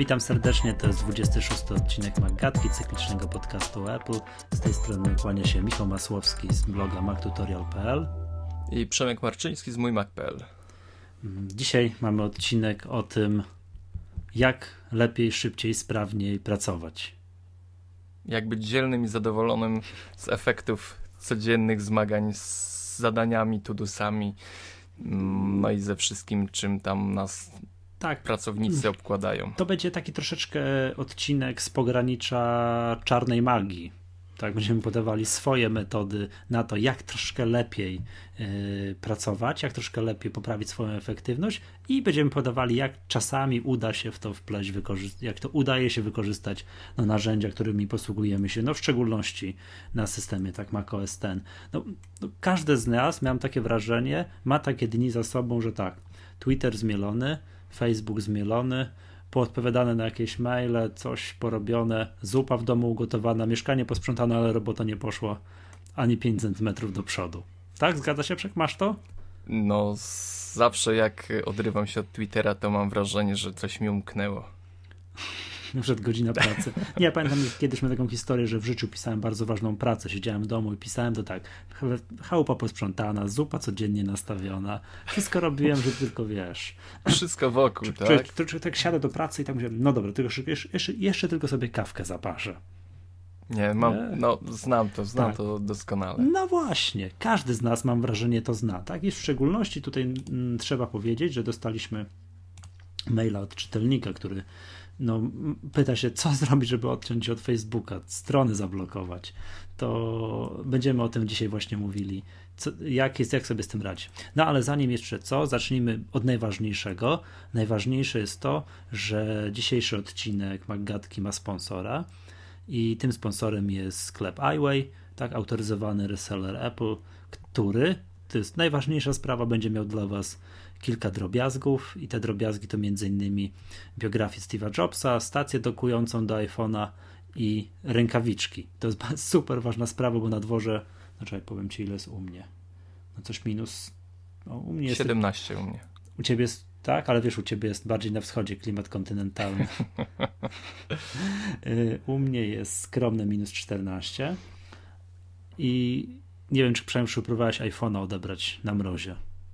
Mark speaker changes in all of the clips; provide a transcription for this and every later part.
Speaker 1: Witam serdecznie, to jest 26. odcinek Maggatki, cyklicznego podcastu Apple. Z tej strony kłania się Michał Masłowski z bloga mactutorial.pl
Speaker 2: i Przemek Marczyński z mójmac.pl.
Speaker 1: Dzisiaj mamy odcinek o tym, jak lepiej, szybciej, sprawniej pracować.
Speaker 2: Jak być dzielnym i zadowolonym z efektów codziennych zmagań z zadaniami, to-dosami, no i ze wszystkim, czym tam nas pracownicy obkładają.
Speaker 1: To będzie taki troszeczkę odcinek z pogranicza czarnej magii. Tak, będziemy podawali swoje metody na to, jak troszkę lepiej pracować, jak troszkę lepiej poprawić swoją efektywność i będziemy podawali, jak czasami uda się w to wpleść, jak to udaje się wykorzystać narzędzia, którymi posługujemy się, w szczególności na systemie tak macOS X. Każdy z nas, miałem takie wrażenie, ma takie dni za sobą, że tak, Twitter zmielony, Facebook zmielony, poodpowiadane na jakieś maile, coś porobione, zupa w domu ugotowana, mieszkanie posprzątane, ale robota nie poszła ani 5 cm do przodu. Tak? Zgadza się, Przek? Masz to?
Speaker 2: No, zawsze jak odrywam się od Twittera, to mam wrażenie, że coś mi umknęło.
Speaker 1: Przed godzina pracy. Nie, pamiętam, kiedyś miałem taką historię, że w życiu pisałem bardzo ważną pracę. Siedziałem w domu i pisałem to tak. Chałupa posprzątana, zupa codziennie nastawiona. Wszystko robiłem, że tylko wiesz.
Speaker 2: Wszystko wokół, tak?
Speaker 1: Tak siadę do pracy i tak mówię, no dobra, tylko jeszcze tylko sobie kawkę zaparzę.
Speaker 2: Nie, znam to doskonale.
Speaker 1: No właśnie, każdy z nas, mam wrażenie, to zna. Tak? I w szczególności tutaj trzeba powiedzieć, że dostaliśmy maila od czytelnika, który pyta się, co zrobić, żeby odciąć się od Facebooka, strony zablokować. To będziemy o tym dzisiaj właśnie mówili, jak sobie z tym radzić. Ale zanim jeszcze zacznijmy od najważniejszego. Najważniejsze jest to, że dzisiejszy odcinek Maggatki ma sponsora i tym sponsorem jest sklep iWay, tak, autoryzowany reseller Apple, który, to jest najważniejsza sprawa, będzie miał dla was kilka drobiazgów i te drobiazgi to m.in. biografię Steve'a Jobsa, stację dokującą do iPhone'a i rękawiczki. To jest super ważna sprawa, bo na dworze, powiem ci, ile jest u mnie. Coś minus, u mnie jest
Speaker 2: 17 u mnie.
Speaker 1: U ciebie jest, tak? Ale wiesz, u ciebie jest bardziej na wschodzie klimat kontynentalny. U mnie jest skromne minus 14 i nie wiem, czy przynajmniej próbowałeś iPhone'a odebrać na mrozie.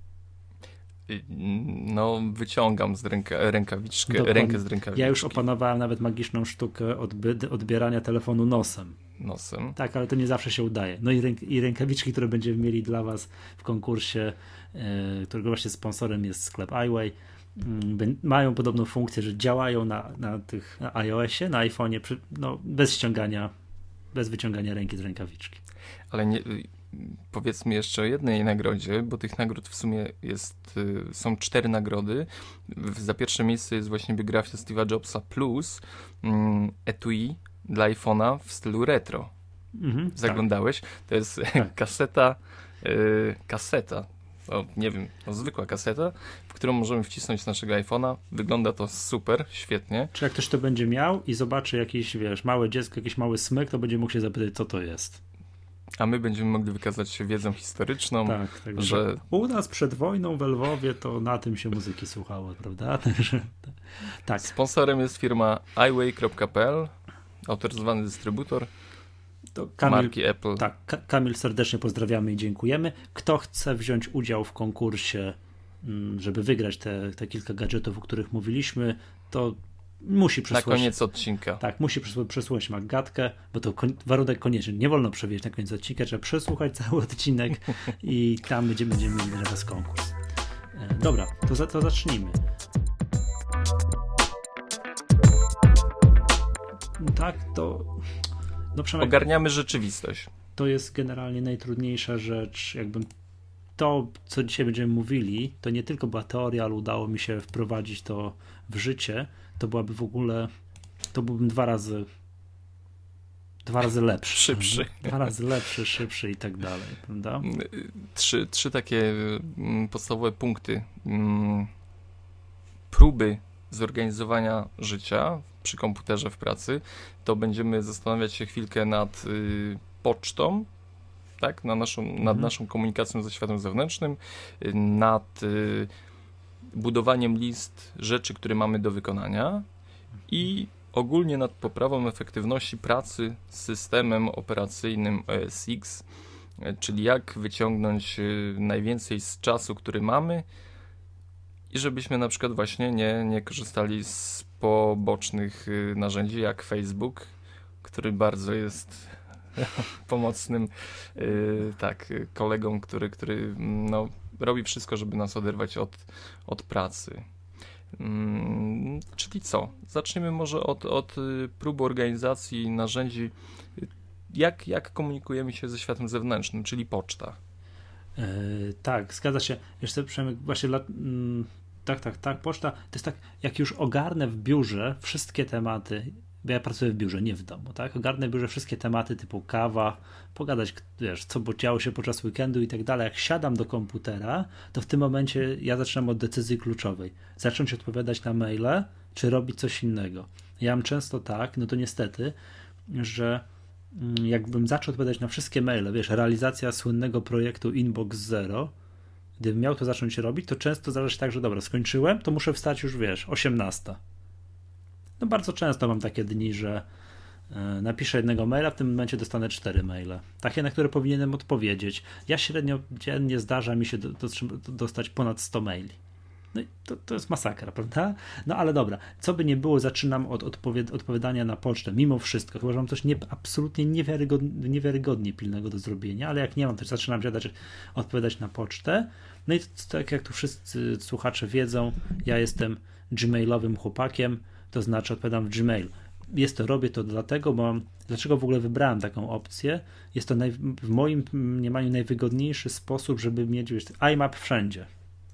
Speaker 2: Wyciągam z rękę z rękawiczki.
Speaker 1: Ja już opanowałem nawet magiczną sztukę odbierania telefonu nosem. Tak, ale to nie zawsze się udaje. I rękawiczki, które będziemy mieli dla was w konkursie, którego właśnie sponsorem jest sklep iWay, mają podobną funkcję, że działają na iOSie, na iPhone'ie, bez wyciągania ręki z rękawiczki.
Speaker 2: Ale nie... Powiedzmy jeszcze o jednej nagrodzie, bo tych nagród w sumie są 4 nagrody. Za pierwsze miejsce jest właśnie biografia Steve'a Jobsa plus etui dla iPhone'a w stylu retro. Zaglądałeś? Tak. To jest kaseta, zwykła kaseta, w którą możemy wcisnąć naszego iPhone'a. Wygląda to super, świetnie.
Speaker 1: Czy jak ktoś to będzie miał i zobaczy jakieś, małe dziecko, jakiś mały smyk, to będzie mógł się zapytać, co to jest. A
Speaker 2: my będziemy mogli wykazać się wiedzą historyczną.
Speaker 1: Tak, że u nas przed wojną w Lwowie to na tym się muzyki słuchało, prawda? Tak.
Speaker 2: Sponsorem jest firma iWay.pl, autoryzowany dystrybutor marki Apple.
Speaker 1: Tak, Kamil, serdecznie pozdrawiamy i dziękujemy. Kto chce wziąć udział w konkursie, żeby wygrać te kilka gadżetów, o których mówiliśmy, to musi przesłuchać.
Speaker 2: Na koniec odcinka.
Speaker 1: Tak, musi przesłuchać Maggatkę, bo to warunek konieczny. Nie wolno przewieźć na koniec odcinka, trzeba przesłuchać cały odcinek i tam będziemy mieli dla was konkurs. Dobra, to zacznijmy. Tak, to... Przemek,
Speaker 2: ogarniamy rzeczywistość.
Speaker 1: To jest generalnie najtrudniejsza rzecz. To, co dzisiaj będziemy mówili, to nie tylko była teoria, ale udało mi się wprowadzić to w życie. To byłaby w ogóle, to byłbym dwa razy lepszy.
Speaker 2: Szybszy.
Speaker 1: 2 razy lepszy, szybszy i tak dalej, prawda?
Speaker 2: Trzy takie podstawowe punkty. Próby zorganizowania życia przy komputerze w pracy, to będziemy zastanawiać się chwilkę nad pocztą, tak? Nad naszą komunikacją ze światem zewnętrznym, nad budowaniem list rzeczy, które mamy do wykonania i ogólnie nad poprawą efektywności pracy z systemem operacyjnym OS X, czyli jak wyciągnąć najwięcej z czasu, który mamy i żebyśmy na przykład właśnie nie korzystali z pobocznych narzędzi jak Facebook, który bardzo jest pomocnym kolegą, który no, robi wszystko, żeby nas oderwać od pracy. Czyli co? Zaczniemy może od próby organizacji narzędzi. Jak komunikujemy się ze światem zewnętrznym, czyli poczta?
Speaker 1: Tak, zgadza się. Jeszcze Przemek, właśnie tak, poczta to jest tak, jak już ogarnę w biurze wszystkie tematy, bo ja pracuję w biurze, nie w domu, tak? Ogarnę w biurze wszystkie tematy typu kawa, pogadać, wiesz, co działo się podczas weekendu i tak dalej. Jak siadam do komputera, to w tym momencie ja zaczynam od decyzji kluczowej. Zacząć odpowiadać na maile, czy robić coś innego. Ja mam często tak, no to niestety, że jakbym zaczął odpowiadać na wszystkie maile, wiesz, realizacja słynnego projektu Inbox Zero, gdybym miał to zacząć robić, to często zdarza się tak, że dobra, skończyłem, to muszę wstać już, wiesz, 18. No bardzo często mam takie dni, że napiszę jednego maila, w tym momencie dostanę 4 maile. Takie, na które powinienem odpowiedzieć. Ja średnio dziennie zdarza mi się dostać ponad 100 maili. No i to jest masakra, prawda? No ale dobra, co by nie było, zaczynam od odpowiadania na pocztę, mimo wszystko, chyba że mam coś absolutnie niewiarygodnie pilnego do zrobienia, ale jak nie mam, to zaczynam odpowiadać na pocztę. No i tak jak tu wszyscy słuchacze wiedzą, ja jestem gmailowym chłopakiem, to znaczy odpowiadam w Gmail. Robię to dlatego, bo dlaczego w ogóle wybrałem taką opcję? Jest to w moim mniemaniu najwygodniejszy sposób, żeby mieć IMAP wszędzie.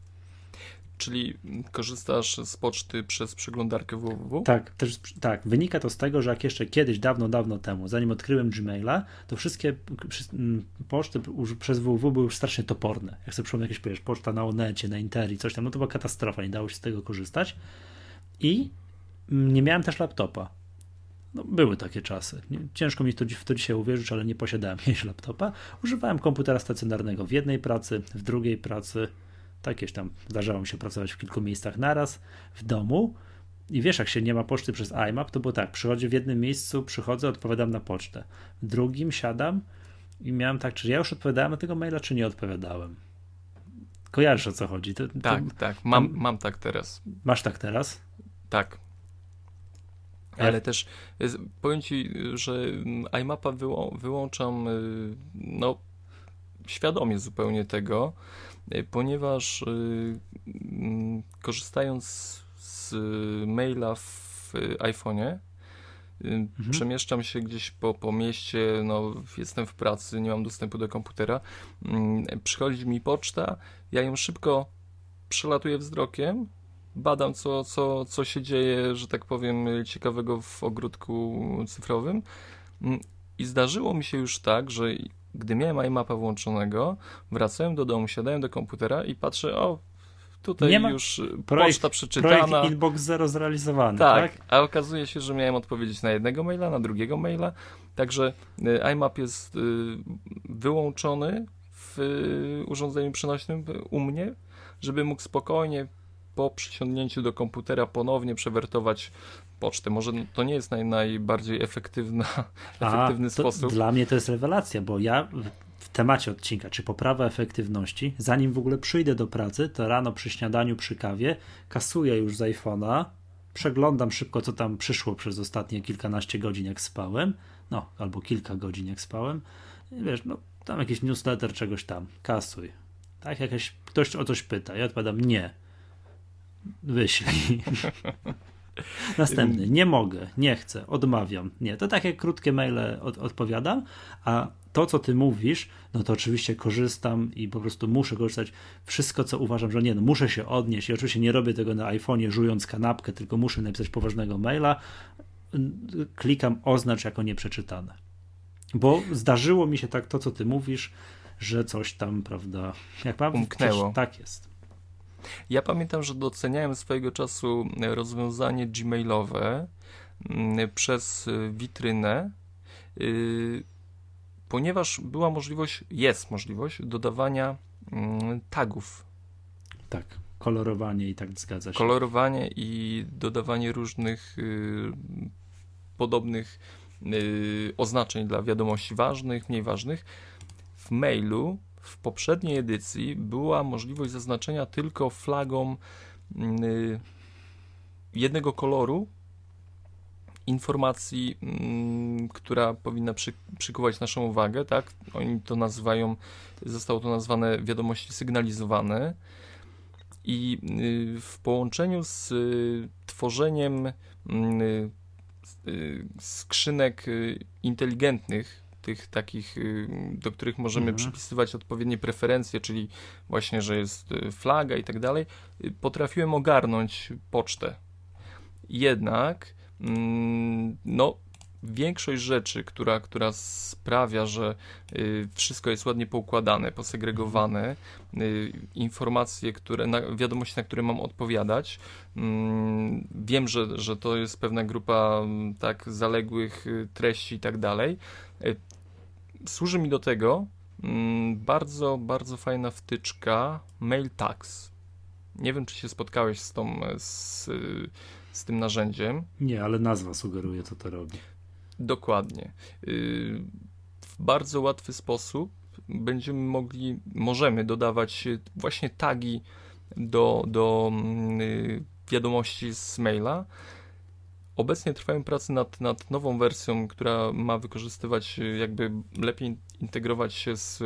Speaker 2: Czyli korzystasz z poczty przez przeglądarkę www?
Speaker 1: Tak. Wynika to z tego, że jak jeszcze kiedyś, dawno temu, zanim odkryłem Gmaila, to wszystkie poczty przez www były już strasznie toporne. Jak sobie przypomnę jakieś, powiesz, poczta na Onecie, na Interi, coś tam, no to była katastrofa, nie dało się z tego korzystać. I nie miałem też laptopa. No, były takie czasy. Ciężko mi w to dzisiaj uwierzyć, ale nie posiadałem jakiegoś laptopa. Używałem komputera stacjonarnego w jednej pracy, w drugiej pracy. Takieś tam zdarzało mi się pracować w kilku miejscach naraz, w domu. I wiesz, jak się nie ma poczty przez IMAP, to było tak, przychodzę w jednym miejscu, odpowiadam na pocztę. W drugim siadam i miałem tak, czy ja już odpowiadałem na tego maila, czy nie odpowiadałem. Kojarzysz, o co chodzi?
Speaker 2: Tak. Mam tak teraz.
Speaker 1: Masz tak teraz?
Speaker 2: Tak. Ale też powiem Ci, że iMapa wyłączam no, świadomie zupełnie tego, ponieważ korzystając z maila w iPhone'ie, przemieszczam się gdzieś po mieście, no, jestem w pracy, nie mam dostępu do komputera, przychodzi mi poczta, ja ją szybko przelatuję wzrokiem, badam co się dzieje, że tak powiem, ciekawego w ogródku cyfrowym i zdarzyło mi się już tak, że gdy miałem iMapa włączonego, wracałem do domu, siadałem do komputera i patrzę, tutaj już poczta przeczytana.
Speaker 1: Projekt Inbox Zero zrealizowany, tak?
Speaker 2: A okazuje się, że miałem odpowiedzieć na jednego maila, na drugiego maila, także iMap jest wyłączony w urządzeniu przenośnym u mnie, żeby mógł spokojnie po przyciągnięciu do komputera ponownie przewertować pocztę. Może to nie jest najbardziej efektywny sposób.
Speaker 1: Dla mnie to jest rewelacja, bo ja w temacie odcinka, czy poprawa efektywności, zanim w ogóle przyjdę do pracy, to rano przy śniadaniu, przy kawie, kasuję już z iPhone'a, przeglądam szybko, co tam przyszło przez ostatnie kilkanaście godzin, jak spałem, no, albo kilka godzin, jak spałem, i wiesz, no, tam jakiś newsletter, czegoś tam, kasuj. Tak, ktoś o coś pyta, ja odpowiadam nie. Wyślij. Następny, nie mogę, nie chcę, odmawiam. Nie, to takie krótkie maile odpowiadam, a to, co ty mówisz, no to oczywiście korzystam i po prostu muszę korzystać. Wszystko, co uważam, że no muszę się odnieść i oczywiście nie robię tego na iPhone'ie żując kanapkę, tylko muszę napisać poważnego maila, klikam oznacz jako nieprzeczytane. Bo zdarzyło mi się tak to, co ty mówisz, że coś tam, prawda, jak mam,
Speaker 2: umknęło.
Speaker 1: Tak jest.
Speaker 2: Ja pamiętam, że doceniałem swojego czasu rozwiązanie gmailowe przez witrynę, ponieważ jest możliwość dodawania tagów.
Speaker 1: Tak. kolorowanie i tak zgadza się.
Speaker 2: Kolorowanie i dodawanie różnych podobnych oznaczeń dla wiadomości ważnych, mniej ważnych. W mailu w poprzedniej edycji była możliwość zaznaczenia tylko flagą jednego koloru informacji, która powinna przykuwać naszą uwagę, tak? Oni to nazywają, zostało to nazwane wiadomości sygnalizowane i w połączeniu z tworzeniem skrzynek inteligentnych, tych takich, do których możemy przypisywać odpowiednie preferencje, czyli właśnie, że jest flaga i tak dalej, potrafiłem ogarnąć pocztę. Jednak no, większość rzeczy, która sprawia, że wszystko jest ładnie poukładane, posegregowane, informacje, wiadomości, na które mam odpowiadać, wiem, że to jest pewna grupa tak zaległych treści i tak dalej. Służy mi do tego bardzo, bardzo fajna wtyczka Mail Tags. Nie wiem, czy się spotkałeś z tym narzędziem.
Speaker 1: Nie, ale nazwa sugeruje, co to robi.
Speaker 2: Dokładnie. W bardzo łatwy sposób możemy dodawać właśnie tagi do wiadomości z maila. Obecnie trwają prace nad nową wersją, która ma wykorzystywać, jakby lepiej integrować się z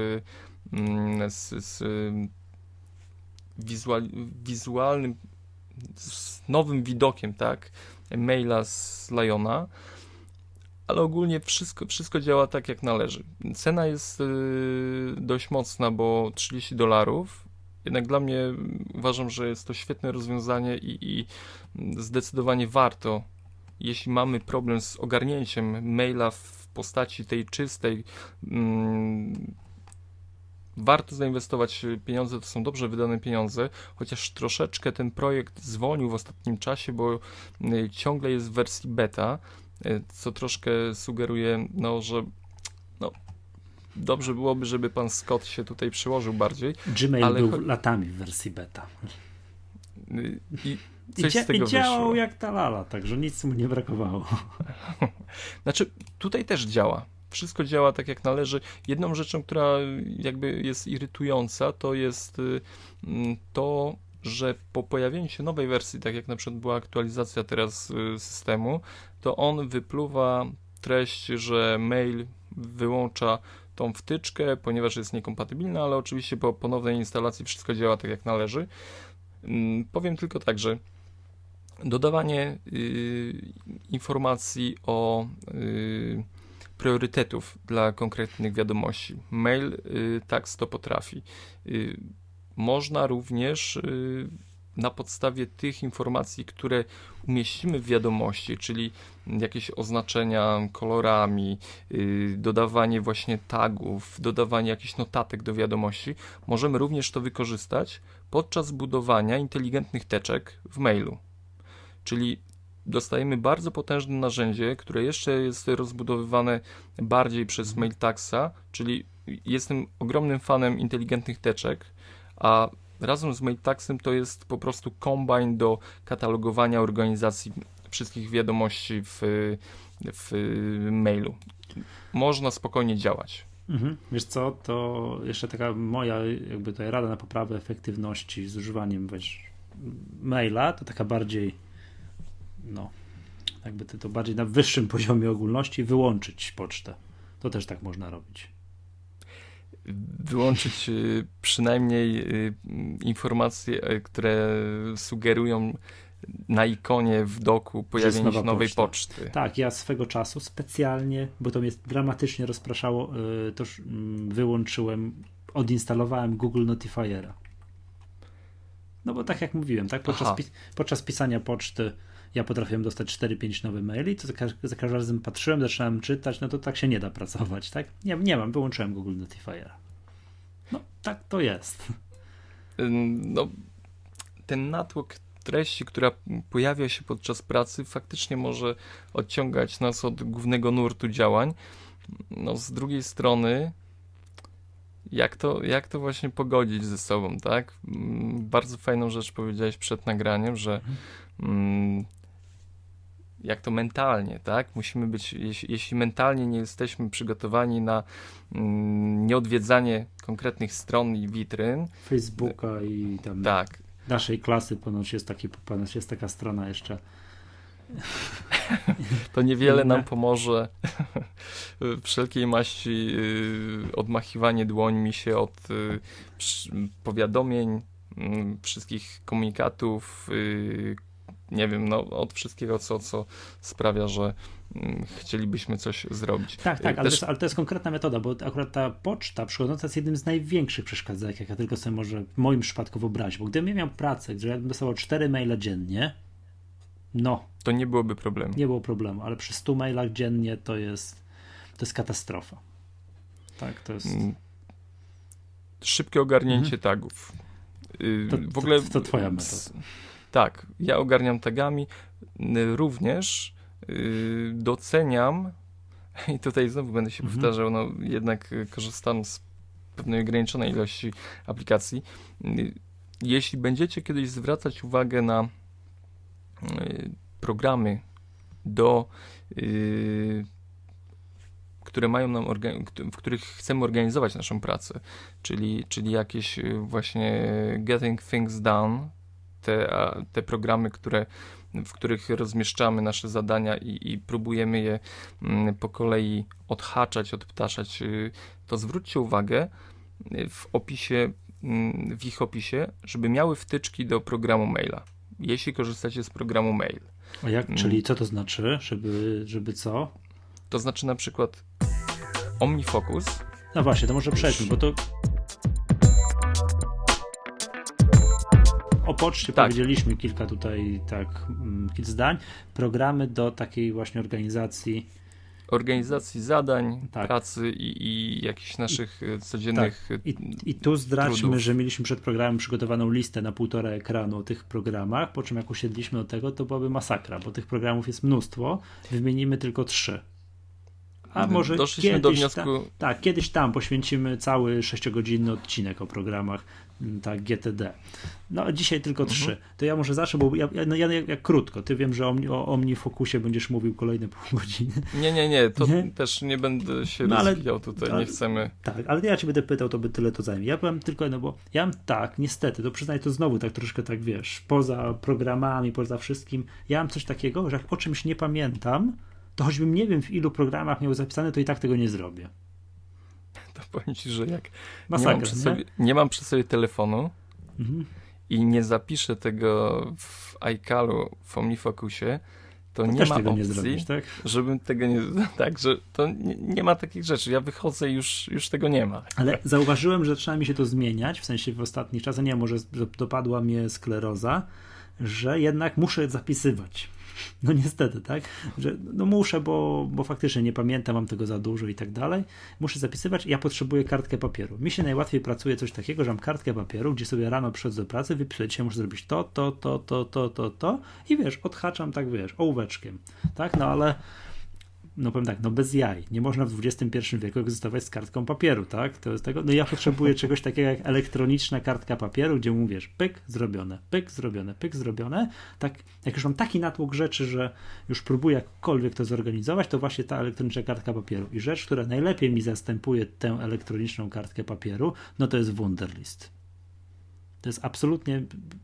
Speaker 2: wizualnym, z nowym widokiem, tak, maila z Liona, ale ogólnie wszystko działa tak, jak należy. Cena jest dość mocna, bo $30, jednak dla mnie uważam, że jest to świetne rozwiązanie i zdecydowanie warto, jeśli mamy problem z ogarnięciem maila w postaci tej czystej, warto zainwestować pieniądze, to są dobrze wydane pieniądze, chociaż troszeczkę ten projekt zwolnił w ostatnim czasie, bo ciągle jest w wersji beta, co troszkę sugeruje, że dobrze byłoby, żeby pan Scott się tutaj przyłożył bardziej.
Speaker 1: Gmail był latami w wersji beta.
Speaker 2: I coś z tego
Speaker 1: działał
Speaker 2: wyszło.
Speaker 1: Jak ta lala, także nic mu nie brakowało.
Speaker 2: Znaczy, tutaj też działa. Wszystko działa tak, jak należy. Jedną rzeczą, która jakby jest irytująca, to jest to, że po pojawieniu się nowej wersji, tak jak na przykład była aktualizacja teraz systemu, to on wypluwa treść, że mail wyłącza tą wtyczkę, ponieważ jest niekompatybilna, ale oczywiście po ponownej instalacji wszystko działa tak, jak należy. Powiem tylko tak, że dodawanie informacji o priorytetów dla konkretnych wiadomości. Mail Tags to potrafi. Można również na podstawie tych informacji, które umieścimy w wiadomości, czyli jakieś oznaczenia kolorami, dodawanie właśnie tagów, dodawanie jakichś notatek do wiadomości, możemy również to wykorzystać podczas budowania inteligentnych teczek w mailu. Czyli dostajemy bardzo potężne narzędzie, które jeszcze jest rozbudowywane bardziej przez Mail Tagsa, czyli jestem ogromnym fanem inteligentnych teczek, a razem z Mail Tagsem to jest po prostu kombajn do katalogowania organizacji wszystkich wiadomości w mailu. Można spokojnie działać.
Speaker 1: Wiesz co, to jeszcze taka moja jakby tutaj rada na poprawę efektywności z używaniem maila, to taka bardziej jakby to bardziej na wyższym poziomie ogólności wyłączyć pocztę. To też tak można robić.
Speaker 2: Wyłączyć przynajmniej informacje, które sugerują na ikonie w doku pojawienie się nowej poczty.
Speaker 1: Tak, ja swego czasu specjalnie, bo to mnie dramatycznie rozpraszało, to wyłączyłem, odinstalowałem Google Notifiera. No bo tak jak mówiłem, tak, podczas pisania poczty ja potrafiłem dostać 4-5 nowe maili, to za każdym razem patrzyłem, zaczynałem czytać, no to tak się nie da pracować, tak? Nie mam, wyłączyłem Google Notifiera. No, tak to jest.
Speaker 2: No, ten natłok treści, która pojawia się podczas pracy, faktycznie może odciągać nas od głównego nurtu działań. No, z drugiej strony, Jak to właśnie pogodzić ze sobą, tak? Bardzo fajną rzecz powiedziałeś przed nagraniem, że jak to mentalnie, tak? Musimy być, jeśli mentalnie nie jesteśmy przygotowani na nieodwiedzanie konkretnych stron i witryn.
Speaker 1: Facebooka i tam
Speaker 2: tak.
Speaker 1: Naszej klasy ponoć jest taka strona jeszcze.
Speaker 2: To niewiele nam pomoże. Wszelkiej maści odmachiwanie dłońmi się od powiadomień, wszystkich komunikatów, nie wiem, no od wszystkiego, co sprawia, że chcielibyśmy coś zrobić.
Speaker 1: Tak, ale to jest konkretna metoda, bo akurat ta poczta przychodząca jest jednym z największych przeszkadzek, jak ja tylko sobie może w moim przypadku wyobrazić, bo gdybym miał pracę, że ja bym dostawał 4 maile dziennie,
Speaker 2: to nie byłoby problemu.
Speaker 1: Nie było problemu, ale przy 100 mailach dziennie to jest katastrofa. Tak, to jest...
Speaker 2: Szybkie ogarnięcie tagów. W ogóle
Speaker 1: to twoja metoda.
Speaker 2: Tak, ja ogarniam tagami. Również doceniam, i tutaj znowu będę się powtarzał, no jednak korzystam z pewnej ograniczonej ilości aplikacji. Jeśli będziecie kiedyś zwracać uwagę na programy, które mają nam w których chcemy organizować naszą pracę, czyli jakieś właśnie Getting Things Done, te programy, w których rozmieszczamy nasze zadania i próbujemy je po kolei odhaczać, odptaszać, to zwróćcie uwagę w ich opisie, żeby miały wtyczki do programu maila, jeśli korzystacie z programu mail.
Speaker 1: A jak, czyli co to znaczy? Żeby co?
Speaker 2: To znaczy na przykład OmniFocus.
Speaker 1: No właśnie, to może przejdźmy, bo to o poczcie powiedzieliśmy kilka zdań. Programy do takiej właśnie organizacji
Speaker 2: zadań, pracy i jakichś naszych codziennych
Speaker 1: I tu zdradźmy,
Speaker 2: trudów.
Speaker 1: że mieliśmy przed programem przygotowaną listę na 1,5 ekranu o tych programach, po czym jak usiedliśmy do tego, to byłaby masakra, bo tych programów jest mnóstwo, wymienimy tylko 3. A może
Speaker 2: doszliśmy do wniosku...
Speaker 1: kiedyś tam poświęcimy cały 6-godzinny odcinek o programach GTD. No dzisiaj tylko 3. To ja może zacznę, bo ja krótko. Ty wiem, że o OmniFocusie będziesz mówił kolejne pół godziny.
Speaker 2: Nie, to też nie będę się rozwijał tutaj, nie chcemy.
Speaker 1: Tak, ale ja cię będę pytał, to by tyle to zajmie. Ja powiem tylko, bo ja mam niestety, to przyznaję, to znowu troszkę poza programami, poza wszystkim, ja mam coś takiego, że jak o czymś nie pamiętam, to choćbym nie wiem w ilu programach miał zapisane, to i tak tego nie zrobię.
Speaker 2: To powiem ci, że jak
Speaker 1: masakra,
Speaker 2: nie mam przy sobie telefonu i nie zapiszę tego w iCalu, w OmniFocusie, to nie ma opcji,
Speaker 1: nie zrobisz, tak?
Speaker 2: Żebym tego nie... Tak, że to nie ma takich rzeczy. Ja wychodzę i już tego nie ma.
Speaker 1: Ale zauważyłem, że zaczyna mi się to zmieniać, w sensie w ostatnich czasach, nie wiem, może dopadła mnie skleroza, że jednak muszę zapisywać. No niestety, tak? Że muszę, bo faktycznie nie pamiętam, mam tego za dużo i tak dalej. Muszę zapisywać i ja potrzebuję kartkę papieru. Mi się najłatwiej pracuje coś takiego, że mam kartkę papieru, gdzie sobie rano przychodzę do pracy, wypisuję, dzisiaj muszę zrobić to i odhaczam ołóweczkiem, tak? No ale powiem tak, bez jaj. Nie można w XXI wieku egzystować z kartką papieru, tak? To jest tego. No ja potrzebuję czegoś takiego jak elektroniczna kartka papieru, gdzie mówisz pyk, zrobione, pyk, zrobione, pyk, zrobione. Tak, jak już mam taki natłok rzeczy, że już próbuję jakkolwiek to zorganizować, to właśnie ta elektroniczna kartka papieru. I rzecz, która najlepiej mi zastępuje tę elektroniczną kartkę papieru, no to jest Wunderlist. To jest absolutnie...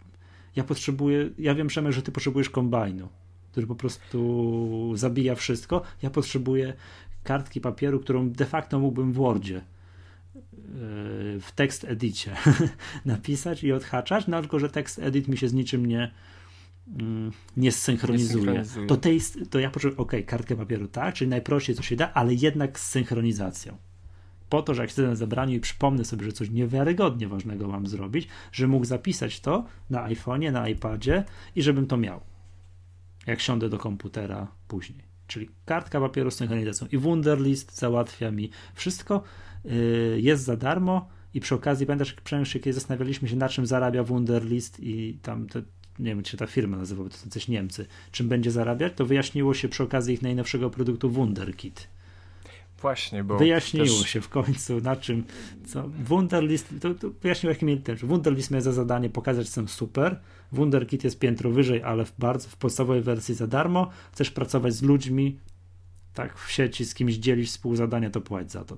Speaker 1: Ja wiem, Przemek, że ty potrzebujesz kombajnu, który po prostu zabija wszystko. Ja potrzebuję kartki papieru, którą de facto mógłbym w Wordzie w tekst edicie napisać i odhaczać, no tylko, że tekst edit mi się z niczym nie zsynchronizuje. To ja potrzebuję, kartkę papieru, tak, czyli najprościej co się da, ale jednak z synchronizacją. Po to, że jak siedzę na zebraniu i przypomnę sobie, że coś niewiarygodnie ważnego mam zrobić, że mógł zapisać to na iPhone'ie, na iPadzie i żebym to miał, jak siądę do komputera później. Czyli kartka papieru z synchronizacją i Wunderlist załatwia mi wszystko, jest za darmo i przy okazji, pamiętasz, kiedy zastanawialiśmy się, na czym zarabia Wunderlist i tam, nie wiem, czy ta firma nazywa, bo to coś Niemcy, czym będzie zarabiać, to wyjaśniło się przy okazji ich najnowszego produktu Wunderkit.
Speaker 2: właśnie, bo
Speaker 1: wyjaśniło
Speaker 2: też...
Speaker 1: się w końcu na czym, co Wunderlist, to wyjaśniło jaki mieli też. Wunderlist miał za zadanie pokazać, że są super. Wunderkit jest piętro wyżej, ale w podstawowej wersji za darmo. Chcesz pracować z ludźmi, tak, w sieci, z kimś dzielić współzadania, to płać za to.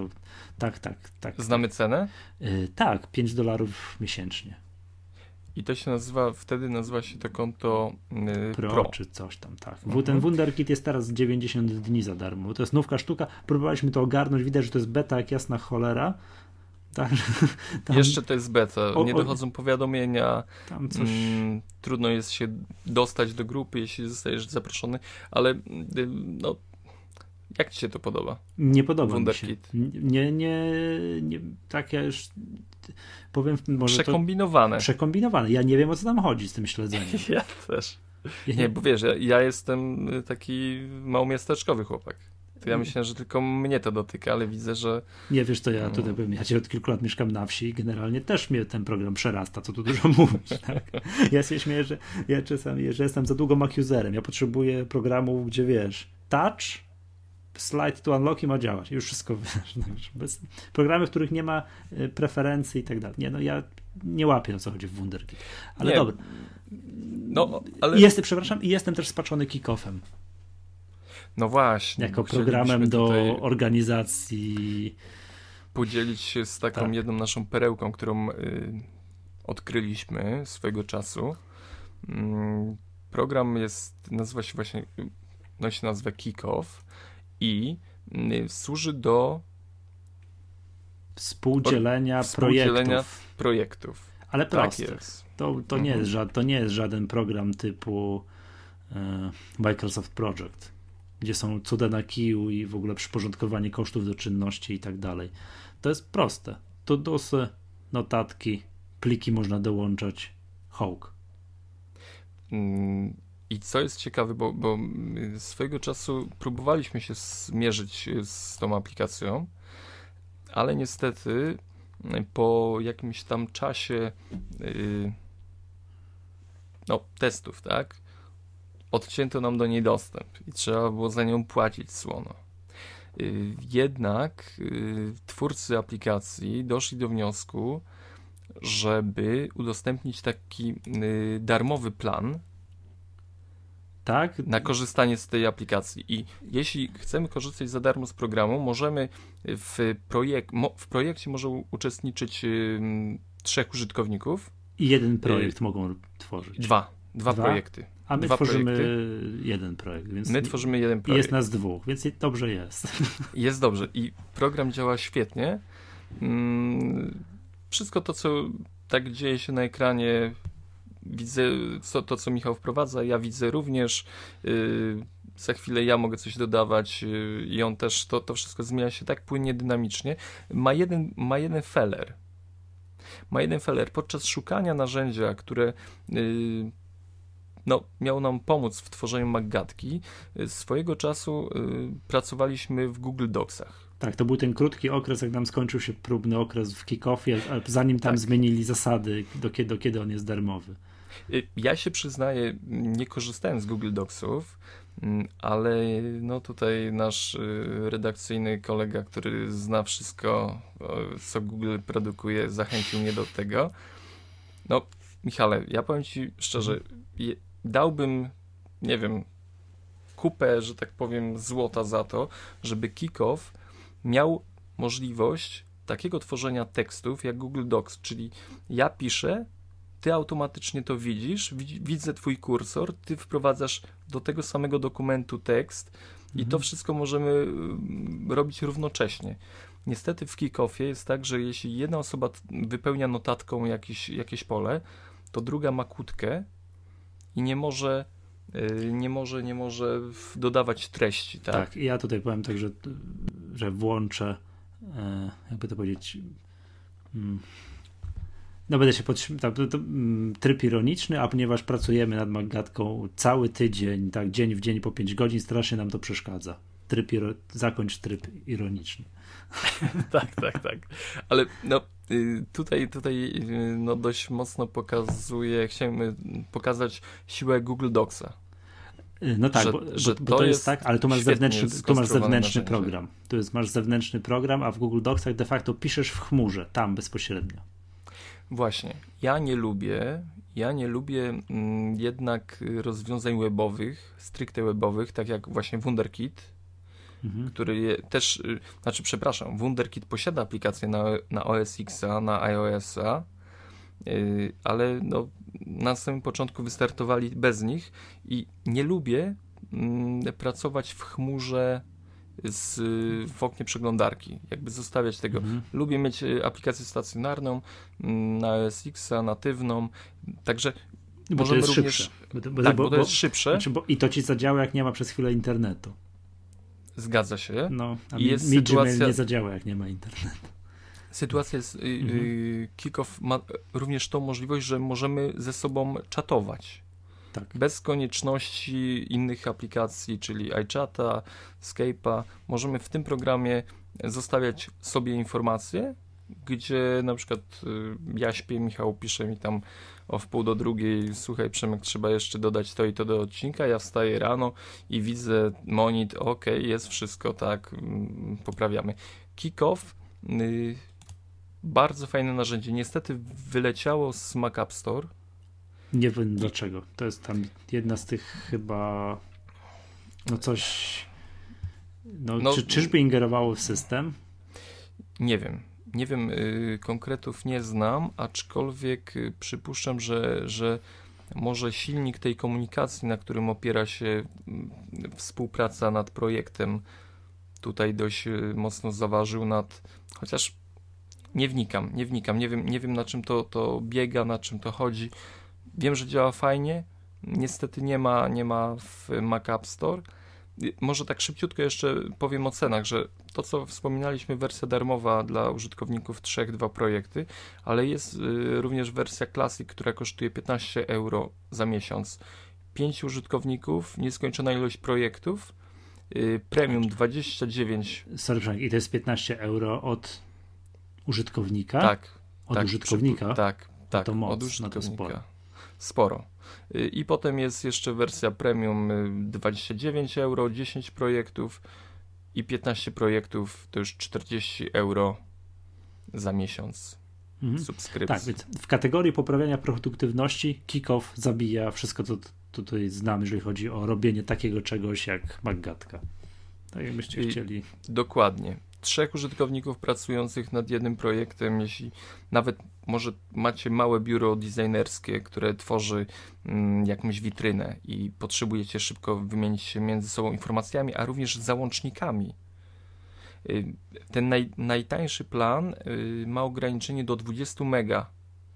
Speaker 1: Tak.
Speaker 2: Znamy cenę?
Speaker 1: Tak, $5 miesięcznie.
Speaker 2: I to się nazywa się to konto
Speaker 1: Pro czy coś tam, tak. Ten Wunderkit jest teraz 90 dni za darmo. To jest nówka sztuka. Próbowaliśmy to ogarnąć. Widać, że to jest beta jak jasna cholera. Także tam,
Speaker 2: jeszcze to jest beta. Nie dochodzą powiadomienia.
Speaker 1: Tam coś...
Speaker 2: Trudno jest się dostać do grupy, jeśli zostajesz zaproszony. Ale no, jak ci się to podoba?
Speaker 1: Nie podoba
Speaker 2: Wunderkit.
Speaker 1: mi się. Nie, tak ja już powiem może
Speaker 2: Przekombinowane.
Speaker 1: Przekombinowane. Ja nie wiem, o co tam chodzi z tym śledzeniem.
Speaker 2: Ja też. Nie, bo wiesz, ja jestem taki małomiasteczkowy chłopak. To ja myślę, że tylko mnie to dotyka, ale widzę, że...
Speaker 1: Nie, wiesz, to ja tutaj powiem, ja od kilku lat mieszkam na wsi i generalnie też mnie ten program przerasta, co tu dużo mówić. Tak? Ja się śmieję, że ja czasami, że jestem za długo Mac userem. Ja potrzebuję programów, gdzie wiesz, touch, slide to unlock i ma działać. Już wszystko wiesz. Bez programy, w których nie ma preferencji i tak dalej. Nie, no ja nie łapię, o co chodzi w Wunderkit. Ale nie, dobra.
Speaker 2: No, ale...
Speaker 1: Jestem też spaczony kick-offem.
Speaker 2: No właśnie.
Speaker 1: Jako programem do organizacji.
Speaker 2: Podzielić się z taką jedną naszą perełką, którą odkryliśmy swego czasu. Program nazywa się właśnie, nosi nazwę Kick-Off i służy do
Speaker 1: współdzielenia
Speaker 2: projektów.
Speaker 1: Ale prostych.
Speaker 2: Tak jest.
Speaker 1: To nie jest żaden program typu Microsoft Project, gdzie są cuda na kiju i w ogóle przyporządkowanie kosztów do czynności i tak dalej. To jest proste. To notatki, pliki można dołączać, hołk.
Speaker 2: I co jest ciekawe, bo swojego czasu próbowaliśmy się zmierzyć z tą aplikacją, ale niestety po jakimś tam czasie testów, tak, odcięto nam do niej dostęp i trzeba było za nią płacić słono. Jednak twórcy aplikacji doszli do wniosku, żeby udostępnić taki darmowy plan,
Speaker 1: tak,
Speaker 2: na korzystanie z tej aplikacji. I jeśli chcemy korzystać za darmo z programu, możemy w projekcie może uczestniczyć 3 użytkowników.
Speaker 1: I jeden projekt mogą tworzyć.
Speaker 2: Dwa projekty.
Speaker 1: A my tworzymy jeden projekt. Więc
Speaker 2: my tworzymy jeden projekt.
Speaker 1: Jest nas 2, więc dobrze jest.
Speaker 2: Jest dobrze. I program działa świetnie. Wszystko to, co tak dzieje się na ekranie, widzę to, co Michał wprowadza, ja widzę również. Za chwilę ja mogę coś dodawać i on też, to wszystko zmienia się tak płynnie, dynamicznie. Ma jeden feller. Podczas szukania narzędzia, które miało nam pomóc w tworzeniu Maggatki, swojego czasu pracowaliśmy w Google Docsach.
Speaker 1: Tak, to był ten krótki okres, jak nam skończył się próbny okres w kick-offie, zanim tam zmienili zasady, do kiedy on jest darmowy.
Speaker 2: Ja się przyznaję, nie korzystałem z Google Docsów, ale tutaj nasz redakcyjny kolega, który zna wszystko, co Google produkuje, zachęcił mnie do tego. Michale, ja powiem ci szczerze, dałbym, nie wiem, kupę, że tak powiem, złota za to, żeby Kick-Off miał możliwość takiego tworzenia tekstów jak Google Docs, czyli ja piszę, ty automatycznie to widzisz, widzę twój kursor, ty wprowadzasz do tego samego dokumentu tekst i to wszystko możemy robić równocześnie. Niestety w Kick-Offie jest tak, że jeśli jedna osoba wypełnia notatką jakieś pole, to druga ma kłódkę i nie może dodawać treści. Tak,
Speaker 1: i ja tutaj powiem tak, że włączę, jakby to powiedzieć, będę się tryb ironiczny, a ponieważ pracujemy nad Maggatką cały tydzień, tak, dzień w dzień po 5 godzin, strasznie nam to przeszkadza. Zakończ tryb ironiczny.
Speaker 2: Tak. Ale tutaj dość mocno chciałem pokazać siłę Google Docsa.
Speaker 1: No tak, bo to jest tak, ale tu masz zewnętrzny
Speaker 2: narzędzie.
Speaker 1: program. Masz zewnętrzny program, a w Google Docsach de facto piszesz w chmurze, tam bezpośrednio.
Speaker 2: Właśnie. Ja nie lubię jednak rozwiązań webowych, stricte webowych, tak jak właśnie Wunderkit, który też, Wunderkit posiada aplikację na OS X-a, na iOS-a, ale no, na samym początku wystartowali bez nich i nie lubię pracować w chmurze w oknie przeglądarki, jakby zostawiać tego. Lubię mieć aplikację stacjonarną na OS X-a, natywną, także
Speaker 1: bo to jest
Speaker 2: również...
Speaker 1: szybsze.
Speaker 2: Bo to jest szybsze.
Speaker 1: Znaczy, i to ci zadziała, jak nie ma przez chwilę internetu.
Speaker 2: Zgadza się.
Speaker 1: No, a
Speaker 2: I jest
Speaker 1: Gmail nie zadziała, jak nie ma internetu.
Speaker 2: Sytuacja jest, Kickoff ma również tą możliwość, że możemy ze sobą czatować.
Speaker 1: Tak.
Speaker 2: Bez konieczności innych aplikacji, czyli iChata, Skype'a. Możemy w tym programie zostawiać sobie informacje, gdzie na przykład ja śpię, Michał pisze mi tam o 1:30, słuchaj Przemek, trzeba jeszcze dodać to i to do odcinka, ja wstaję rano i widzę monit, jest wszystko, tak, poprawiamy. Kickoff, bardzo fajne narzędzie, niestety wyleciało z Mac App Store.
Speaker 1: Nie wiem dlaczego, to jest tam jedna z tych chyba, czyżby ingerowało w system?
Speaker 2: Nie wiem, konkretów nie znam, aczkolwiek przypuszczam, że może silnik tej komunikacji, na którym opiera się współpraca nad projektem, tutaj dość mocno zaważył chociaż nie wnikam, nie wiem na czym to biega, na czym to chodzi. Wiem, że działa fajnie, niestety nie ma w Mac App Store. Może tak szybciutko jeszcze powiem o cenach, że to, co wspominaliśmy, wersja darmowa dla użytkowników 2 projekty, ale jest również wersja Classic, która kosztuje 15 euro za miesiąc. 5 użytkowników, nieskończona ilość projektów, premium 29.
Speaker 1: Sorry, i to jest 15 euro od użytkownika?
Speaker 2: Tak.
Speaker 1: Od użytkownika?
Speaker 2: Tak.
Speaker 1: To moc,
Speaker 2: od użytkownika.
Speaker 1: To
Speaker 2: sporo. I potem jest jeszcze wersja premium 29 euro, 10 projektów i 15 projektów to już 40 euro za miesiąc subskrypcji.
Speaker 1: Tak, więc w kategorii poprawiania produktywności Kickoff zabija wszystko, co tutaj znam, jeżeli chodzi o robienie takiego czegoś jak Maggatka. Tak jakbyście chcieli.
Speaker 2: Dokładnie. 3 użytkowników pracujących nad jednym projektem, jeśli nawet może macie małe biuro designerskie, które tworzy jakąś witrynę i potrzebujecie szybko wymienić się między sobą informacjami, a również załącznikami. Ten najtańszy plan ma ograniczenie do 20 mega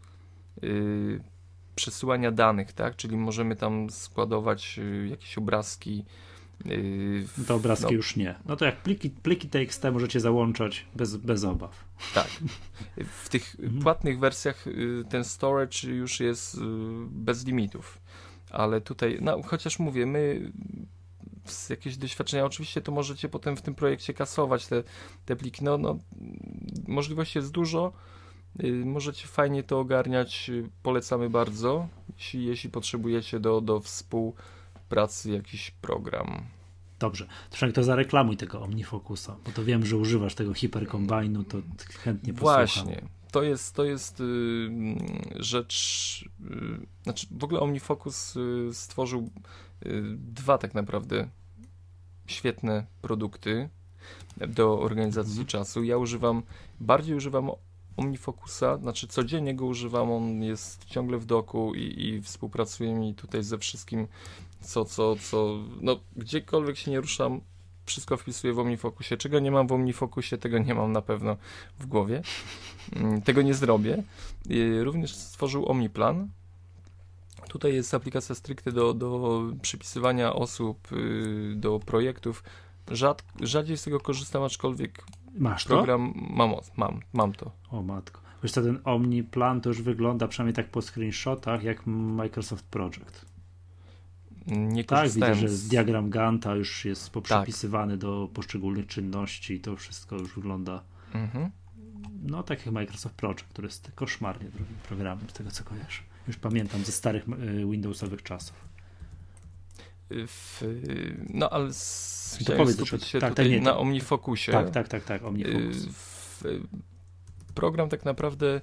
Speaker 2: przesyłania danych, tak? Czyli możemy tam składować jakieś obrazki.
Speaker 1: Te obrazki już nie. No to jak pliki TXT możecie załączać bez obaw.
Speaker 2: Tak. W tych płatnych wersjach ten storage już jest bez limitów. Ale tutaj, chociaż mówię, my z jakiegoś doświadczenia, oczywiście to możecie potem w tym projekcie kasować te pliki. Możliwości jest dużo. Możecie fajnie to ogarniać. Polecamy bardzo, jeśli potrzebujecie do współpracy jakiś program.
Speaker 1: Dobrze, to zareklamuj tego OmniFocusa, bo to wiem, że używasz tego hiperkombine'u, to chętnie posłucham.
Speaker 2: Właśnie, to jest rzecz, znaczy w ogóle OmniFocus stworzył 2 tak naprawdę świetne produkty do organizacji czasu. Ja bardziej używam OmniFocusa, znaczy codziennie go używam, on jest ciągle w doku i współpracuje mi tutaj ze wszystkim, gdziekolwiek się nie ruszam, wszystko wpisuję w OmniFocusie. Czego nie mam w OmniFocusie, tego nie mam na pewno w głowie. Tego nie zrobię. Również stworzył OmniPlan. Tutaj jest aplikacja stricte do przypisywania osób do projektów. Rzadziej z tego korzystam, aczkolwiek
Speaker 1: masz
Speaker 2: program mam to.
Speaker 1: O matko. Wiesz co, ten OmniPlan to już wygląda, przynajmniej tak po screenshotach, jak Microsoft Project.
Speaker 2: Nie
Speaker 1: tak, widzę, że diagram Ganta już jest poprzepisywany
Speaker 2: tak.
Speaker 1: do poszczególnych czynności i to wszystko już wygląda tak jak Microsoft Project, który jest koszmarnie drugim programem, z tego co kojarzę. Już pamiętam ze starych Windowsowych czasów.
Speaker 2: No ale chciałem skupić się tutaj na OmniFocusie.
Speaker 1: Tak, OmniFocus.
Speaker 2: Program tak naprawdę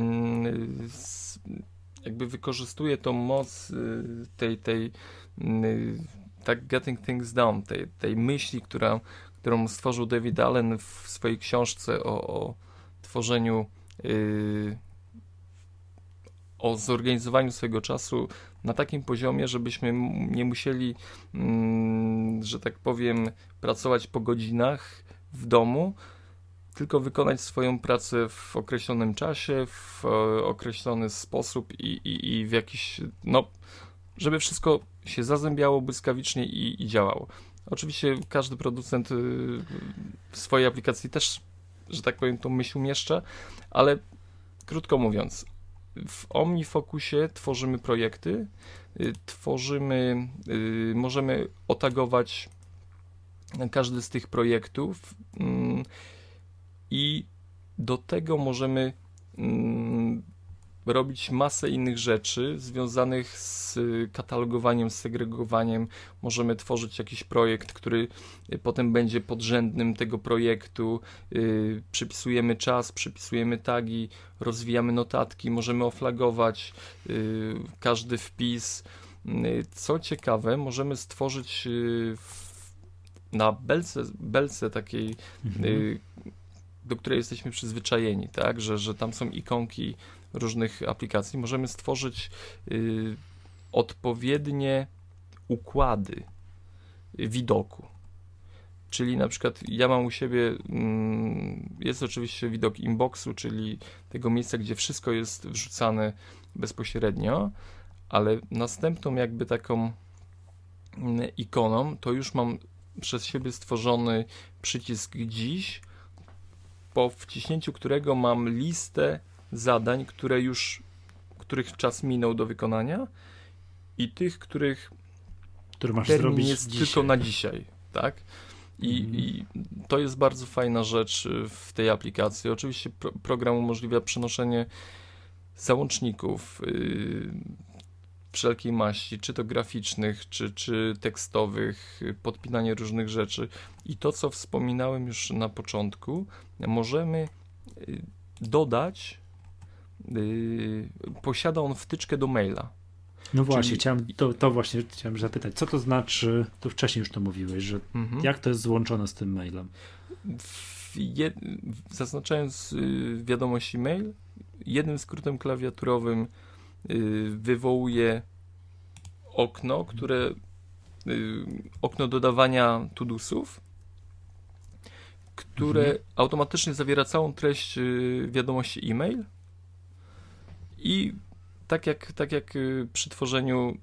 Speaker 2: jakby wykorzystuje tą moc tej tak Getting Things Done, tej myśli, którą stworzył David Allen w swojej książce o tworzeniu, o zorganizowaniu swojego czasu na takim poziomie, żebyśmy nie musieli, że tak powiem, pracować po godzinach w domu, tylko wykonać swoją pracę w określonym czasie, w określony sposób i w jakiś, żeby wszystko się zazębiało błyskawicznie i działało. Oczywiście każdy producent w swojej aplikacji też, że tak powiem, tą myśl umieszcza, ale krótko mówiąc, w OmniFocusie tworzymy projekty, możemy otagować każdy z tych projektów i do tego możemy robić masę innych rzeczy związanych z katalogowaniem, z segregowaniem. Możemy tworzyć jakiś projekt, który potem będzie podrzędnym tego projektu. Przypisujemy czas, przypisujemy tagi, rozwijamy notatki, możemy oflagować każdy wpis. Co ciekawe, możemy stworzyć na belce takiej, do której jesteśmy przyzwyczajeni, tak? Że tam są ikonki różnych aplikacji, możemy stworzyć odpowiednie układy widoku. Czyli na przykład ja mam u siebie, jest oczywiście widok inboxu, czyli tego miejsca, gdzie wszystko jest wrzucane bezpośrednio, ale następną jakby taką ikoną to już mam przez siebie stworzony przycisk dziś, po wciśnięciu którego mam listę zadań, których czas minął do wykonania i tych, których
Speaker 1: masz
Speaker 2: termin
Speaker 1: zrobić
Speaker 2: jest
Speaker 1: dzisiaj.
Speaker 2: tylko na dzisiaj, tak? I to jest bardzo fajna rzecz w tej aplikacji. Oczywiście program umożliwia przenoszenie załączników wszelkiej maści, czy to graficznych, czy tekstowych, podpinanie różnych rzeczy. I to, co wspominałem już na początku, możemy dodać, posiada on wtyczkę do maila.
Speaker 1: No właśnie, właśnie chciałem zapytać, co to znaczy, tu wcześniej już to mówiłeś, że jak to jest złączone z tym mailem?
Speaker 2: Zaznaczając wiadomość e-mail, jednym skrótem klawiaturowym wywołuje okno, okno dodawania to-dosów, które automatycznie zawiera całą treść wiadomości e-mail i tak jak przy tworzeniu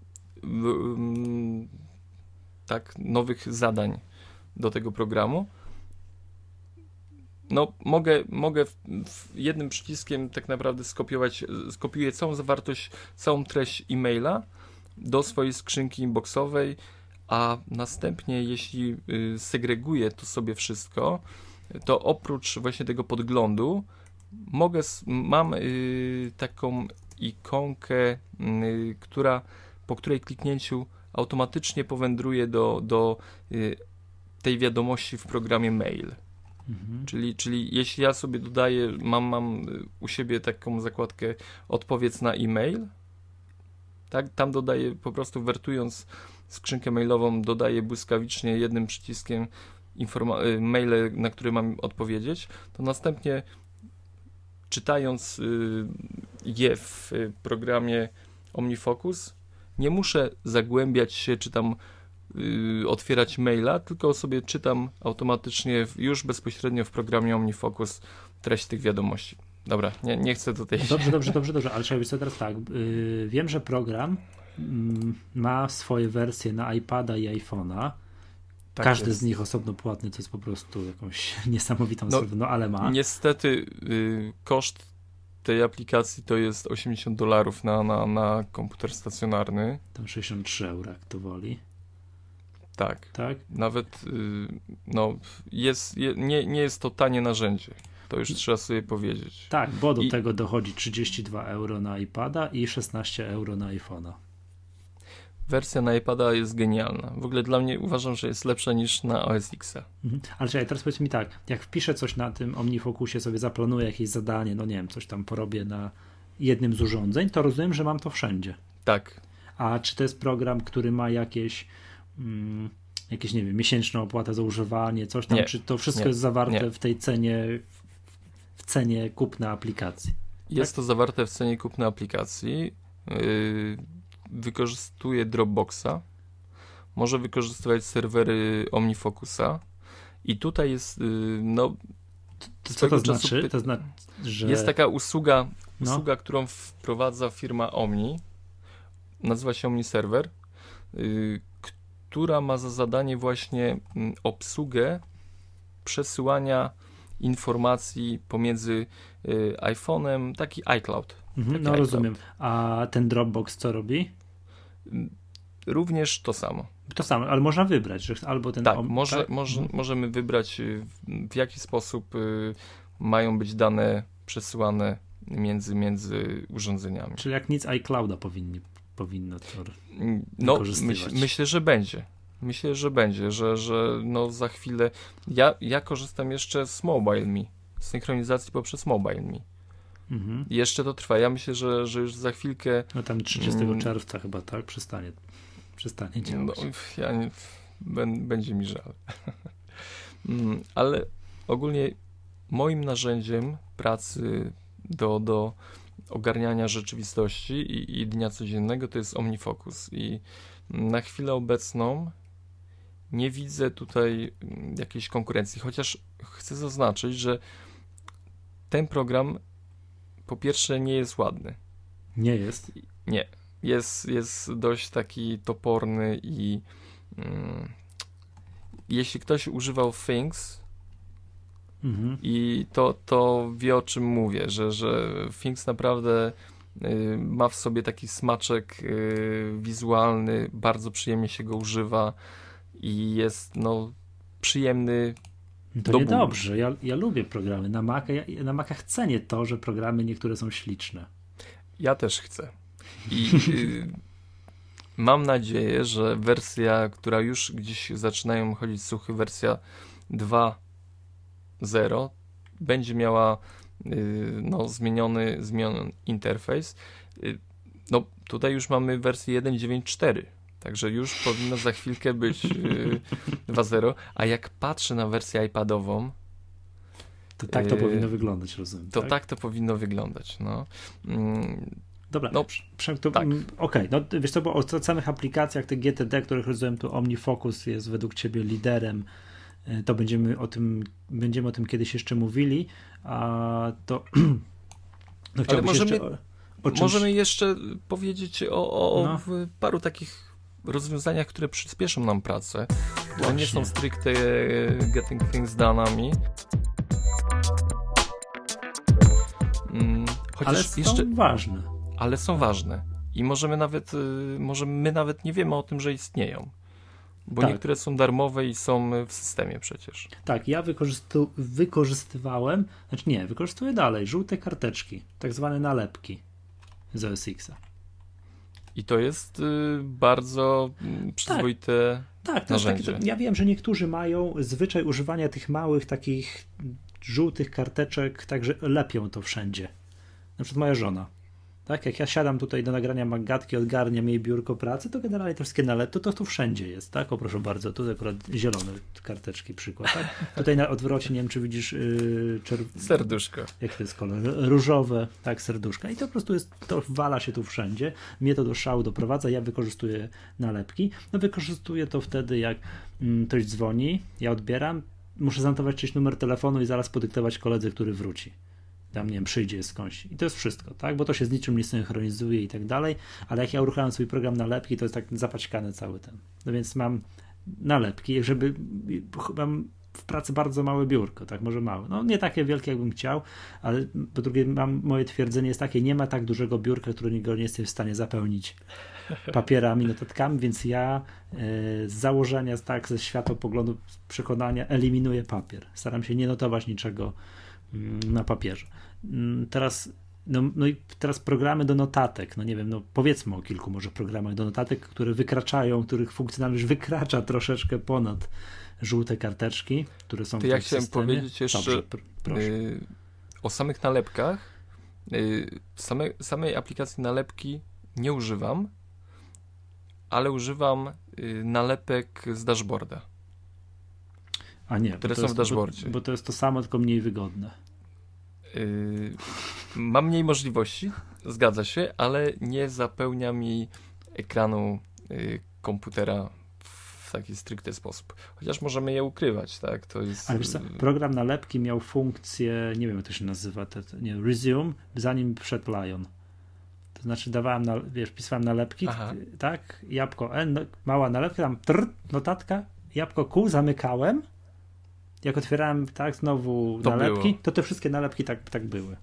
Speaker 2: nowych zadań do tego programu, mogę jednym przyciskiem tak naprawdę skopiuję całą zawartość, całą treść e-maila do swojej skrzynki inboxowej, a następnie jeśli segreguję to sobie wszystko, to oprócz właśnie tego podglądu mam taką ikonkę, po której kliknięciu automatycznie powędruje do tej wiadomości w programie mail. Czyli jeśli ja sobie dodaję, mam u siebie taką zakładkę odpowiedz na e-mail, tak, tam dodaję, po prostu wertując skrzynkę mailową, dodaję błyskawicznie jednym przyciskiem maile, na które mam odpowiedzieć, to następnie czytając je w programie OmniFocus, nie muszę zagłębiać się, czy tam otwierać maila, tylko sobie czytam automatycznie już bezpośrednio w programie OmniFocus treść tych wiadomości. Dobra, nie chcę tutaj...
Speaker 1: Dobrze, ale trzeba być teraz tak. Wiem, że program ma swoje wersje na iPada i iPhone'a. Tak, każdy z nich osobno płatny, to jest po prostu jakąś niesamowitą sprawą, ale ma.
Speaker 2: Niestety koszt tej aplikacji to jest $80 na komputer stacjonarny.
Speaker 1: Tam 63 euro, jak to woli.
Speaker 2: Tak? Nawet nie jest to tanie narzędzie. To już trzeba sobie powiedzieć.
Speaker 1: Tak, bo do tego dochodzi 32 euro na iPada i 16 euro na iPhone'a.
Speaker 2: wersja na iPada jest genialna. W ogóle dla mnie uważam, że jest lepsza niż na OS X-a.
Speaker 1: Ale czekaj, teraz powiedz mi tak, jak wpiszę coś na tym OmniFocusie, sobie zaplanuję jakieś zadanie, no nie wiem, coś tam porobię na jednym z urządzeń, to rozumiem, że mam to wszędzie.
Speaker 2: Tak.
Speaker 1: A czy to jest program, który ma jakieś, nie wiem, miesięczną opłatę za używanie, coś tam, czy to wszystko jest zawarte w tej cenie, w cenie kupna aplikacji?
Speaker 2: Jest to zawarte w cenie kupna aplikacji. Wykorzystuje Dropboxa. Może wykorzystywać serwery OmniFocusa. I tutaj jest,
Speaker 1: co to znaczy? To znaczy, że...
Speaker 2: Jest taka usługa, którą wprowadza firma Omni. Nazywa się Omni Server, która ma za zadanie właśnie obsługę przesyłania informacji pomiędzy iPhone'em, taki iCloud.
Speaker 1: No rozumiem. A ten Dropbox co robi?
Speaker 2: Również to samo.
Speaker 1: To samo, ale można wybrać, że albo ten...
Speaker 2: Tak, możemy wybrać, w jaki sposób mają być dane przesyłane między urządzeniami.
Speaker 1: Czyli jak nic iClouda powinno to
Speaker 2: wykorzystywać. Myślę, że będzie. Myślę, że będzie, że za chwilę... Ja korzystam jeszcze z MobileMe, z synchronizacji poprzez MobileMe. Jeszcze to trwa. Ja myślę, że już za chwilkę...
Speaker 1: No tam 30 czerwca chyba, tak? Przestanie działać.
Speaker 2: Będzie mi żal. Ale ogólnie moim narzędziem pracy do ogarniania rzeczywistości i dnia codziennego to jest OmniFocus. I na chwilę obecną nie widzę tutaj jakiejś konkurencji, chociaż chcę zaznaczyć, że ten program po pierwsze nie jest ładny.
Speaker 1: Nie jest?
Speaker 2: Nie. Jest dość taki toporny i jeśli ktoś używał Things i to wie, o czym mówię, że Things naprawdę ma w sobie taki smaczek wizualny, bardzo przyjemnie się go używa i jest przyjemny.
Speaker 1: To niedobrze. Ja lubię programy na Maca. Na Macach cenię to, że programy niektóre są śliczne.
Speaker 2: Ja też chcę. I mam nadzieję, że wersja, która już gdzieś zaczynają chodzić słuchy, wersja 2.0 będzie miała zmieniony interfejs. Tutaj już mamy wersję 1.9.4, także już powinno za chwilkę być 2.0, a jak patrzę na wersję iPadową,
Speaker 1: to tak to powinno wyglądać, rozumiem.
Speaker 2: To tak to powinno wyglądać.
Speaker 1: Dobra, tak. Okej, wiesz co, bo o samych aplikacjach, tych GTD, których rozumiem, tu OmniFocus jest według ciebie liderem, to będziemy o tym kiedyś jeszcze mówili, a to
Speaker 2: ale możemy jeszcze powiedzieć o paru takich rozwiązaniach, które przyspieszą nam pracę, które nie są stricte getting things done'ami.
Speaker 1: Chociaż ale są ważne.
Speaker 2: Ale są ważne. I może my nawet nie wiemy o tym, że istnieją. Bo niektóre są darmowe i są w systemie przecież.
Speaker 1: Tak, ja wykorzystuję dalej żółte karteczki, tak zwane nalepki z OS X-a.
Speaker 2: I to jest bardzo przyzwoite narzędzie.
Speaker 1: Ja wiem, że niektórzy mają zwyczaj używania tych małych takich żółtych karteczek, także lepią to wszędzie. Na przykład moja żona. Tak, jak ja siadam tutaj do nagrania Maggatki, odgarniam jej biurko pracy, to generalnie te wszystkie nalepy, to tu wszędzie jest, tak? O proszę bardzo, tu akurat zielone karteczki przykład, tak? Tutaj na odwrocie, nie wiem, czy widzisz
Speaker 2: serduszko.
Speaker 1: Jak to jest kolor? Różowe, tak, serduszka. I to po prostu to wala się tu wszędzie. Mnie to do szału doprowadza, ja wykorzystuję nalepki. Wykorzystuję to wtedy, jak ktoś dzwoni, ja odbieram, muszę zanotować czyjś numer telefonu i zaraz podyktować koledze, który wróci. Tam, nie wiem, przyjdzie skądś. I to jest wszystko, tak? Bo to się z niczym nie synchronizuje i tak dalej, ale jak ja uruchamiam swój program nalepki, to jest tak zapaćkany cały ten. Więc mam nalepki, żeby mam w pracy bardzo małe biurko, tak? Może małe. Nie takie wielkie, jakbym chciał, ale po drugie moje twierdzenie jest takie, nie ma tak dużego biurka, którego nie jesteś w stanie zapełnić papierami, notatkami, więc ja z założenia, tak, ze światopoglądu, przekonania eliminuję papier. Staram się nie notować niczego na papierze. Teraz No i teraz programy do notatek, no nie wiem, no powiedzmy o kilku może programach do notatek, które wykraczają, których funkcjonalność wykracza troszeczkę ponad żółte karteczki, które są
Speaker 2: To
Speaker 1: w
Speaker 2: ja
Speaker 1: tym
Speaker 2: chciałem
Speaker 1: systemie.
Speaker 2: powiedzieć jeszcze
Speaker 1: Dobrze, proszę.
Speaker 2: o samych nalepkach. Samej aplikacji nalepki nie używam, ale używam nalepek z dashboarda.
Speaker 1: A nie,
Speaker 2: które są w dashboardzie.
Speaker 1: Bo to jest to samo, tylko mniej wygodne.
Speaker 2: Mam mniej możliwości, zgadza się, ale nie zapełnia mi ekranu komputera w taki stricte sposób. Chociaż możemy je ukrywać, tak? To jest...
Speaker 1: Ale wiesz co, program nalepki miał funkcję, nie wiem jak to się nazywa, resume, zanim wszedł Lion. To znaczy dawałem, wpisywałem nalepki, tak? Jabłko N, mała nalepka, tam notatka, jabłko Q, zamykałem. Jak otwierałem tak znowu nalepki, to te wszystkie nalepki tak były.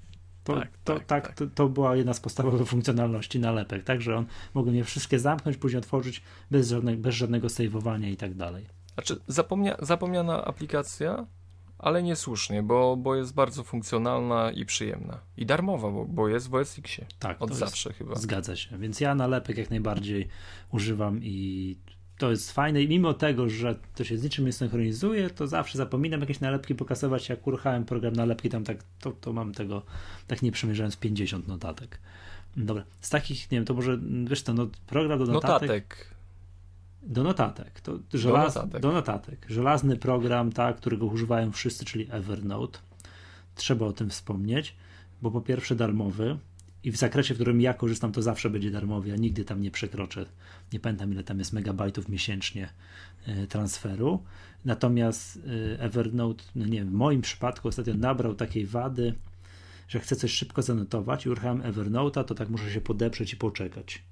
Speaker 1: To była jedna z podstawowych funkcjonalności nalepek, tak, że on mógł je wszystkie zamknąć, później otworzyć bez żadnego saveowania i tak dalej.
Speaker 2: Znaczy zapomniana aplikacja, ale niesłusznie, bo jest bardzo funkcjonalna i przyjemna. I darmowa, bo jest w OS X-ie.
Speaker 1: Tak,
Speaker 2: od zawsze chyba.
Speaker 1: Zgadza się. Więc ja nalepek jak najbardziej używam i to jest fajne i mimo tego, że to się z niczym nie synchronizuje, to zawsze zapominam jakieś nalepki pokazywać. Jak uruchałem program nalepki, tam to mam tego, tak nie przemierzając 50 notatek. Dobra, z takich, nie wiem, to może, wiesz co, program do notatek. Do notatek. Do notatek. Żelazny program, tak, którego używają wszyscy, czyli Evernote. Trzeba o tym wspomnieć, bo po pierwsze darmowy, i w zakresie, w którym ja korzystam, to zawsze będzie darmowy, ja nigdy tam nie przekroczę, nie pamiętam ile tam jest megabajtów miesięcznie transferu, natomiast Evernote, no nie wiem, w moim przypadku ostatnio nabrał takiej wady, że chcę coś szybko zanotować i uruchamiam Evernote'a, to tak muszę się podeprzeć i poczekać.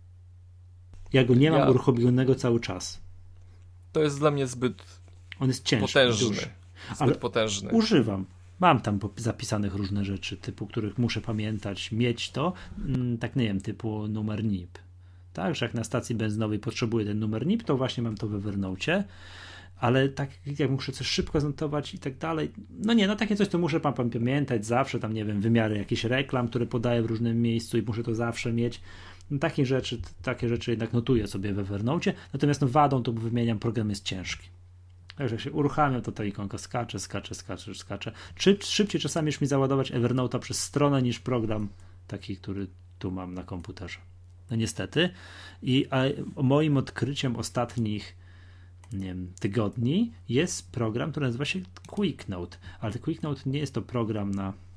Speaker 1: Ja go nie mam uruchomionego cały czas.
Speaker 2: To jest dla mnie zbyt
Speaker 1: on jest ciężki,
Speaker 2: potężny.
Speaker 1: duży.
Speaker 2: Ale potężny.
Speaker 1: Używam. Mam tam zapisanych różne rzeczy, typu, których muszę pamiętać, mieć to, tak nie wiem, typu numer NIP. Tak, że jak na stacji benzynowej potrzebuję ten numer NIP, to właśnie mam to w Evernote, ale tak jak muszę coś szybko zanotować i tak dalej, takie coś to muszę pamiętać zawsze, tam nie wiem, wymiary jakichś reklam, które podaję w różnym miejscu i muszę to zawsze mieć. Takie rzeczy jednak notuję sobie w Evernote, natomiast wadą to wymieniam, program jest ciężki. Także jak się uruchamiam, to ta ikonka skacze. Szybciej czasami już mi załadować Evernote'a przez stronę niż program taki, który tu mam na komputerze. No niestety. Moim odkryciem ostatnich, nie wiem, tygodni jest program, który nazywa się QuickNote. Ale QuickNote nie jest to program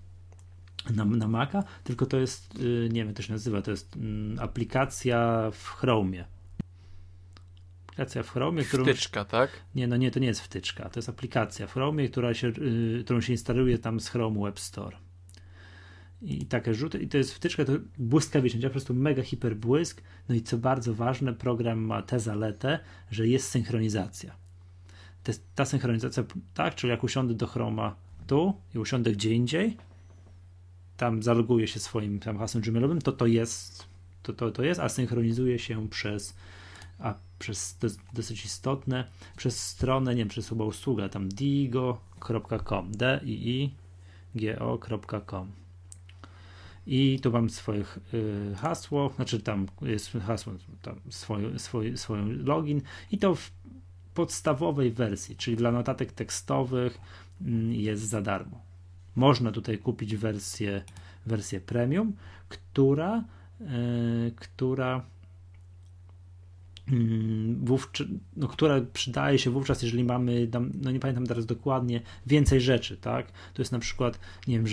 Speaker 1: na Maca, tylko to jest, nie wiem jak to się nazywa, to jest aplikacja w Chromie. Aplikacja w Chromie,
Speaker 2: wtyczka, tak?
Speaker 1: Nie, to nie jest wtyczka. To jest aplikacja w Chromie, którą się instaluje tam z Chrome Web Store. I takie rzuty, i to jest wtyczka, to błyskawicznie, po prostu mega hiper błysk. No i co bardzo ważne, program ma tę zaletę, że jest synchronizacja. Ta synchronizacja, tak, czyli jak usiądę do Chroma tu i usiądę gdzie indziej, tam zaloguję się swoim tam hasłem gmailowym, to jest, a synchronizuje się przez to jest dosyć istotne, przez stronę, nie wiem, przez chyba usługę, tam diigo.com, diigo.com i tu mam swoje hasło, znaczy tam jest hasło, tam swoją login i to w podstawowej wersji, czyli dla notatek tekstowych jest za darmo. Można tutaj kupić wersję premium, która przydaje się wówczas, jeżeli mamy tam, nie pamiętam teraz dokładnie, więcej rzeczy, tak? To jest na przykład, nie wiem, że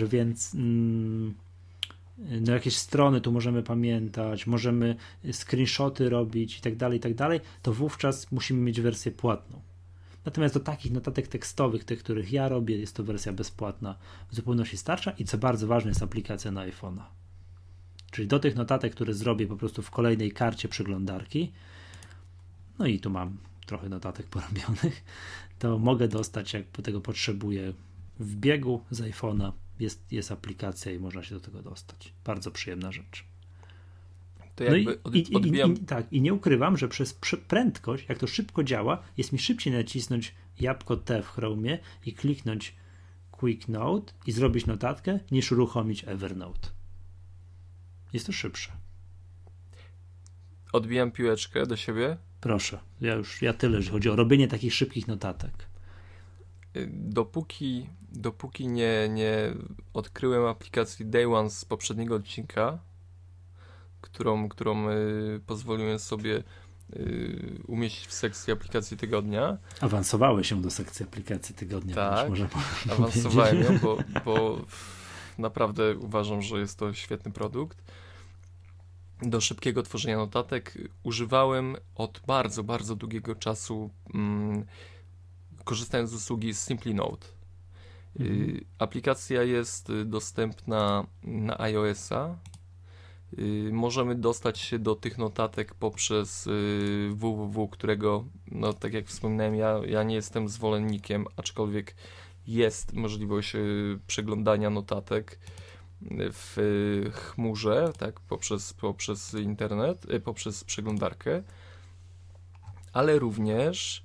Speaker 1: jakieś strony tu możemy pamiętać, możemy screenshoty robić i tak dalej, to wówczas musimy mieć wersję płatną. Natomiast do takich notatek tekstowych, tych, których ja robię, jest to wersja bezpłatna, w zupełności starcza i co bardzo ważne, jest aplikacja na iPhone'a. Czyli do tych notatek, które zrobię po prostu w kolejnej karcie przeglądarki, no i tu mam trochę notatek porobionych, to mogę dostać, jak tego potrzebuję, w biegu z iPhone'a jest aplikacja i można się do tego dostać. Bardzo przyjemna rzecz.
Speaker 2: To jakby odbijam...
Speaker 1: I nie ukrywam, że przez prędkość, jak to szybko działa, jest mi szybciej nacisnąć jabłko T w Chromie i kliknąć QuickNote i zrobić notatkę, niż uruchomić Evernote. Jest to szybsze.
Speaker 2: Odbijam piłeczkę do siebie.
Speaker 1: Proszę, ja tyle, że chodzi o robienie takich szybkich notatek.
Speaker 2: Dopóki nie odkryłem aplikacji Day One z poprzedniego odcinka, którą pozwoliłem sobie umieścić w sekcji aplikacji tygodnia.
Speaker 1: Awansowałeś się do sekcji aplikacji tygodnia.
Speaker 2: Tak,
Speaker 1: może
Speaker 2: awansowałem ją, bo naprawdę uważam, że jest to świetny produkt. Do szybkiego tworzenia notatek używałem od bardzo, bardzo długiego czasu, korzystając z usługi Simply Note. Aplikacja jest dostępna na iOS-a. Możemy dostać się do tych notatek poprzez www, którego, no tak jak wspominałem, ja nie jestem zwolennikiem, aczkolwiek jest możliwość przeglądania notatek w chmurze, tak, poprzez internet, poprzez przeglądarkę, ale również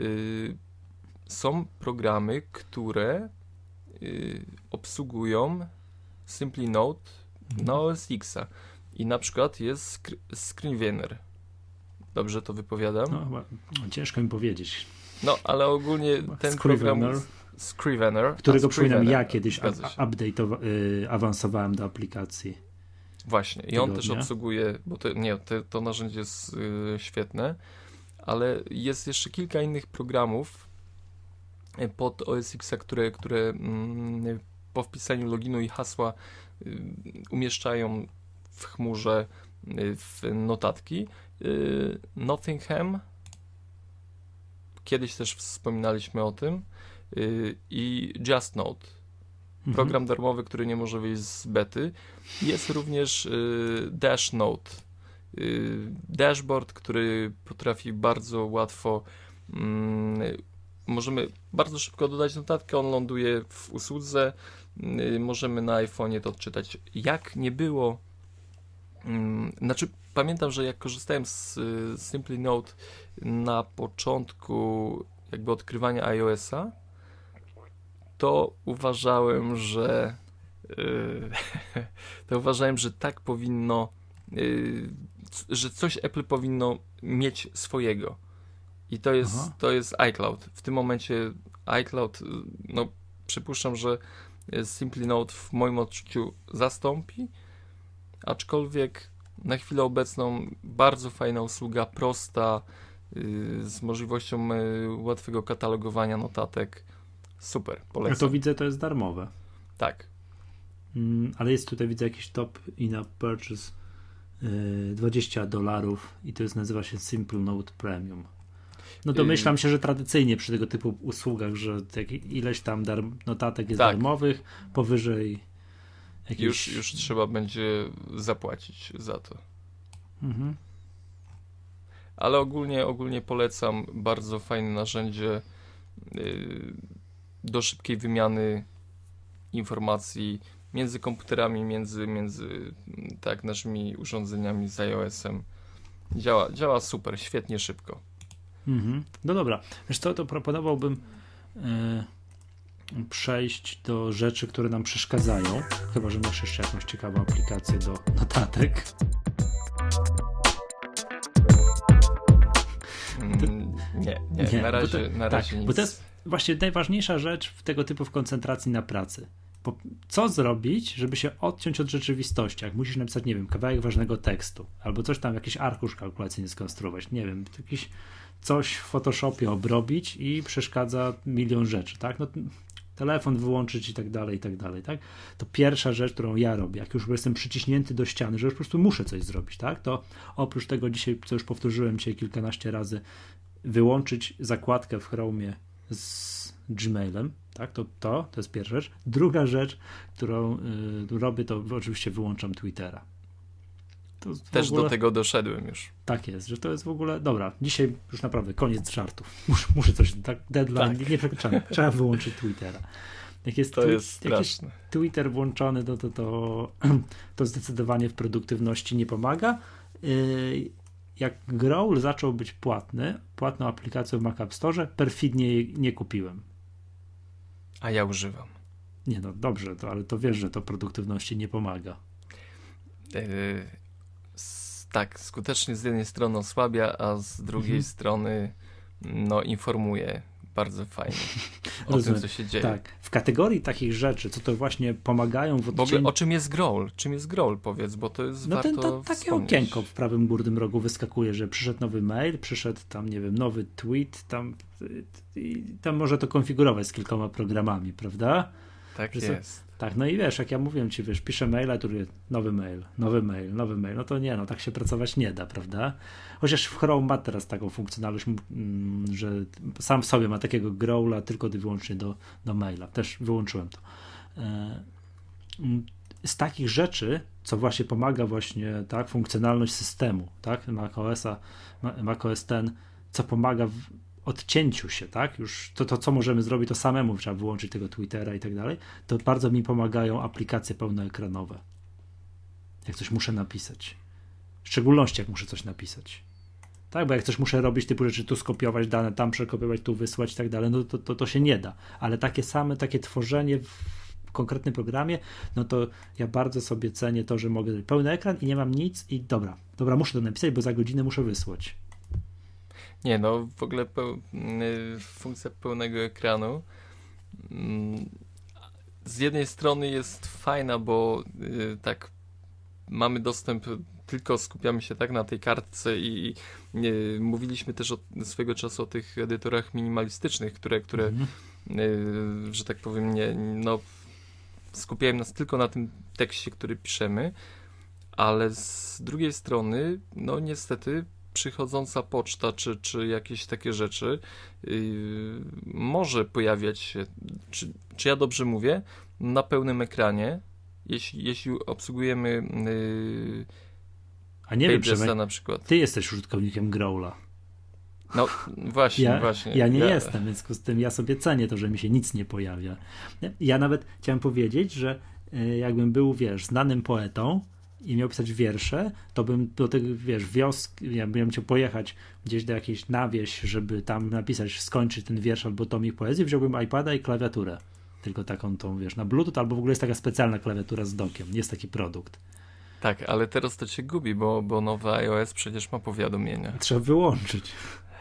Speaker 2: są programy, które obsługują Simply Note na OS X-a i na przykład jest Scrivener. Dobrze to wypowiadam?
Speaker 1: No, ciężko mi powiedzieć.
Speaker 2: No, ale ogólnie ten program Scrivener,
Speaker 1: którego przypominam, ja kiedyś awansowałem do aplikacji.
Speaker 2: Właśnie, i on też obsługuje, bo to narzędzie jest świetne, ale jest jeszcze kilka innych programów pod OS X, które po wpisaniu loginu i hasła umieszczają w chmurze w notatki. Nottingham, kiedyś też wspominaliśmy o tym, i Just Note, program darmowy, który nie może wyjść z bety. Jest również Dash Note, dashboard, który potrafi bardzo łatwo, możemy bardzo szybko dodać notatkę, on ląduje w usłudze, możemy na iPhone'ie to odczytać. Jak nie było, znaczy pamiętam, że jak korzystałem z Simply Note na początku jakby odkrywania iOS-a, to uważałem, że tak powinno, że coś Apple powinno mieć swojego. I to jest iCloud. W tym momencie iCloud, no przypuszczam, że Simply Note w moim odczuciu zastąpi, aczkolwiek na chwilę obecną bardzo fajna usługa, prosta, z możliwością łatwego katalogowania notatek. Super, polecam.
Speaker 1: Ja to widzę, to jest darmowe.
Speaker 2: Tak.
Speaker 1: Ale jest tutaj, widzę, jakiś top in-app purchase $20 i to nazywa się Simple Note Premium. No domyślam się, że tradycyjnie przy tego typu usługach, że ileś tam notatek jest darmowych, powyżej jakieś...
Speaker 2: Już trzeba będzie zapłacić za to. Ale ogólnie polecam, bardzo fajne narzędzie do szybkiej wymiany informacji między komputerami, między tak naszymi urządzeniami z iOS-em. Działa super, świetnie szybko.
Speaker 1: No dobra, wiesz co, to proponowałbym przejść do rzeczy, które nam przeszkadzają, chyba że masz jeszcze jakąś ciekawą aplikację do notatek.
Speaker 2: Nie, na razie nic.
Speaker 1: Bo to jest właśnie najważniejsza rzecz w tego typu koncentracji na pracy. Co zrobić, żeby się odciąć od rzeczywistości? Jak musisz napisać, nie wiem, kawałek ważnego tekstu, albo coś tam, jakiś arkusz kalkulacyjny skonstruować, nie wiem, coś w Photoshopie obrobić i przeszkadza milion rzeczy, tak? No, telefon wyłączyć i tak dalej, tak? To pierwsza rzecz, którą ja robię, jak już jestem przyciśnięty do ściany, że już po prostu muszę coś zrobić, tak? To oprócz tego dzisiaj, co już powtórzyłem dzisiaj kilkanaście razy, wyłączyć zakładkę w Chromie z Gmailem, tak? To jest pierwsza rzecz. Druga rzecz, którą robię, to oczywiście wyłączam Twittera.
Speaker 2: Też do tego doszedłem już.
Speaker 1: Tak jest, że to jest w ogóle... Dobra, dzisiaj już naprawdę koniec żartów. Muszę coś... Tak, deadline, nie przekraczamy. Trzeba wyłączyć Twittera. Jak jest
Speaker 2: straszne.
Speaker 1: Twitter włączony, to zdecydowanie w produktywności nie pomaga. Jak Growl zaczął być płatną aplikacją w Mac App Store, perfidnie jej nie kupiłem.
Speaker 2: A ja używam.
Speaker 1: Nie no, dobrze, ale to wiesz, że to produktywności nie pomaga.
Speaker 2: Tak, skutecznie z jednej strony osłabia, a z drugiej strony informuje bardzo fajnie o tym, co się dzieje.
Speaker 1: Tak, w kategorii takich rzeczy, co to właśnie pomagają w
Speaker 2: W ogóle o czym jest Growl? Czym jest Growl, powiedz, bo to jest warto
Speaker 1: takie
Speaker 2: wspomnieć.
Speaker 1: okienko w prawym górnym rogu wyskakuje, że przyszedł nowy mail, przyszedł tam, nie wiem, nowy tweet, tam można to konfigurować z kilkoma programami, prawda?
Speaker 2: Tak jest.
Speaker 1: Tak, no i wiesz, jak ja mówiłem ci, piszę maila, tu jest nowy mail, no to nie, tak się pracować nie da, prawda? Chociaż w Chrome ma teraz taką funkcjonalność, że sam w sobie ma takiego growla tylko i wyłącznie do maila. Też wyłączyłem to. Z takich rzeczy, co właśnie pomaga właśnie, tak, funkcjonalność systemu, tak, macOS ten, co pomaga w odcięciu się, tak, już to co możemy zrobić, to samemu trzeba wyłączyć tego Twittera i tak dalej, to bardzo mi pomagają aplikacje pełnoekranowe. Jak coś muszę napisać. W szczególności jak muszę coś napisać. Tak, bo jak coś muszę robić, typu rzeczy, tu skopiować dane, tam przekopiować, tu wysłać i tak dalej, no to się nie da. Ale takie tworzenie w konkretnym programie, no to ja bardzo sobie cenię to, że mogę pełny ekran i nie mam nic i dobra, muszę to napisać, bo za godzinę muszę wysłać.
Speaker 2: Nie, w ogóle funkcja pełnego ekranu z jednej strony jest fajna, bo tak mamy dostęp, tylko skupiamy się tak na tej kartce i mówiliśmy też swego czasu o tych edytorach minimalistycznych, które że tak powiem, skupiają nas tylko na tym tekście, który piszemy, ale z drugiej strony, niestety przychodząca poczta, czy jakieś takie rzeczy może pojawiać się, czy ja dobrze mówię, na pełnym ekranie, jeśli obsługujemy
Speaker 1: a nie wiem,
Speaker 2: Pagesa na przykład.
Speaker 1: Ty jesteś użytkownikiem Growla.
Speaker 2: No właśnie.
Speaker 1: Ja nie jestem, w związku z tym ja sobie cenię to, że mi się nic nie pojawia. Ja nawet chciałem powiedzieć, że jakbym był, znanym poetą i miał pisać wiersze, to bym do tych, wioski, ja bym chciał pojechać gdzieś do jakiejś na wieś, żeby tam napisać, skończyć ten wiersz albo tomik poezji, wziąłbym iPada i klawiaturę. Tylko taką na Bluetooth, albo w ogóle jest taka specjalna klawiatura z dokiem. Jest taki produkt.
Speaker 2: Tak, ale teraz to cię gubi, bo nowy iOS przecież ma powiadomienia.
Speaker 1: Trzeba wyłączyć.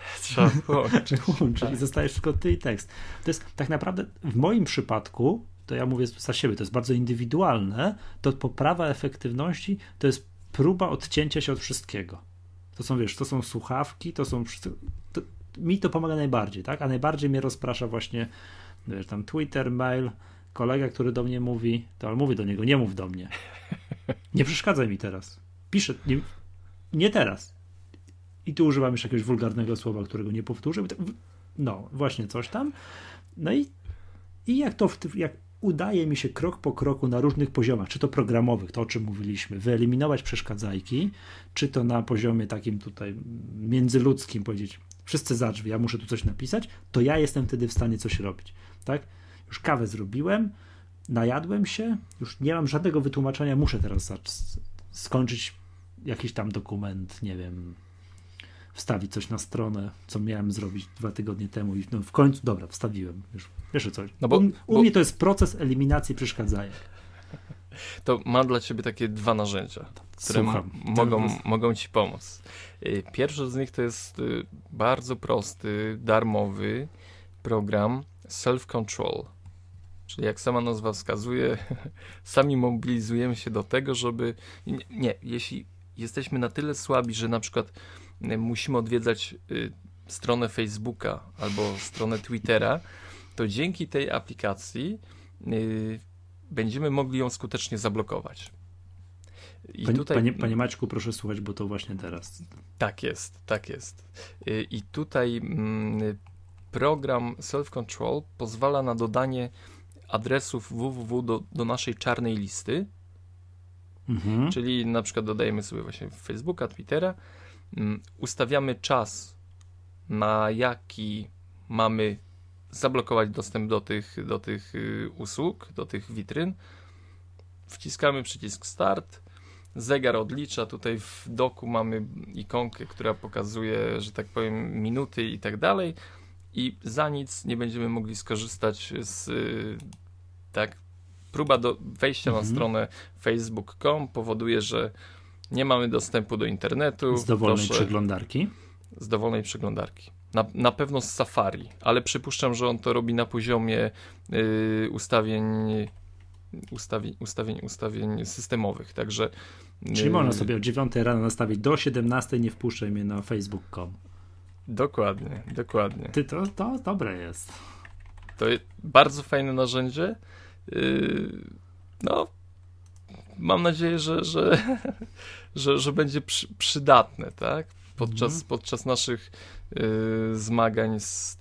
Speaker 1: I zostajesz tylko ty i tekst. To jest tak naprawdę, w moim przypadku, to ja mówię za siebie, to jest bardzo indywidualne, to poprawa efektywności to jest próba odcięcia się od wszystkiego. To są słuchawki, mi to pomaga najbardziej, tak? A najbardziej mnie rozprasza właśnie, tam Twitter, mail, kolega, który do mnie mówi, to ale mówię do niego, nie mów do mnie. Nie przeszkadzaj mi teraz. Piszę, nie teraz. I tu używam już jakiegoś wulgarnego słowa, którego nie powtórzę. Właśnie coś tam. No i jak udaje mi się krok po kroku na różnych poziomach, czy to programowych, to o czym mówiliśmy, wyeliminować przeszkadzajki, czy to na poziomie takim tutaj międzyludzkim powiedzieć, wszyscy za drzwi, ja muszę tu coś napisać, to ja jestem wtedy w stanie coś robić. Tak? Już kawę zrobiłem, najadłem się, już nie mam żadnego wytłumaczenia, muszę teraz skończyć jakiś tam dokument, nie wiem, wstawić coś na stronę, co miałem zrobić 2 tygodnie temu i w końcu, dobra, wstawiłem. Już, wiesz o coś. U mnie to jest proces eliminacji przeszkadzajek.
Speaker 2: To mam dla ciebie takie 2 narzędzia, które mogą ci pomóc. Pierwszy z nich to jest bardzo prosty, darmowy program Self-Control. Czyli jak sama nazwa wskazuje, sami mobilizujemy się do tego, żeby... jeśli jesteśmy na tyle słabi, że na przykład musimy odwiedzać stronę Facebooka albo stronę Twittera, to dzięki tej aplikacji będziemy mogli ją skutecznie zablokować.
Speaker 1: Panie Maćku, proszę słuchać, bo to właśnie teraz.
Speaker 2: Tak jest. I tutaj program Self-Control pozwala na dodanie adresów www do naszej czarnej listy, czyli na przykład dodajemy sobie właśnie Facebooka, Twittera, ustawiamy czas, na jaki mamy zablokować dostęp do tych usług, do tych witryn, wciskamy przycisk start, zegar odlicza, tutaj w doku mamy ikonkę, która pokazuje, że tak powiem, minuty i tak dalej, i za nic nie będziemy mogli skorzystać z próba wejścia na stronę facebook.com powoduje, że nie mamy dostępu do internetu.
Speaker 1: Z dowolnej przeglądarki.
Speaker 2: Z dowolnej przeglądarki. Na pewno z Safari, ale przypuszczam, że on to robi na poziomie ustawień systemowych, także...
Speaker 1: Czyli można sobie o 9 rano nastawić do 17, nie wpuszczaj mnie na facebook.com.
Speaker 2: Dokładnie.
Speaker 1: To dobre jest.
Speaker 2: To jest bardzo fajne narzędzie. No, mam nadzieję, że będzie przydatne, tak? Podczas naszych zmagań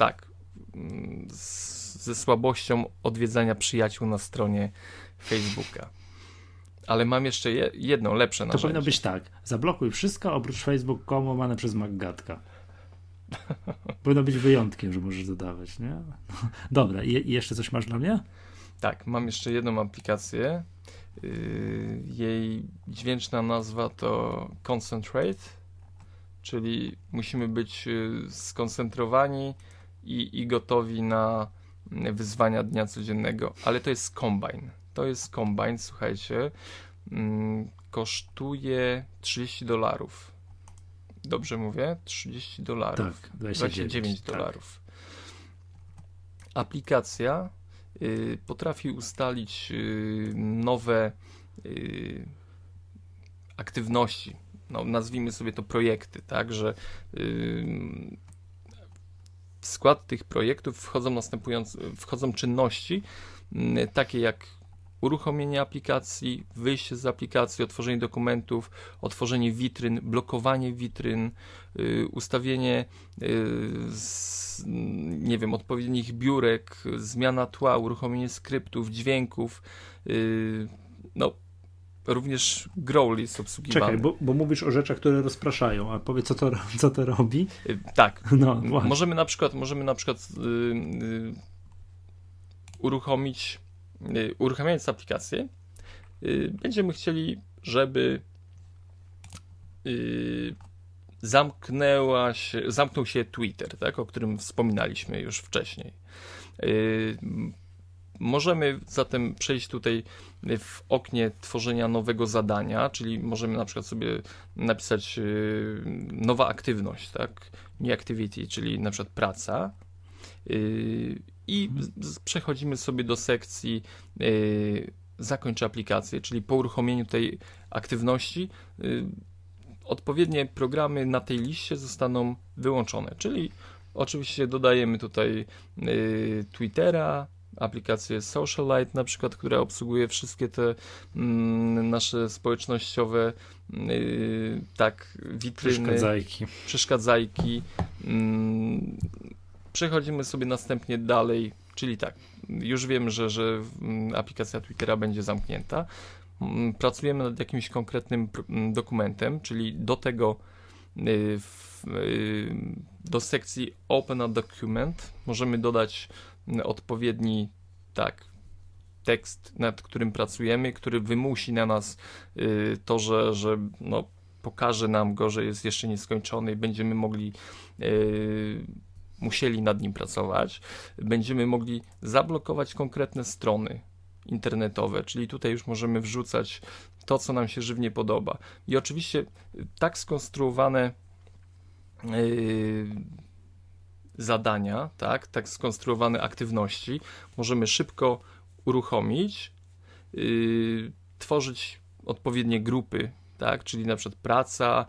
Speaker 2: ze słabością odwiedzania przyjaciół na stronie Facebooka. Ale mam jeszcze jedno lepsze narzędzie.
Speaker 1: To powinno być tak. Zablokuj wszystko oprócz facebook.com łamane przez MacGadka. Powinno być wyjątkiem, że możesz dodawać, nie? Dobra, i jeszcze coś masz dla mnie?
Speaker 2: Tak, mam jeszcze jedną aplikację. Jej dźwięczna nazwa to Concentrate, czyli musimy być skoncentrowani i gotowi na wyzwania dnia codziennego, ale to jest Combine. Słuchajcie, kosztuje $30. Dobrze mówię? $30.
Speaker 1: Tak, $29. Tak.
Speaker 2: Aplikacja potrafi ustalić nowe aktywności, no, nazwijmy sobie to projekty, tak, że w skład tych projektów wchodzą czynności takie jak uruchomienie aplikacji, wyjście z aplikacji, otworzenie dokumentów, otworzenie witryn, blokowanie witryn, ustawienie odpowiednich biurek, zmiana tła, uruchomienie skryptów, dźwięków, no również Growly jest obsługiwany.
Speaker 1: Czekaj, bo mówisz o rzeczach, które rozpraszają, a powiedz, co to robi?
Speaker 2: Tak.
Speaker 1: No,
Speaker 2: możemy na przykład uruchamiając aplikację, będziemy chcieli, żeby zamknął się Twitter, tak, o którym wspominaliśmy już wcześniej. Możemy zatem przejść tutaj w oknie tworzenia nowego zadania, czyli możemy na przykład sobie napisać nowa aktywność, tak, new activity, czyli na przykład praca, i przechodzimy sobie do sekcji zakończ aplikację, czyli po uruchomieniu tej aktywności odpowiednie programy na tej liście zostaną wyłączone, czyli oczywiście dodajemy tutaj Twittera, aplikację Socialite na przykład, która obsługuje wszystkie te nasze społecznościowe witryny, przeszkadzajki. Przechodzimy sobie następnie dalej, czyli tak, już wiemy, że aplikacja Twittera będzie zamknięta. Pracujemy nad jakimś konkretnym dokumentem, czyli do tego do sekcji Open a Document możemy dodać odpowiedni tekst, nad którym pracujemy, który wymusi na nas to, że no, pokaże nam go, że jest jeszcze nieskończony i będziemy musieli nad nim pracować. Będziemy mogli zablokować konkretne strony internetowe, czyli tutaj już możemy wrzucać to, co nam się żywnie podoba. I oczywiście tak skonstruowane zadania, tak skonstruowane aktywności możemy szybko uruchomić, tworzyć odpowiednie grupy, tak, czyli na przykład praca,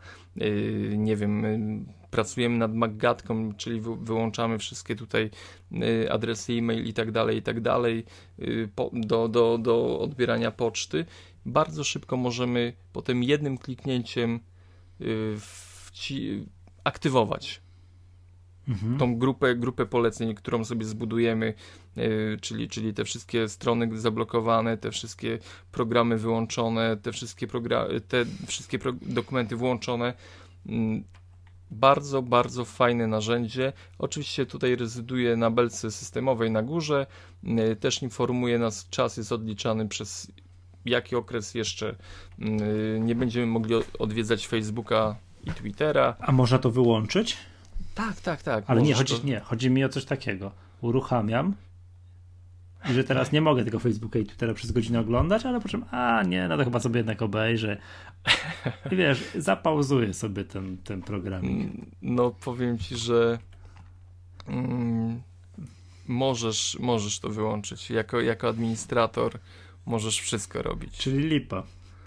Speaker 2: pracujemy nad MacGadką, czyli wyłączamy wszystkie tutaj adresy e-mail i tak dalej, do odbierania poczty. Bardzo szybko możemy potem jednym kliknięciem aktywować tą grupę poleceń, którą sobie zbudujemy, czyli te wszystkie strony zablokowane, te wszystkie programy wyłączone, te wszystkie dokumenty włączone. Bardzo, bardzo fajne narzędzie. Oczywiście tutaj rezyduje na belce systemowej na górze. Też informuje nas, czas jest odliczany przez jaki okres jeszcze nie będziemy mogli odwiedzać Facebooka i Twittera.
Speaker 1: A można to wyłączyć?
Speaker 2: Tak.
Speaker 1: Ale chodzi mi o coś takiego. Uruchamiam I że teraz nie mogę tego Facebooka i Twittera przez godzinę oglądać, ale po czym, nie, no to chyba sobie jednak obejrzę. I wiesz, zapauzuję sobie ten programik.
Speaker 2: No powiem ci, że możesz to wyłączyć. Jako administrator możesz wszystko robić.
Speaker 1: Czyli lipa.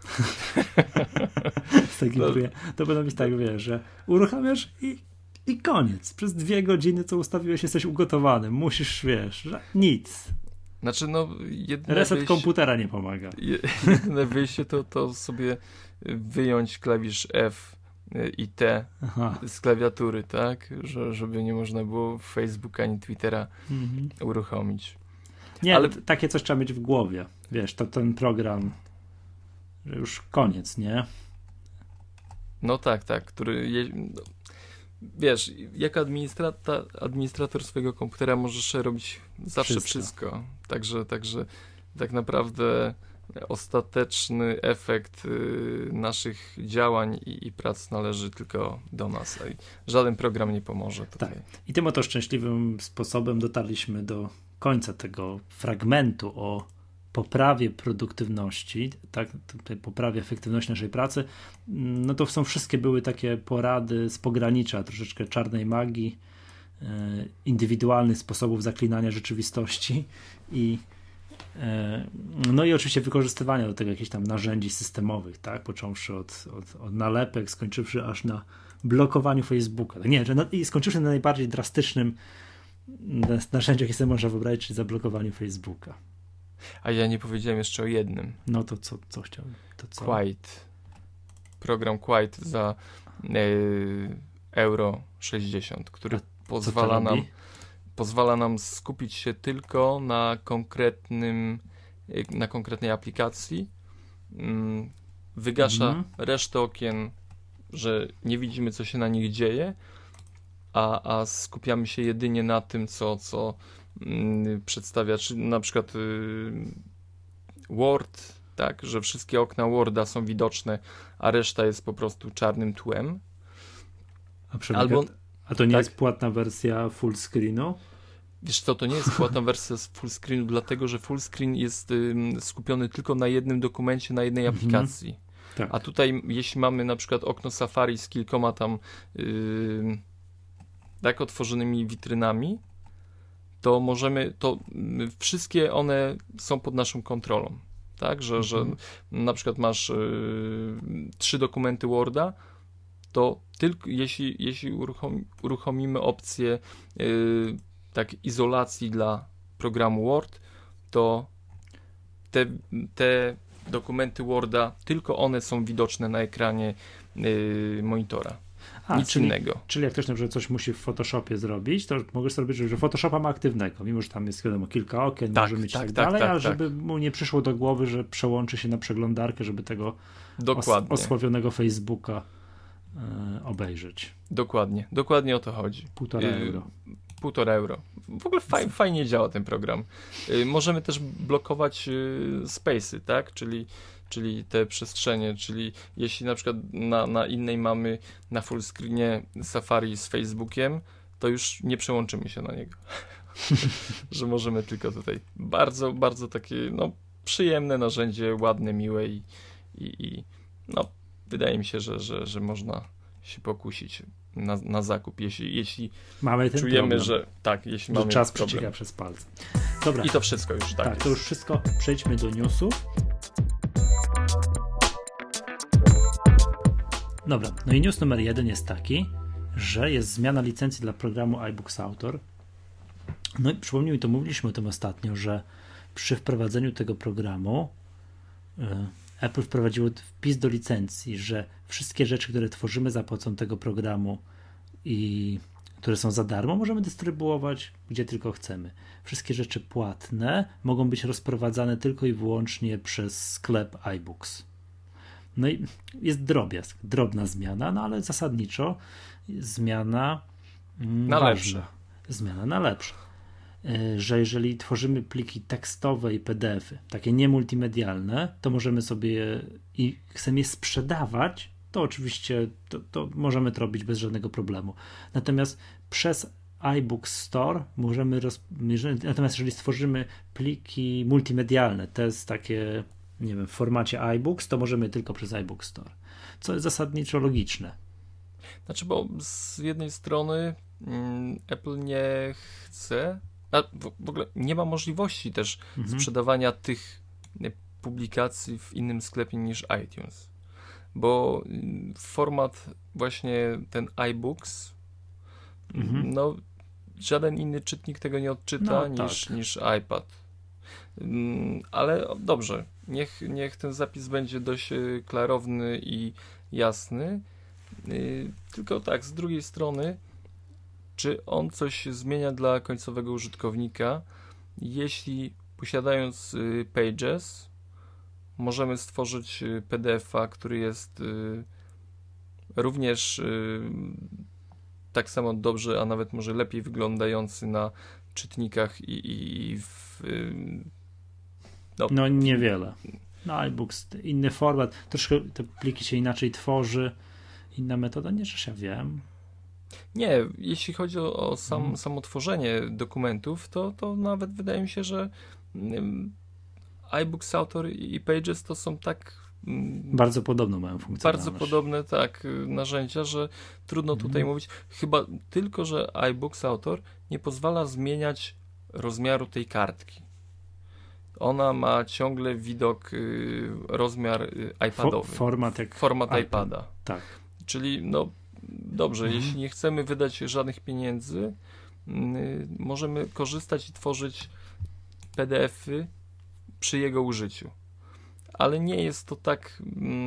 Speaker 1: To będą być tak, wiesz, że uruchamiasz i koniec. Przez 2 godziny, co ustawiłeś, jesteś ugotowany. Musisz, wiesz, że nic.
Speaker 2: Znaczy, no...
Speaker 1: Reset komputera nie pomaga.
Speaker 2: Jedyne wyjście to sobie wyjąć klawisz F i T z klawiatury, tak? Żeby nie można było Facebooka ani Twittera uruchomić.
Speaker 1: Nie, ale takie coś trzeba mieć w głowie. Wiesz, to ten program, że już koniec, nie?
Speaker 2: No tak, który... Wiesz, jako administrator swojego komputera możesz robić zawsze wszystko. Także tak naprawdę ostateczny efekt naszych działań i prac należy tylko do nas. Żaden program nie pomoże tutaj.
Speaker 1: Tak. I tym oto szczęśliwym sposobem dotarliśmy do końca tego fragmentu o poprawie produktywności, tak, poprawie efektywności naszej pracy. No to były takie porady z pogranicza troszeczkę czarnej magii, indywidualnych sposobów zaklinania rzeczywistości no i oczywiście wykorzystywania do tego jakichś tam narzędzi systemowych, tak, począwszy od nalepek, skończywszy aż na blokowaniu Facebooka. Nie, i skończywszy na najbardziej drastycznym narzędziu, jakie sobie można wyobrazić, czyli zablokowaniu Facebooka.
Speaker 2: A ja nie powiedziałem jeszcze o jednym.
Speaker 1: No to co chciałem? To co?
Speaker 2: Quiet. Program Quiet za euro 60, który pozwala nam skupić się tylko na konkretnej aplikacji. Wygasza resztę okien, że nie widzimy, co się na nich dzieje, a skupiamy się jedynie na tym, co przedstawia, czy na przykład Word, tak, że wszystkie okna Worda są widoczne, a reszta jest po prostu czarnym tłem.
Speaker 1: A to nie jest płatna wersja full screenu?
Speaker 2: Wiesz co, to nie jest płatna wersja z full screenu, dlatego że full screen jest skupiony tylko na jednym dokumencie, na jednej aplikacji.
Speaker 1: Tak.
Speaker 2: A tutaj, jeśli mamy na przykład okno Safari z kilkoma tam tak otworzonymi witrynami, to wszystkie one są pod naszą kontrolą, tak, że na przykład masz 3 dokumenty Worda, to tylko jeśli uruchomimy opcję tak izolacji dla programu Word, to te dokumenty Worda, tylko one są widoczne na ekranie monitora. Nic innego.
Speaker 1: Czyli jak ktoś na przykład coś musi w Photoshopie zrobić, to możesz zrobić, że Photoshopa ma aktywnego, mimo że tam jest wiadomo kilka okien, może mieć tak dalej, ale żeby mu nie przyszło do głowy, że przełączy się na przeglądarkę, żeby tego osławionego Facebooka obejrzeć.
Speaker 2: Dokładnie o to chodzi. 1,5 euro. W ogóle fajnie działa ten program. Możemy też blokować space'y, tak? Czyli te przestrzenie, czyli jeśli na przykład na innej mamy na full screenie Safari z Facebookiem, to już nie przełączymy się na niego. Że możemy tylko tutaj. Bardzo, bardzo takie przyjemne narzędzie, ładne, miłe i wydaje mi się, że można się pokusić na zakup, jeśli
Speaker 1: mamy ten
Speaker 2: czujemy,
Speaker 1: problem,
Speaker 2: że jeśli mamy
Speaker 1: czas przecieka przez palce. Dobra.
Speaker 2: I to wszystko już tak.
Speaker 1: To już wszystko. Przejdźmy do newsów. Dobra, no i news numer 1 jest taki, że jest zmiana licencji dla programu iBooks Author. No i przypomnij mi, to mówiliśmy o tym ostatnio, że przy wprowadzeniu tego programu Apple wprowadziło wpis do licencji, że wszystkie rzeczy, które tworzymy za pomocą tego programu i które są za darmo, możemy dystrybuować gdzie tylko chcemy. Wszystkie rzeczy płatne mogą być rozprowadzane tylko i wyłącznie przez sklep iBooks. No i jest drobiazg, drobna zmiana, no ale zasadniczo zmiana ważna. Zmiana na lepsze. Że jeżeli tworzymy pliki tekstowe i PDF-y, takie niemultimedialne, to możemy sobie i chcemy je sprzedawać, to oczywiście to możemy to robić bez żadnego problemu. Natomiast przez iBook Store możemy, natomiast jeżeli stworzymy pliki multimedialne, te jest takie, nie wiem, w formacie iBooks, to możemy tylko przez iBook Store, co jest zasadniczo logiczne.
Speaker 2: Znaczy, bo z jednej strony Apple nie chce, w ogóle nie ma możliwości też sprzedawania tych publikacji w innym sklepie niż iTunes, bo format właśnie ten iBooks, no żaden inny czytnik tego nie odczyta niż iPad. Ale dobrze, niech ten zapis będzie dość klarowny i jasny. Tylko tak, z drugiej strony, czy on coś zmienia dla końcowego użytkownika, jeśli posiadając Pages możemy stworzyć PDF-a, który jest również tak samo dobrze, a nawet może lepiej wyglądający na czytnikach i w...
Speaker 1: No niewiele. No iBooks, inny format, troszkę te pliki się inaczej tworzy, inna metoda, nie, że ja wiem.
Speaker 2: Nie, jeśli chodzi o samo tworzenie dokumentów, to nawet wydaje mi się, że iBooks Author i Pages to są tak
Speaker 1: bardzo podobno mają funkcjonalność.
Speaker 2: Bardzo podobne, tak, narzędzia, że trudno tutaj mówić. Chyba tylko, że iBooks Author nie pozwala zmieniać rozmiaru tej kartki. Ona ma ciągle widok, rozmiar iPadowy. Format iPada.
Speaker 1: Tak.
Speaker 2: Czyli no dobrze, jeśli nie chcemy wydać żadnych pieniędzy, możemy korzystać i tworzyć PDF-y przy jego użyciu. Ale nie jest to tak,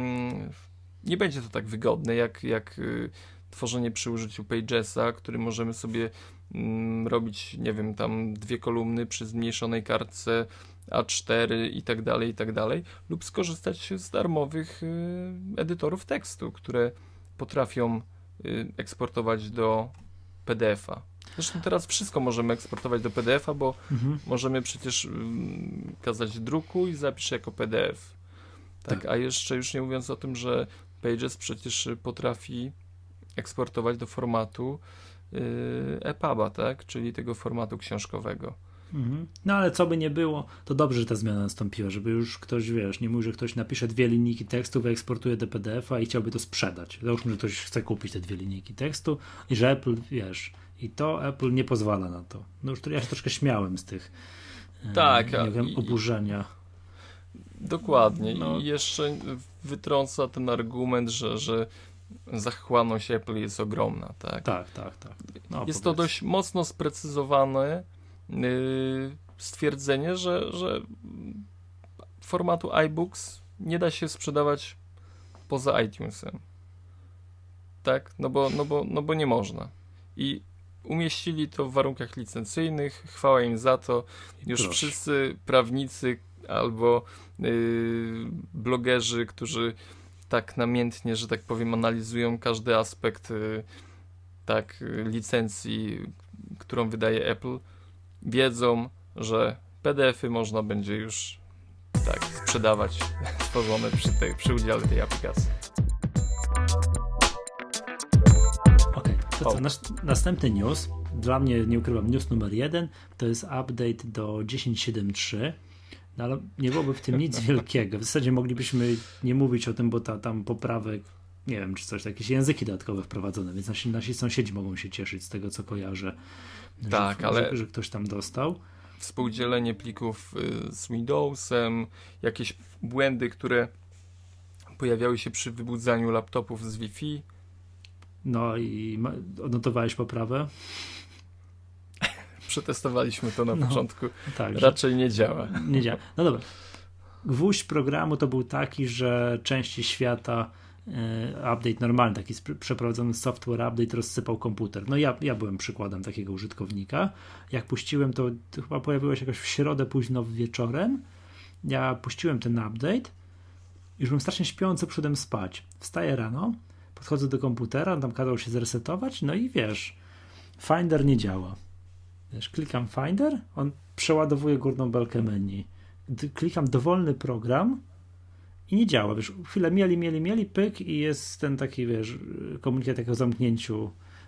Speaker 2: nie będzie to tak wygodne jak tworzenie przy użyciu Pagesa, który możemy sobie robić, nie wiem, tam 2 kolumny przy zmniejszonej kartce A4 i tak dalej, lub skorzystać z darmowych edytorów tekstu, które potrafią eksportować do PDF-a. Zresztą teraz wszystko możemy eksportować do PDF-a, bo możemy przecież kazać druku i zapisz jako PDF. Tak, a jeszcze już nie mówiąc o tym, że Pages przecież potrafi eksportować do formatu EPUB-a, tak? Czyli tego formatu książkowego.
Speaker 1: No ale co by nie było, to dobrze, że ta zmiana nastąpiła, żeby już ktoś, wiesz, nie mówi, że ktoś napisze 2 linijki tekstu, wyeksportuje do PDF-a i chciałby to sprzedać. Załóżmy, że ktoś chce kupić te 2 linijki tekstu i że Apple, wiesz, i to Apple nie pozwala na to. No już ja się troszkę śmiałem z tych nie wiem, oburzenia.
Speaker 2: Dokładnie. No. I jeszcze wytrąca ten argument, że zachłanność Apple jest ogromna. Tak.
Speaker 1: Tak. No,
Speaker 2: jest to dość mocno sprecyzowane stwierdzenie, że formatu iBooks nie da się sprzedawać poza iTunesem. Tak? No bo nie można. I umieścili to w warunkach licencyjnych, chwała im za to. Już wszyscy prawnicy albo blogerzy, którzy tak namiętnie, że tak powiem, analizują każdy aspekt licencji, którą wydaje Apple, wiedzą, że PDF-y można będzie już sprzedawać stworzone przy udziale tej aplikacji.
Speaker 1: To co, następny news, dla mnie, nie ukrywam, news numer 1, to jest update do 10.7.3, no ale nie byłoby w tym nic wielkiego. W zasadzie moglibyśmy nie mówić o tym, bo tam poprawek, nie wiem, czy coś, jakieś języki dodatkowe wprowadzone, więc nasi sąsiedzi mogą się cieszyć z tego, co kojarzę, że ktoś tam dostał.
Speaker 2: Współdzielenie plików z Windowsem, jakieś błędy, które pojawiały się przy wybudzaniu laptopów z Wi-Fi.
Speaker 1: No i odnotowałeś poprawę?
Speaker 2: Przetestowaliśmy to na początku. Tak, raczej nie działa.
Speaker 1: Nie działa. No dobra. Gwóźdź programu to był taki, że części świata update normalny, taki przeprowadzony software update rozsypał komputer. No ja byłem przykładem takiego użytkownika. Jak puściłem to chyba pojawiło się jakoś w środę późno wieczorem. Ja puściłem ten update. Już byłem strasznie śpiący, przyszedłem spać. Wstaję rano, podchodzę do komputera, on tam kazał się zresetować, no i wiesz, Finder nie działa. Wiesz, klikam Finder, on przeładowuje górną belkę menu. Klikam dowolny program i nie działa. Wiesz, chwilę mieli, pyk i jest ten taki, wiesz, komunikat o zamknięciu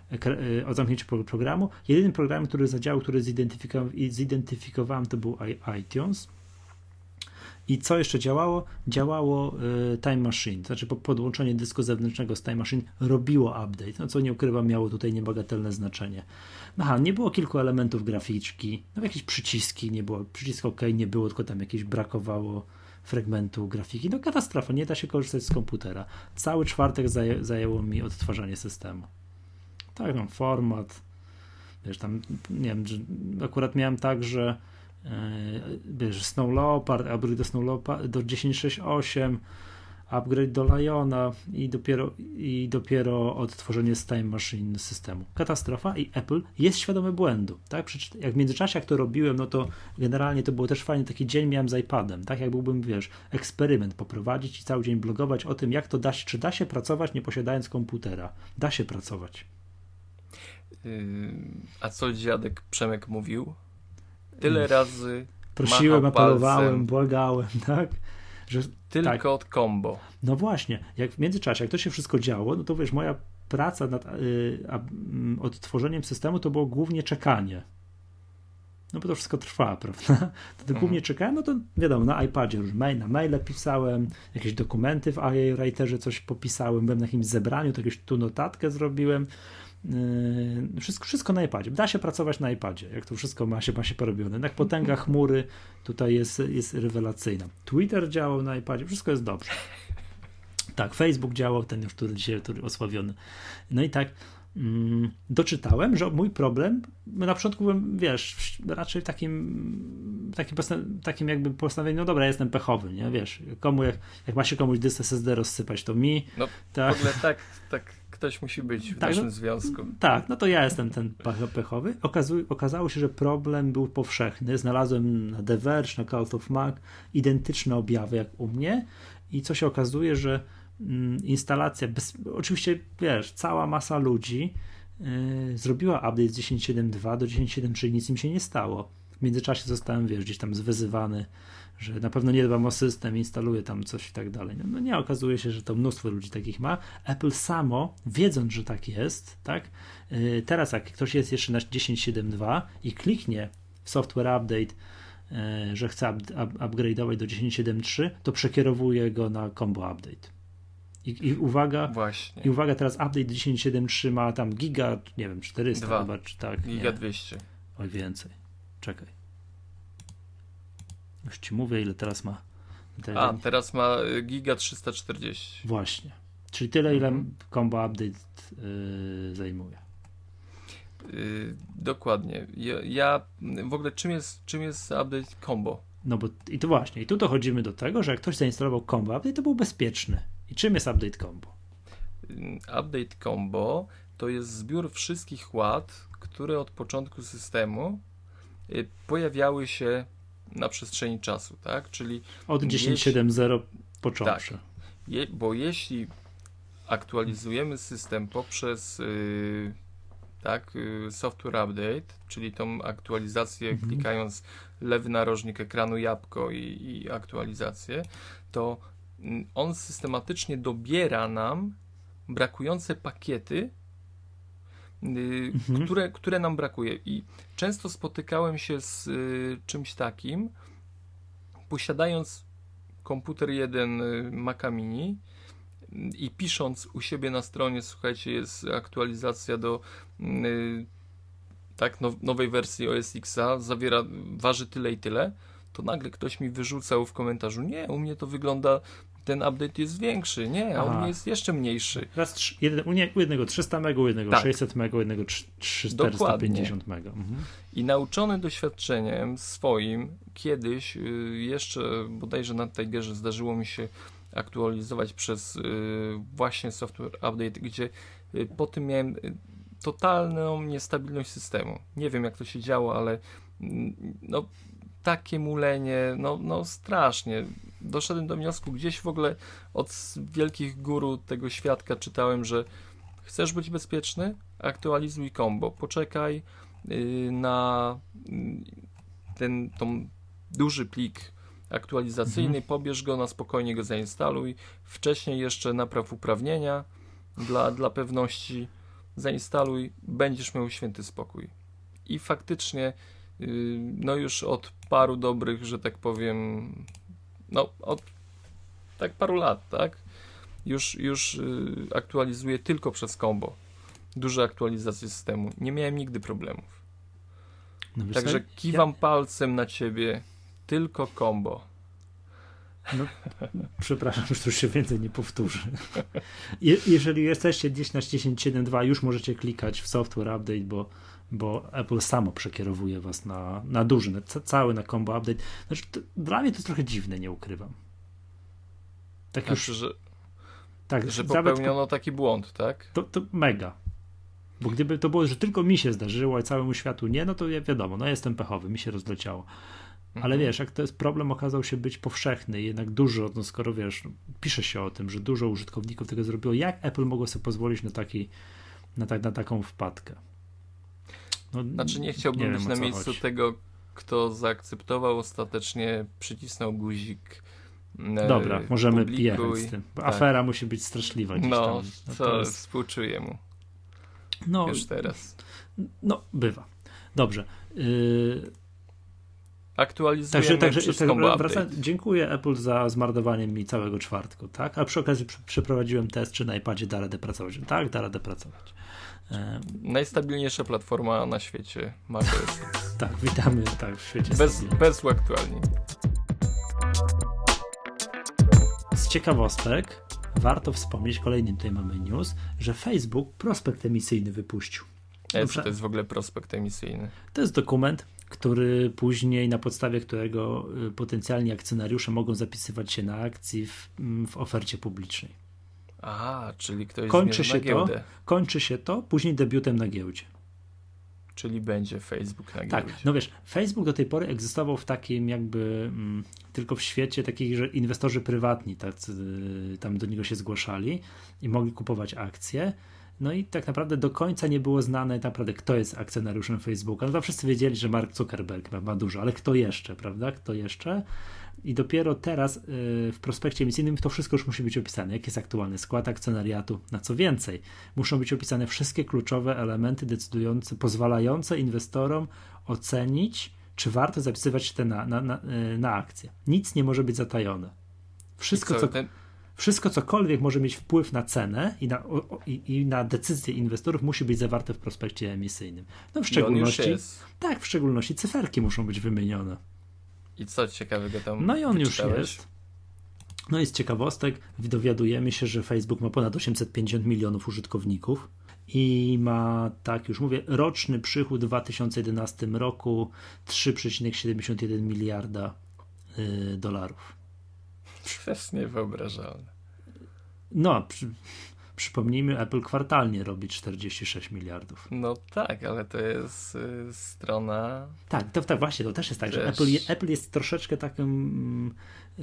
Speaker 1: o zamknięciu programu. Jedynym programem, który zadziałał, który zidentyfikowałem, to był iTunes. I co jeszcze działało? Działało Time Machine, znaczy podłączenie dysku zewnętrznego z Time Machine robiło update, no co nie ukrywam, miało tutaj niebagatelne znaczenie. Aha, nie było kilku elementów graficzki, no jakieś przyciski nie było, przycisk OK nie było, tylko tam jakieś brakowało fragmentu grafiki, no katastrofa, nie da się korzystać z komputera. Cały czwartek zajęło mi odtwarzanie systemu. Tak, no, format, wiesz, tam, nie wiem, akurat miałem tak, że wiesz, Snow Leopard, upgrade do Snow Leopard do 10.6.8, upgrade do Liona i dopiero odtworzenie z Time Machine systemu. Katastrofa i Apple jest świadomy błędu, tak? Jak w międzyczasie jak to robiłem, no to generalnie to było też fajnie, taki dzień miałem z iPadem, tak? Jak byłbym, wiesz, eksperyment poprowadzić i cały dzień blogować o tym, jak to da się, czy da się pracować nie posiadając komputera. Da się pracować.
Speaker 2: A co dziadek Przemek mówił? Tyle razy
Speaker 1: prosiłem, apelowałem,
Speaker 2: palcem,
Speaker 1: błagałem, tak? Że,
Speaker 2: tylko
Speaker 1: tak.
Speaker 2: od combo.
Speaker 1: No właśnie, jak w międzyczasie, jak to się wszystko działo, no to wiesz, moja praca nad odtworzeniem systemu to było głównie czekanie. No bo to wszystko trwa, prawda? To głównie czekałem, no to wiadomo, na iPadzie już na maile pisałem, jakieś dokumenty w IA Writerze coś popisałem, byłem na jakimś zebraniu, to jakąś tu notatkę zrobiłem. Wszystko na iPadzie. Da się pracować na iPadzie, jak to wszystko ma się porobione. Jednak potęga chmury tutaj jest rewelacyjna. Twitter działał na iPadzie, wszystko jest dobrze. Tak, Facebook działał, ten już, który dzisiaj osławiony. No i tak doczytałem, że mój problem, na początku byłem, wiesz, raczej takim jakby postanowieniem, no dobra, ja jestem pechowy, nie, wiesz, jak ma się komuś dysk SSD rozsypać, to mi.
Speaker 2: No tak. W ogóle tak ktoś musi być w naszym związku.
Speaker 1: Tak, no to ja jestem ten pechowy. Okazało się, że problem był powszechny. Znalazłem na The Verge, na Cult of Mac identyczne objawy jak u mnie i co się okazuje, że instalacja, oczywiście wiesz, cała masa ludzi zrobiła update z 10.7.2 do 10.7.3 i nic im się nie stało. W międzyczasie zostałem, wiesz, gdzieś tam zwyzywany, że na pewno nie dbam o system, instaluję tam coś i tak dalej. No nie, okazuje się, że to mnóstwo ludzi takich ma. Apple samo, wiedząc, że tak jest, tak, teraz jak ktoś jest jeszcze na 10.7.2 i kliknie w software update, że chce upgrade'ować do 10.7.3, to przekierowuje go na combo update. I uwaga,
Speaker 2: właśnie.
Speaker 1: I uwaga, teraz update 10.7.3 ma tam giga, nie wiem, 400 chyba, czy tak.
Speaker 2: Giga 200.
Speaker 1: Oj, więcej. Czekaj. Już ci mówię, ile teraz ma.
Speaker 2: Teraz ma giga 340.
Speaker 1: Właśnie. Czyli tyle, ile combo update zajmuje.
Speaker 2: Dokładnie. Ja w ogóle czym jest update combo?
Speaker 1: No bo i to właśnie. I tu dochodzimy do tego, że jak ktoś zainstalował combo update, to był bezpieczny. I czym jest update combo?
Speaker 2: Update combo to jest zbiór wszystkich łat, które od początku systemu pojawiały się na przestrzeni czasu, tak? Czyli
Speaker 1: od 10.7.0 począwszy.
Speaker 2: Tak, bo jeśli aktualizujemy system poprzez software update, czyli tą aktualizację klikając lewy narożnik ekranu jabłko i aktualizację, to on systematycznie dobiera nam brakujące pakiety, które nam brakuje. I często spotykałem się z czymś takim, posiadając komputer jeden Maca Mini i pisząc u siebie na stronie, słuchajcie, jest aktualizacja do nowej wersji OS X-a, waży tyle i tyle, to nagle ktoś mi wyrzucał w komentarzu, nie, u mnie to wygląda, ten update jest większy, nie, a u mnie jest jeszcze mniejszy.
Speaker 1: Raz u jednego 300 MB, u jednego 600 MB, u jednego 450 MB.
Speaker 2: I nauczony doświadczeniem swoim, kiedyś jeszcze bodajże na Tigerze zdarzyło mi się aktualizować przez właśnie software update, gdzie po tym miałem totalną niestabilność systemu. Nie wiem, jak to się działo, ale no takie mulenie, no strasznie. Doszedłem do wniosku, gdzieś w ogóle od wielkich guru tego świadka czytałem, że chcesz być bezpieczny? Aktualizuj combo. Poczekaj na tą duży plik aktualizacyjny, pobierz go, na spokojnie go zainstaluj. Wcześniej jeszcze napraw uprawnienia dla pewności. zainstaluj, będziesz miał święty spokój. I faktycznie no już od paru dobrych, że tak powiem, no od tak paru lat, tak? Już aktualizuję tylko przez combo. Duże aktualizacje systemu. Nie miałem nigdy problemów.
Speaker 1: No
Speaker 2: Także kiwam palcem na ciebie, tylko combo.
Speaker 1: No, przepraszam, że już się więcej nie powtórzy. Jeżeli jesteście gdzieś na 10.7.2, już możecie klikać w software update, bo Apple samo przekierowuje was na duży, cały na combo update. Znaczy, dla mnie to jest trochę dziwne, nie ukrywam. Tak
Speaker 2: znaczy,
Speaker 1: już,
Speaker 2: że popełniono taki błąd, tak?
Speaker 1: To mega. Bo gdyby to było, że tylko mi się zdarzyło, a całemu światu nie, no to wiadomo, no jestem pechowy, mi się rozleciało. Ale wiesz, jak to jest problem, okazał się być powszechny i jednak dużo, no skoro wiesz, pisze się o tym, że dużo użytkowników tego zrobiło, jak Apple mogło sobie pozwolić na taką wpadkę? No,
Speaker 2: znaczy nie chciałbym być na miejscu tego, kto zaakceptował, ostatecznie przycisnął guzik.
Speaker 1: Dobra, możemy jechać z tym. Bo afera musi być straszliwa gdzieś
Speaker 2: no,
Speaker 1: tam. No,
Speaker 2: to jest... współczuję mu.
Speaker 1: No,
Speaker 2: już teraz.
Speaker 1: No, bywa. Dobrze.
Speaker 2: Aktualizujemy przez combo update.
Speaker 1: Dziękuję Apple za zmarnowanie mi całego czwartku, tak? A przy okazji przeprowadziłem test, czy na iPadzie da radę pracować. Tak, da radę pracować.
Speaker 2: Najstabilniejsza platforma na świecie. macOS.
Speaker 1: Tak, witamy w świecie.
Speaker 2: Bez uaktualnień.
Speaker 1: Z ciekawostek warto wspomnieć, kolejnym tutaj mamy news, że Facebook prospekt emisyjny wypuścił.
Speaker 2: To jest w ogóle prospekt emisyjny?
Speaker 1: To jest dokument, który później, na podstawie którego potencjalni akcjonariusze mogą zapisywać się na akcji w ofercie publicznej.
Speaker 2: Aha, czyli ktoś zmierza na giełdę.
Speaker 1: Kończy się to później debiutem na giełdzie.
Speaker 2: Czyli będzie Facebook na giełdzie.
Speaker 1: Tak, no wiesz, Facebook do tej pory egzystował w takim jakby tylko w świecie takich, że inwestorzy prywatni tam do niego się zgłaszali i mogli kupować akcje. No i tak naprawdę do końca nie było znane naprawdę, kto jest akcjonariuszem Facebooka. No to wszyscy wiedzieli, że Mark Zuckerberg ma dużo, ale kto jeszcze, prawda? Kto jeszcze? I dopiero teraz w prospekcie emisyjnym to wszystko już musi być opisane. Jaki jest aktualny skład akcjonariatu? Na co więcej, muszą być opisane wszystkie kluczowe elementy decydujące, pozwalające inwestorom ocenić, czy warto zapisywać się na akcje. Nic nie może być zatajone. Wszystko, cokolwiek może mieć wpływ na cenę i na decyzje inwestorów, musi być zawarte w prospekcie emisyjnym. No w szczególności cyferki muszą być wymienione.
Speaker 2: I co ciekawego tam
Speaker 1: No i on już jest. No i z ciekawostek dowiadujemy się, że Facebook ma ponad 850 milionów użytkowników i ma, tak już mówię, roczny przychód w 2011 roku 3,71 miliarda dolarów.
Speaker 2: To jest niewyobrażalne.
Speaker 1: No, przypomnijmy, Apple kwartalnie robi 46 miliardów.
Speaker 2: No tak, ale to jest strona...
Speaker 1: Tak, to właśnie, to też jest tak, że Apple jest troszeczkę takim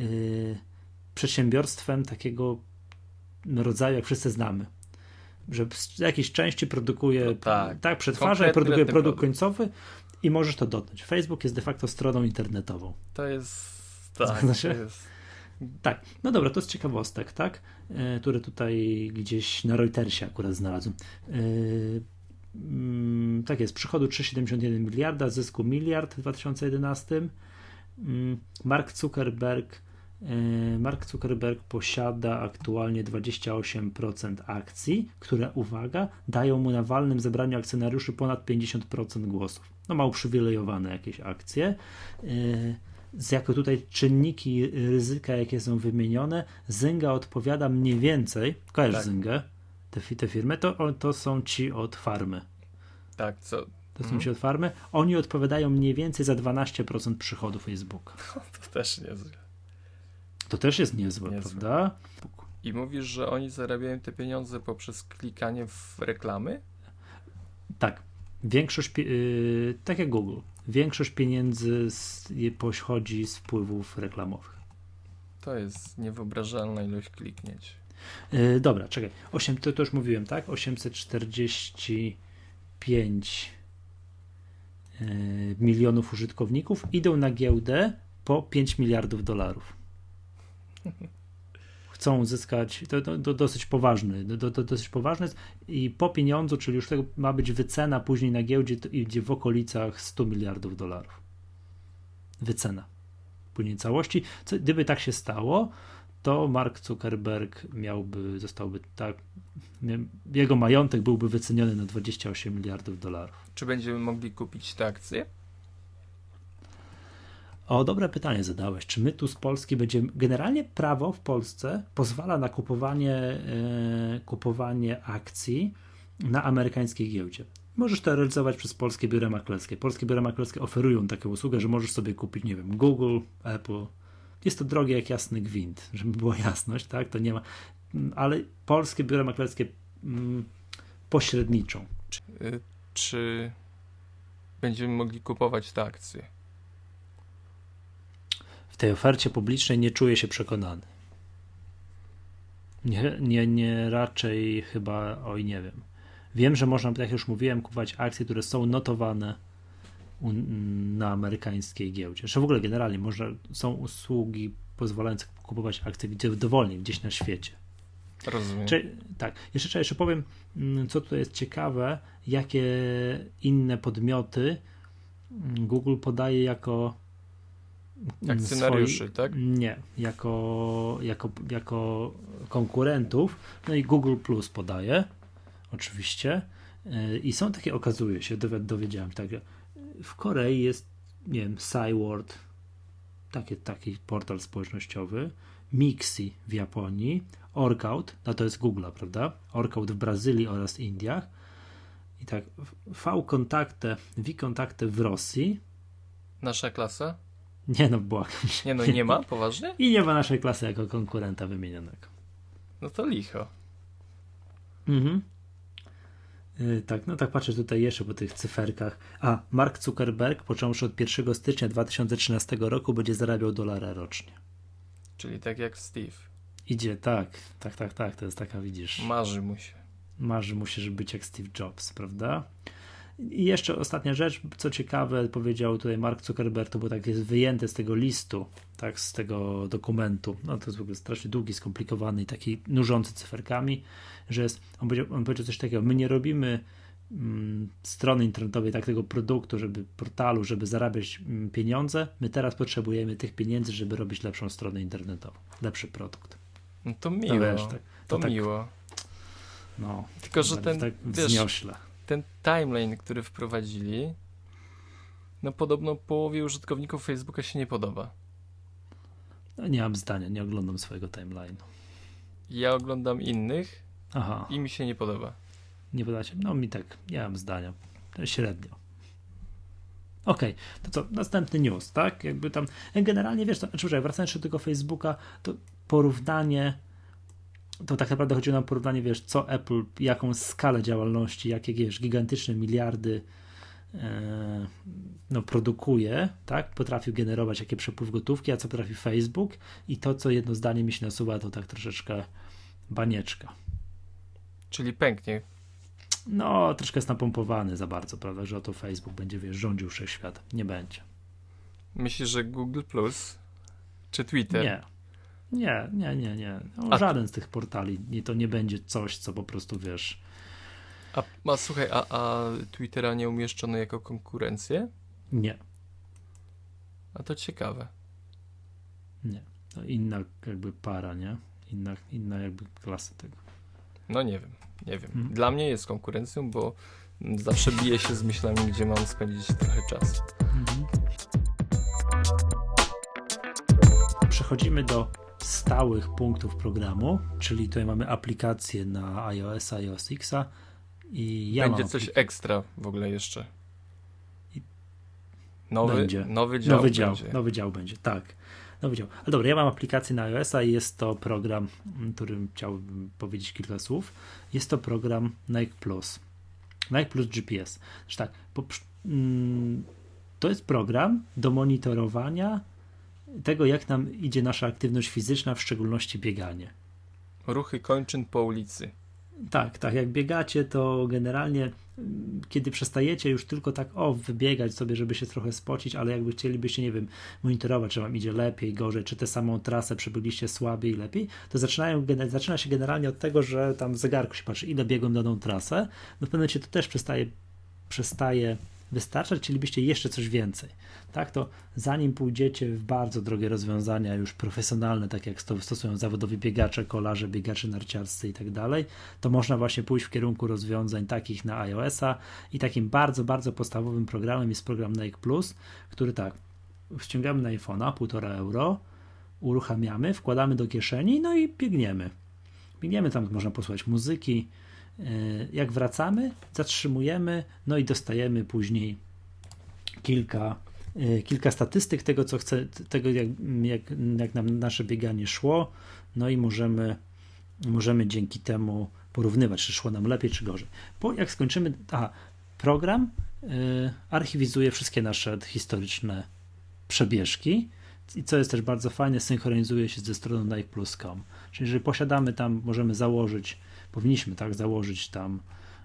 Speaker 1: przedsiębiorstwem takiego rodzaju, jak wszyscy znamy. Że z jakiejś części produkuje, przetwarza i produkuje produkt końcowy i możesz to dotknąć. Facebook jest de facto stroną internetową.
Speaker 2: To jest... Tak, to jest...
Speaker 1: Tak, no dobra, to z ciekawostek, tak? Które tutaj gdzieś na Reutersie akurat znalazłem. Tak jest, przychodu 3,71 miliarda, zysku miliard w 2011. Mark Zuckerberg posiada aktualnie 28% akcji, które, uwaga, dają mu na walnym zebraniu akcjonariuszy ponad 50% głosów. No ma uprzywilejowane jakieś akcje. Jako tutaj czynniki ryzyka, jakie są wymienione, Zynga odpowiada mniej więcej, kojarzysz Zyngę, te firmy, to są ci od farmy.
Speaker 2: Tak, co?
Speaker 1: To są ci od farmy. Oni odpowiadają mniej więcej za 12% przychodu Facebooka.
Speaker 2: To też niezłe.
Speaker 1: To też jest niezłe, prawda?
Speaker 2: I mówisz, że oni zarabiają te pieniądze poprzez klikanie w reklamy?
Speaker 1: Tak. Większość, tak jak Google, większość pieniędzy pochodzi z wpływów reklamowych.
Speaker 2: To jest niewyobrażalna ilość kliknięć.
Speaker 1: Dobra, czekaj. To już mówiłem, tak? 845 milionów użytkowników idą na giełdę po 5 miliardów dolarów. chcą uzyskać, to dosyć poważny, dosyć poważny jest i po pieniądzu, czyli już tego ma być wycena później na giełdzie, to idzie w okolicach $100 miliardów. Wycena. Później całości. Gdyby tak się stało, to Mark Zuckerberg zostałby tak, jego majątek byłby wyceniony na $28 miliardów.
Speaker 2: Czy będziemy mogli kupić te akcje?
Speaker 1: O, dobre pytanie zadałeś. Czy my tu z Polski będziemy... Generalnie prawo w Polsce pozwala na kupowanie akcji na amerykańskiej giełdzie. Możesz to realizować przez polskie biura maklerskie. Polskie biura maklerskie oferują taką usługę, że możesz sobie kupić, nie wiem, Google, Apple. Jest to drogie jak jasny gwint, żeby była jasność, tak? To nie ma... Ale polskie biura maklerskie pośredniczą.
Speaker 2: Czy będziemy mogli kupować te akcje?
Speaker 1: W tej ofercie publicznej nie czuję się przekonany. Nie raczej chyba, nie wiem. Wiem, że można, jak już mówiłem, kupować akcje, które są notowane na amerykańskiej giełdzie. Że w ogóle generalnie są usługi pozwalające kupować akcje dowolnie, gdzieś na świecie.
Speaker 2: Rozumiem.
Speaker 1: Tak, jeszcze powiem, co tutaj jest ciekawe, jakie inne podmioty Google podaje jako
Speaker 2: akcjonariuszy, tak?
Speaker 1: Nie, jako konkurentów. No i Google Plus podaje, oczywiście. I są takie, okazuje się, dowiedziałem, tak, w Korei jest, nie wiem, Cyword, taki portal społecznościowy, Mixi w Japonii, Orkout, no to jest Google, prawda? Orkout w Brazylii oraz Indiach. I tak, V-Kontakte w Rosji.
Speaker 2: Nasza klasa?
Speaker 1: Nie no, błagam się.
Speaker 2: Nie ma? Poważnie?
Speaker 1: I nie ma naszej klasy jako konkurenta wymienionego.
Speaker 2: No to licho.
Speaker 1: Tak, no tak patrzę tutaj jeszcze po tych cyferkach. Mark Zuckerberg począwszy od 1 stycznia 2013 roku będzie zarabiał $1 rocznie.
Speaker 2: Czyli tak jak Steve.
Speaker 1: Idzie, tak, to jest taka, widzisz. Marzy mu się, żeby być jak Steve Jobs, prawda? I jeszcze ostatnia rzecz, co ciekawe, powiedział tutaj Mark Zuckerberg, to było tak, jest wyjęte z tego listu, tak, z tego dokumentu, no to jest w ogóle strasznie długi, skomplikowany i taki nużący cyferkami, że on powiedział coś takiego, my nie robimy strony internetowej, tak, tego produktu, portalu, żeby zarabiać pieniądze, my teraz potrzebujemy tych pieniędzy, żeby robić lepszą stronę internetową, lepszy produkt.
Speaker 2: No to miło, to miło.
Speaker 1: No,
Speaker 2: tylko, że
Speaker 1: wzniośle.
Speaker 2: Ten timeline, który wprowadzili, no podobno połowie użytkowników Facebooka się nie podoba.
Speaker 1: No, nie mam zdania, nie oglądam swojego timeline'u.
Speaker 2: Ja oglądam innych i mi się nie podoba.
Speaker 1: Nie podoba się? No mi tak, nie mam zdania. Średnio. Okej, to co? Następny news, tak? Jakby tam, generalnie wiesz, wracając do tego Facebooka, to porównanie, to tak naprawdę chodzi nam o porównanie, wiesz, co Apple, jaką skalę działalności, jakie, wiesz, gigantyczne miliardy produkuje, tak? Potrafił generować, jakie przepływ gotówki, a co potrafi Facebook i to, co jedno zdanie mi się nasuwa, to tak troszeczkę banieczka.
Speaker 2: Czyli pęknie.
Speaker 1: No, troszkę jest napompowany za bardzo, prawda, że oto Facebook będzie, wiesz, rządził wszechświatem. Nie będzie.
Speaker 2: Myślisz, że Google Plus czy Twitter?
Speaker 1: Nie. No, żaden z tych portali to nie będzie coś, co po prostu, wiesz...
Speaker 2: Słuchaj, a Twittera nie umieszczono jako konkurencję?
Speaker 1: Nie.
Speaker 2: A to ciekawe.
Speaker 1: Nie. To inna jakby para, nie? Inna jakby klasa tego.
Speaker 2: No nie wiem. Dla mnie jest konkurencją, bo zawsze biję się z myślami, gdzie mam spędzić trochę czasu.
Speaker 1: Przechodzimy do stałych punktów programu, czyli tutaj mamy aplikację na iOS-a, iOS X-a i
Speaker 2: będzie coś ekstra w ogóle jeszcze. Nowy dział
Speaker 1: będzie, tak. Nowy dział. Ale dobra, ja mam aplikację na iOS-a i jest to program, którym chciałbym powiedzieć kilka słów. Jest to program Nike Plus GPS. Znaczy tak, to jest program do monitorowania tego, jak nam idzie nasza aktywność fizyczna, w szczególności bieganie.
Speaker 2: Ruchy kończyn po ulicy.
Speaker 1: Tak, tak, jak biegacie, to generalnie kiedy przestajecie już tylko tak wybiegać sobie, żeby się trochę spocić, ale jakby chcielibyście, nie wiem, monitorować, czy wam idzie lepiej, gorzej, czy tę samą trasę przebiegliście słabiej, lepiej, to zaczyna się generalnie od tego, że tam w zegarku się patrzy, ile biegłem daną trasę, no w pewnym momencie to też przestaje wystarczać, chcielibyście jeszcze coś więcej. Tak, to zanim pójdziecie w bardzo drogie rozwiązania już profesjonalne, tak jak stosują zawodowi biegacze, kolarze, biegacze narciarscy i tak dalej, to można właśnie pójść w kierunku rozwiązań takich na iOS-a i takim bardzo, bardzo podstawowym programem jest program Nike Plus, który tak, ściągamy na iPhone'a, 1,5 €, uruchamiamy, wkładamy do kieszeni, no i biegniemy. Biegniemy, tam można posłuchać muzyki, jak wracamy, zatrzymujemy, no i dostajemy później kilka statystyk tego, co chce, tego jak nam nasze bieganie szło, no i możemy dzięki temu porównywać, czy szło nam lepiej, czy gorzej. Jak skończymy, program archiwizuje wszystkie nasze historyczne przebieżki i co jest też bardzo fajne, synchronizuje się ze stroną nikeplus.com. Czyli jeżeli posiadamy tam, możemy założyć, powinniśmy tak założyć tam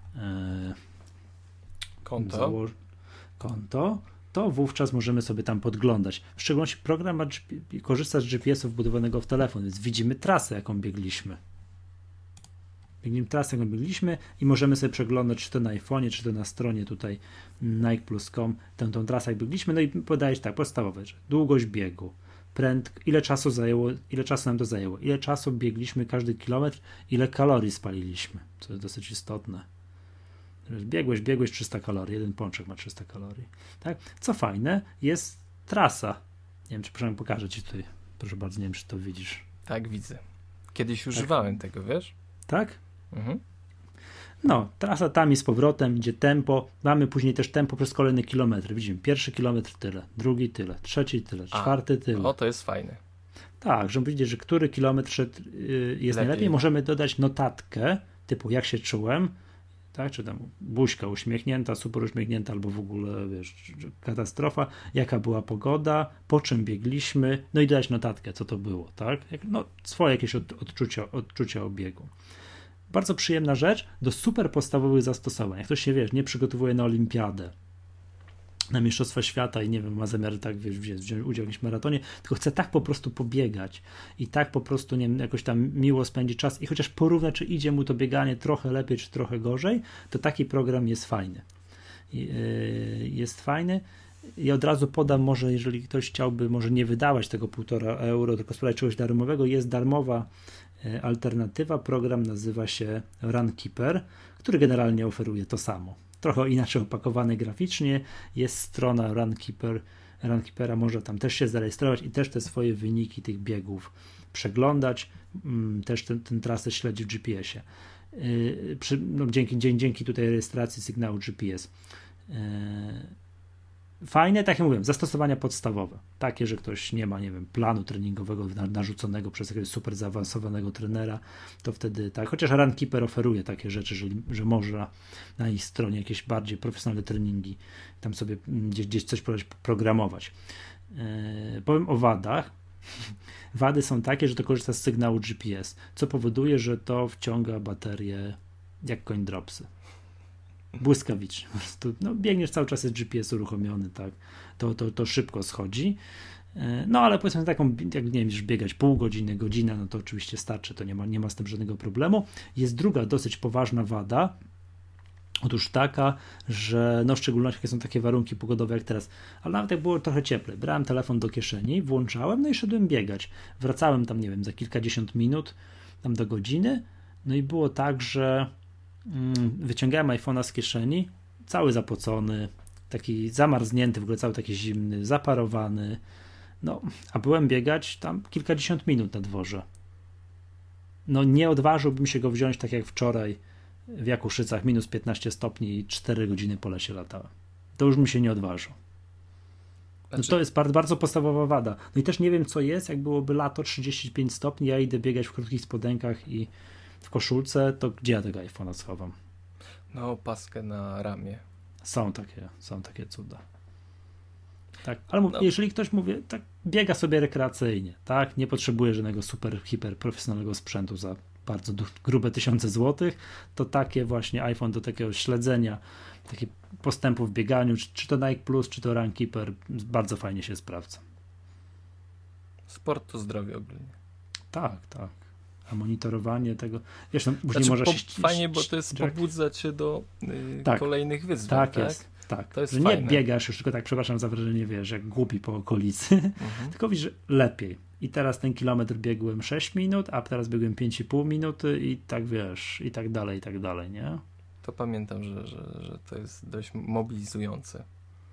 Speaker 1: konto, to wówczas możemy sobie tam podglądać. W szczególności program korzysta z GPS-u wbudowanego w telefon, więc widzimy trasę, jaką biegliśmy. Biegniemy trasę, jaką biegliśmy i możemy sobie przeglądać, czy to na iPhone'ie, czy to na stronie tutaj nikeplus.com, tą trasę, jak biegliśmy, no i podajesz tak, podstawowe, że długość biegu, ile czasu nam to zajęło, ile czasu biegliśmy każdy kilometr, ile kalorii spaliliśmy, co jest dosyć istotne. Biegłeś 300 kalorii, jeden pączek ma 300 kalorii. Tak? Co fajne, jest trasa. Nie wiem, czy proszę, pokażę ci tutaj. Proszę bardzo, nie wiem, czy to widzisz.
Speaker 2: Tak, widzę. Kiedyś używałem tego, wiesz?
Speaker 1: Tak?
Speaker 2: Mhm.
Speaker 1: No, trasa tam i z powrotem, idzie tempo. Mamy później też tempo przez kolejne kilometry. Widzimy, pierwszy kilometr tyle, drugi tyle, trzeci tyle, czwarty tyle.
Speaker 2: O, to jest fajne.
Speaker 1: Tak, żeby widzieć, że który kilometr jest najlepiej. Możemy dodać notatkę, typu jak się czułem, tak, czy tam buźka uśmiechnięta, super uśmiechnięta, albo w ogóle, wiesz, katastrofa, jaka była pogoda, po czym biegliśmy, no i dać notatkę, co to było, tak, swoje jakieś odczucia o biegu. Bardzo przyjemna rzecz do super podstawowych zastosowań. Jak ktoś się, nie przygotowuje na olimpiadę, na Mistrzostwa Świata i nie wiem, ma zamiar tak wziąć udział w jakimś maratonie, tylko chce tak po prostu pobiegać i tak po prostu, nie wiem, jakoś tam miło spędzić czas i chociaż porównać, czy idzie mu to bieganie trochę lepiej, czy trochę gorzej, to taki program jest fajny. Jest fajny i od razu podam, może jeżeli ktoś chciałby może nie wydawać tego 1,5 €, tylko spróbować czegoś darmowego, jest darmowa alternatywa, program nazywa się Runkeeper, który generalnie oferuje to samo. Trochę inaczej opakowany graficznie, jest strona Runkeepera, można tam też się zarejestrować i też te swoje wyniki tych biegów przeglądać, też tę trasę śledzi w GPS-ie. Dzięki tutaj rejestracji sygnału GPS. Fajne, tak jak mówiłem, zastosowania podstawowe. Takie, że ktoś nie ma, nie wiem, planu treningowego narzuconego przez jakiegoś super zaawansowanego trenera, to wtedy tak. Chociaż Runkeeper oferuje takie rzeczy, że można na ich stronie jakieś bardziej profesjonalne treningi tam sobie gdzieś coś programować. Powiem o wadach. Wady są takie, że to korzysta z sygnału GPS, co powoduje, że to wciąga baterię jak coin dropsy. Błyskawicznie. Po prostu, biegniesz cały czas, jest GPS uruchomiony, tak, to szybko schodzi. No ale powiedzmy taką, jak nie wiem, już biegać pół godziny, godzina, no to oczywiście starczy, to nie ma z tym żadnego problemu. Jest druga dosyć poważna wada, otóż taka, że w szczególności jakie są takie warunki pogodowe jak teraz, ale nawet jak było trochę cieplej, brałem telefon do kieszeni, włączałem, no i szedłem biegać. Wracałem tam, nie wiem, za kilkadziesiąt minut, tam do godziny, no i było tak, że wyciągałem iPhone'a z kieszeni, cały zapocony, taki zamarznięty, w ogóle cały taki zimny, zaparowany, a byłem biegać tam kilkadziesiąt minut na dworze. Nie odważyłbym się go wziąć tak jak wczoraj w Jakuszycach, minus 15 stopni i 4 godziny po lesie latałem. To już bym się nie odważył. To jest bardzo, bardzo podstawowa wada. No i też nie wiem, co jest, jak byłoby lato, 35 stopni, ja idę biegać w krótkich spodenkach i w koszulce, to gdzie ja tego iPhone'a schowam?
Speaker 2: Paskę na ramię.
Speaker 1: Są takie cuda. Tak, ale jeżeli ktoś tak biega sobie rekreacyjnie, tak, nie potrzebuje żadnego super, hiper profesjonalnego sprzętu za bardzo grube tysiące złotych, to takie właśnie iPhone do takiego śledzenia takich postępów w bieganiu, czy to Nike Plus, czy to Runkeeper, bardzo fajnie się sprawdza.
Speaker 2: Sport to zdrowie ogólnie.
Speaker 1: Tak, tak. A monitorowanie tego... Wiesz, no, później
Speaker 2: znaczy,
Speaker 1: możesz...
Speaker 2: fajnie, bo to jest pobudza cię do kolejnych wyzwań,
Speaker 1: tak?
Speaker 2: Tak
Speaker 1: jest. Tak,
Speaker 2: to jest
Speaker 1: że
Speaker 2: fajne.
Speaker 1: Nie biegasz już, tylko tak, przepraszam za wrażenie, wiesz, jak głupi po okolicy, tylko widzisz, że lepiej. I teraz ten kilometr biegłem 6 minut, a teraz biegłem 5,5 minuty i tak, wiesz, i tak dalej, nie?
Speaker 2: To pamiętam, że to jest dość mobilizujące.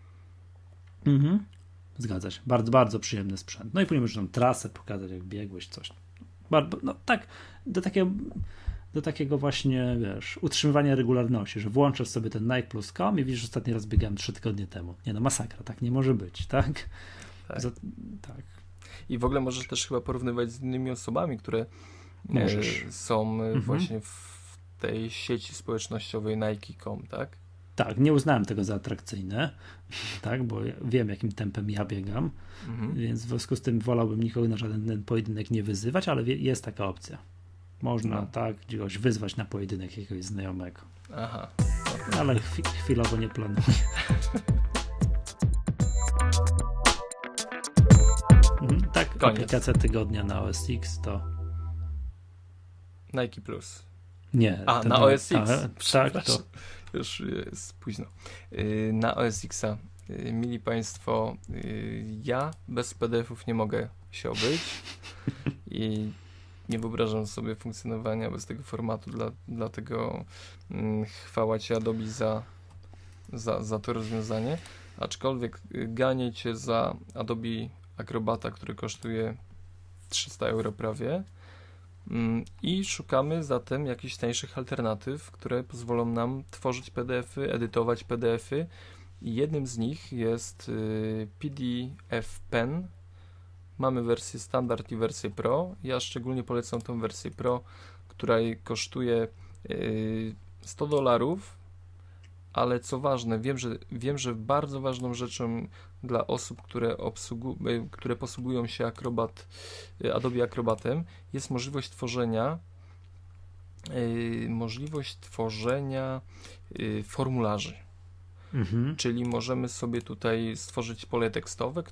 Speaker 1: Zgadza się. Bardzo, bardzo przyjemny sprzęt. No i później możesz tam trasę pokazać, jak biegłeś, coś. No tak, do takiego właśnie, wiesz, utrzymywania regularności, że włączasz sobie ten Nike Plus.com i widzisz, ostatni raz biegałem 3 tygodnie temu. Nie no, masakra, tak nie może być, tak? Tak.
Speaker 2: I w ogóle możesz też chyba porównywać z innymi osobami, które są właśnie w tej sieci społecznościowej Nike.com, tak?
Speaker 1: Tak, nie uznałem tego za atrakcyjne, tak, bo wiem, jakim tempem ja biegam, więc w związku z tym wolałbym nikogo na żaden ten pojedynek nie wyzywać, ale jest taka opcja. Można kogoś wyzwać na pojedynek jakiegoś znajomego.
Speaker 2: Aha.
Speaker 1: Ale chwilowo nie planuję. Tak, koniec. Aplikacja tygodnia na OS X to...
Speaker 2: Nike Plus.
Speaker 1: Nie.
Speaker 2: Na OS X.
Speaker 1: Tak, to...
Speaker 2: Już jest późno. Na OS X-a, mili Państwo, ja bez PDF-ów nie mogę się obyć i nie wyobrażam sobie funkcjonowania bez tego formatu, dlatego chwała Ci Adobe za to rozwiązanie, aczkolwiek ganię Cię za Adobe Acrobata, który kosztuje 300 euro prawie, i szukamy zatem jakichś tańszych alternatyw, które pozwolą nam tworzyć PDF-y, edytować PDF-y. I jednym z nich jest PDF Pen. Mamy wersję standard i wersję Pro. Ja szczególnie polecam tą wersję Pro, która kosztuje $100, ale co ważne, wiem, że bardzo ważną rzeczą dla osób, które posługują się Adobe Acrobatem, jest możliwość tworzenia formularzy. Czyli możemy sobie tutaj stworzyć pole tekstowe,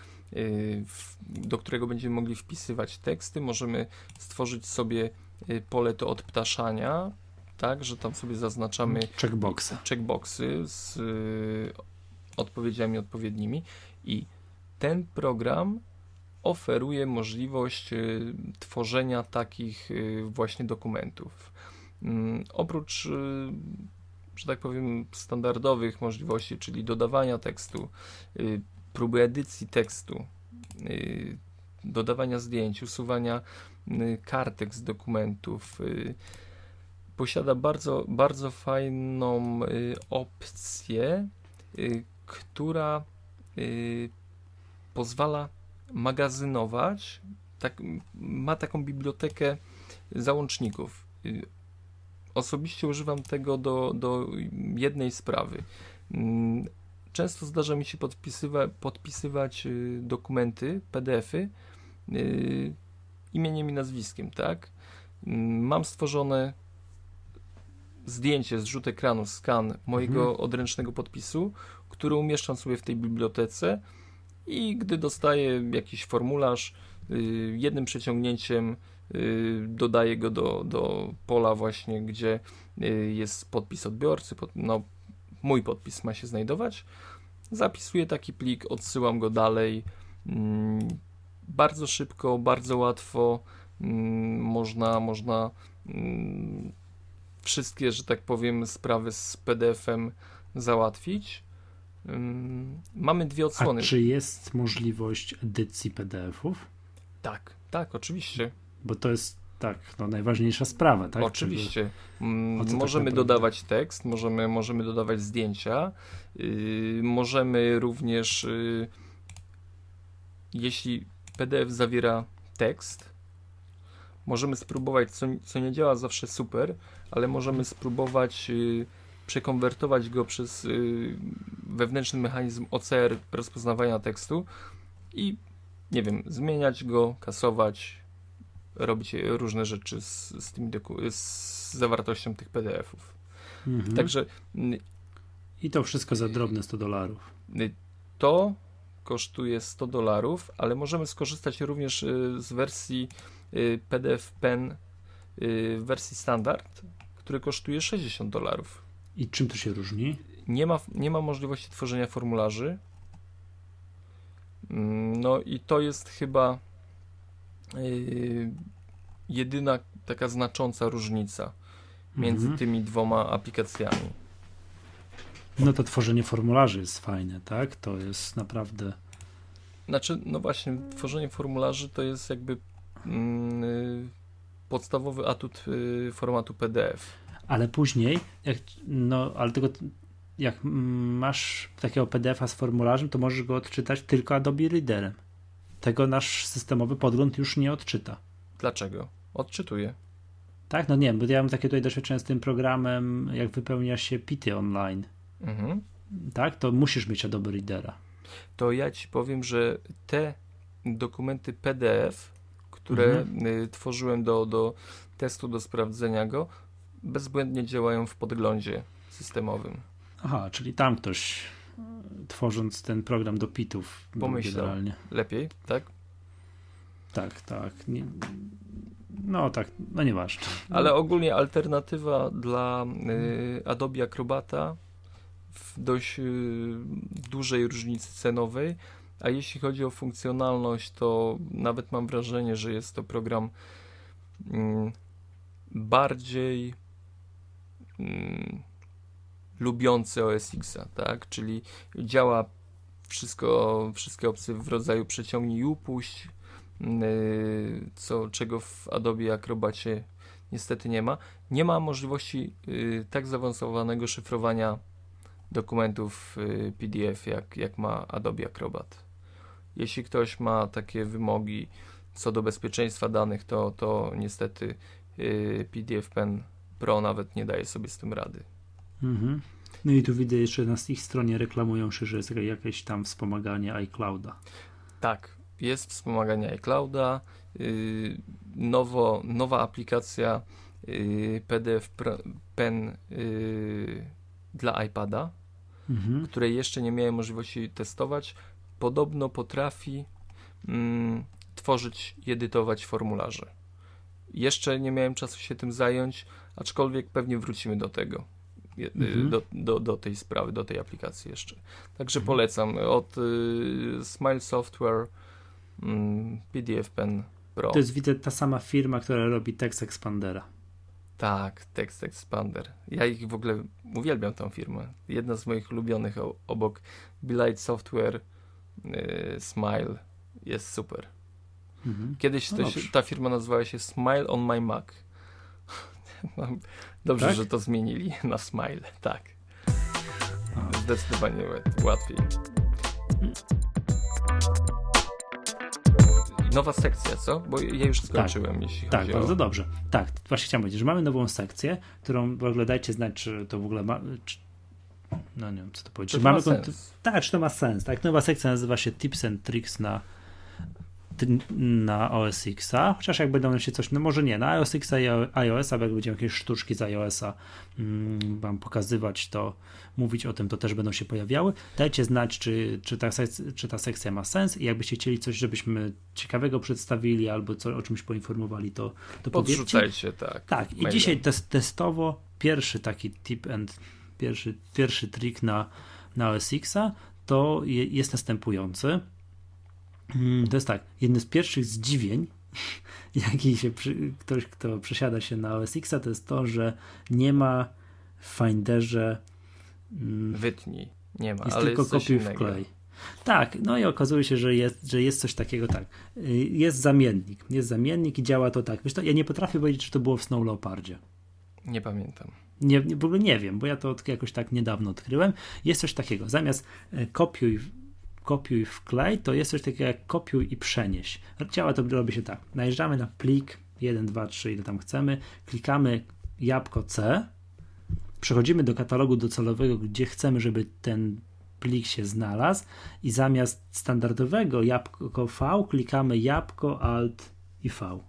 Speaker 2: do którego będziemy mogli wpisywać teksty. Możemy stworzyć sobie pole do odptaszania, tak, że tam sobie zaznaczamy checkboxy z odpowiedziami odpowiednimi i ten program oferuje możliwość tworzenia takich właśnie dokumentów. Oprócz, że tak powiem, standardowych możliwości, czyli dodawania tekstu, próby edycji tekstu, dodawania zdjęć, usuwania kartek z dokumentów, posiada bardzo, bardzo fajną opcję, która pozwala magazynować, ma taką bibliotekę załączników. Osobiście używam tego do jednej sprawy. Często zdarza mi się podpisywać dokumenty, PDF-y imieniem i nazwiskiem, tak? Mam stworzone zdjęcie, zrzut ekranu, skan mojego odręcznego podpisu, który umieszczam sobie w tej bibliotece i gdy dostaję jakiś formularz, jednym przeciągnięciem dodaję go do pola właśnie, gdzie jest podpis odbiorcy, mój podpis ma się znajdować, zapisuję taki plik, odsyłam go dalej, bardzo szybko, bardzo łatwo, można wszystkie, że tak powiem, sprawy z PDF-em załatwić. Mamy dwie odsłony.
Speaker 1: A czy jest możliwość edycji PDF-ów?
Speaker 2: Tak, oczywiście.
Speaker 1: Bo to jest najważniejsza sprawa, tak?
Speaker 2: Oczywiście. Możemy dodawać tekst, możemy dodawać zdjęcia, możemy również, jeśli PDF zawiera tekst, możemy spróbować, co nie działa zawsze super, ale możemy spróbować przekonwertować go przez wewnętrzny mechanizm OCR rozpoznawania tekstu i, nie wiem, zmieniać go, kasować, robić różne rzeczy z tymi z zawartością tych PDF-ów. Także
Speaker 1: i to wszystko za drobne $100.
Speaker 2: To kosztuje $100, ale możemy skorzystać również z wersji PDF Pen w wersji standard, który kosztuje $60.
Speaker 1: I czym to się różni?
Speaker 2: Nie ma możliwości tworzenia formularzy. No i to jest chyba jedyna taka znacząca różnica między tymi dwoma aplikacjami.
Speaker 1: No to tworzenie formularzy jest fajne, tak? To jest naprawdę...
Speaker 2: Znaczy, no właśnie, tworzenie formularzy to jest jakby podstawowy atut formatu PDF.
Speaker 1: Ale później, jak masz takiego PDF-a z formularzem, to możesz go odczytać tylko Adobe Readerem. Tego nasz systemowy podgląd już nie odczyta.
Speaker 2: Dlaczego? Odczytuje.
Speaker 1: Tak? No nie wiem, bo ja mam takie tutaj doświadczenie z tym programem, jak wypełnia się PIT-y online. Tak? To musisz mieć Adobe Readera.
Speaker 2: To ja ci powiem, że te dokumenty PDF, które tworzyłem do testu, do sprawdzenia go, bezbłędnie działają w podglądzie systemowym.
Speaker 1: Aha, czyli tam ktoś, tworząc ten program do PIT-ów,
Speaker 2: pomyślał
Speaker 1: generalnie
Speaker 2: lepiej, tak?
Speaker 1: Tak. No nieważne.
Speaker 2: Ale ogólnie alternatywa dla Adobe Acrobata w dość dużej różnicy cenowej, a jeśli chodzi o funkcjonalność, to nawet mam wrażenie, że jest to program bardziej lubiący OS X-a, tak? Czyli działa wszystkie opcje w rodzaju przeciągnij i upuść, czego w Adobe Acrobacie niestety nie ma. Nie ma możliwości tak zaawansowanego szyfrowania dokumentów PDF, jak ma Adobe Acrobat. Jeśli ktoś ma takie wymogi co do bezpieczeństwa danych, to niestety PDF Pen Pro nawet nie daje sobie z tym rady.
Speaker 1: No i tu widzę jeszcze na ich stronie reklamują się, że jest jakieś tam wspomaganie iClouda.
Speaker 2: Tak, jest wspomaganie iClouda, nowa aplikacja PDF Pen dla iPada, której jeszcze nie miałem możliwości testować. Podobno potrafi tworzyć i edytować formularze. Jeszcze nie miałem czasu się tym zająć, aczkolwiek pewnie wrócimy do tego. Do tej sprawy, do tej aplikacji jeszcze. Także polecam. Od Smile Software PDF Pen Pro.
Speaker 1: To jest, widzę, ta sama firma, która robi Text Expandera.
Speaker 2: Tak, Text Expander. Ja ich w ogóle uwielbiam, tą firmę. Jedna z moich ulubionych obok Blight Software, Smile jest super. Kiedyś ta firma nazywała się Smile on my Mac. Dobrze, tak? Że to zmienili na Smile. Tak. Zdecydowanie łatwiej. Nowa sekcja, co? Bo ja już skończyłem, jeśli chodzi o...
Speaker 1: bardzo dobrze. Tak, właśnie chciałem powiedzieć, że mamy nową sekcję, którą w ogóle dajcie znać, czy to w ogóle ma... No nie wiem, co to powiedzieć.
Speaker 2: Czy to ma sens?
Speaker 1: Tak, czy to ma sens. Tak, nowa sekcja nazywa się Tips and Tricks na OS X-a, chociaż jak będą się coś, no może nie, na OS X-a i iOS-a, bo jak będziemy jakieś sztuczki z iOS-a wam pokazywać, to mówić o tym, to też będą się pojawiały. Dajcie znać, czy ta sekcja ma sens i jakbyście chcieli coś, żebyśmy ciekawego przedstawili albo o czymś poinformowali, to
Speaker 2: podrzucajcie, tak.
Speaker 1: Tak, i dzisiaj testowo pierwszy taki pierwszy trik na OS X-a to jest następujący. To jest tak, jedno z pierwszych zdziwień, jaki się ktoś, kto przesiada się na OS X-a, to jest to, że nie ma w Finderze
Speaker 2: wytnij, nie ma,
Speaker 1: jest
Speaker 2: ale
Speaker 1: tylko
Speaker 2: jest coś
Speaker 1: kopiuj
Speaker 2: innego.
Speaker 1: wklej. Tak, no i okazuje się, że jest coś takiego, tak, jest zamiennik i działa to tak. Wiesz, ja nie potrafię powiedzieć, czy to było w Snow Leopardzie.
Speaker 2: Nie pamiętam.
Speaker 1: W ogóle nie wiem, bo ja to jakoś tak niedawno odkryłem. Jest coś takiego, zamiast kopiuj wklej, to jest coś takiego jak kopiuj i przenieś. Działa to, robi się tak. Najeżdżamy na plik 1, 2, 3, ile tam chcemy, klikamy jabłko C, przechodzimy do katalogu docelowego, gdzie chcemy, żeby ten plik się znalazł i zamiast standardowego jabłko V klikamy jabłko Alt i V.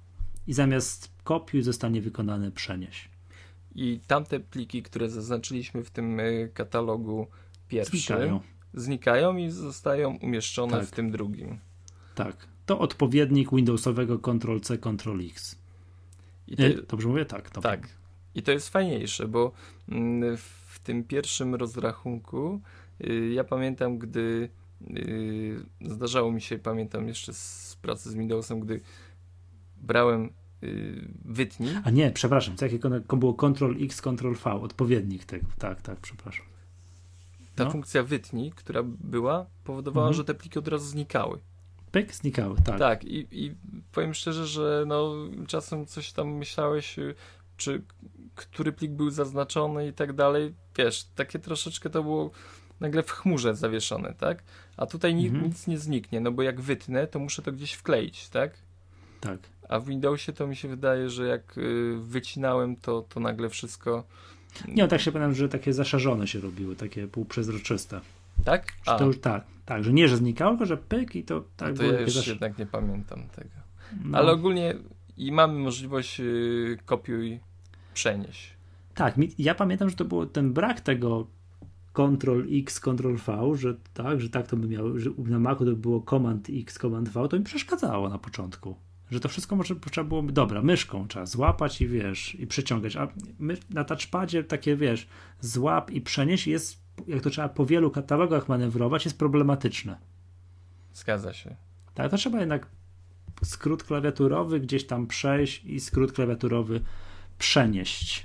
Speaker 1: i zamiast kopiuj zostanie wykonane przenieś.
Speaker 2: I tamte pliki, które zaznaczyliśmy w tym katalogu pierwszym, znikają i zostają umieszczone w tym drugim.
Speaker 1: Tak. To odpowiednik Windowsowego Ctrl-C, Ctrl-X. Dobrze mówię? Tak.
Speaker 2: Tak. I to jest fajniejsze, bo w tym pierwszym rozrachunku ja pamiętam, gdy zdarzało mi się, pamiętam jeszcze z pracy z Windowsem, gdy brałem wytnij.
Speaker 1: A nie, przepraszam, jakie było Ctrl-X, Ctrl-V, odpowiednik tego. Tak, przepraszam.
Speaker 2: Ta funkcja wytnij, która była, powodowała, że te pliki od razu znikały.
Speaker 1: Pyk, znikały, tak.
Speaker 2: Tak, i powiem szczerze, że czasem coś tam myślałeś, czy który plik był zaznaczony i tak dalej. Wiesz, takie troszeczkę to było nagle w chmurze zawieszone, tak? A tutaj nic nie zniknie, no bo jak wytnę, to muszę to gdzieś wkleić, tak?
Speaker 1: Tak.
Speaker 2: A w Windowsie to mi się wydaje, że jak wycinałem, to nagle wszystko...
Speaker 1: Nie, tak się pamiętam, że takie zaszarzone się robiły, takie półprzezroczyste.
Speaker 2: Tak?
Speaker 1: To już tak, że nie, że znikało, tylko że pyk i to tak
Speaker 2: to
Speaker 1: było.
Speaker 2: Ja już jednak nie pamiętam tego. Ale ogólnie i mamy możliwość kopiuj, przenieś.
Speaker 1: Tak, ja pamiętam, że to było ten brak tego Ctrl-X, Ctrl-V, że tak to by miało, że na Macu to by było Command-X, Command-V, to mi przeszkadzało na początku. Że to wszystko trzeba było, dobra, myszką trzeba złapać i i przyciągać, a na touchpadzie takie, złap i przenieść jest, jak to trzeba po wielu katalogach manewrować, jest problematyczne.
Speaker 2: Zgadza się.
Speaker 1: Tak, to trzeba jednak skrót klawiaturowy gdzieś tam przejść i skrót klawiaturowy przenieść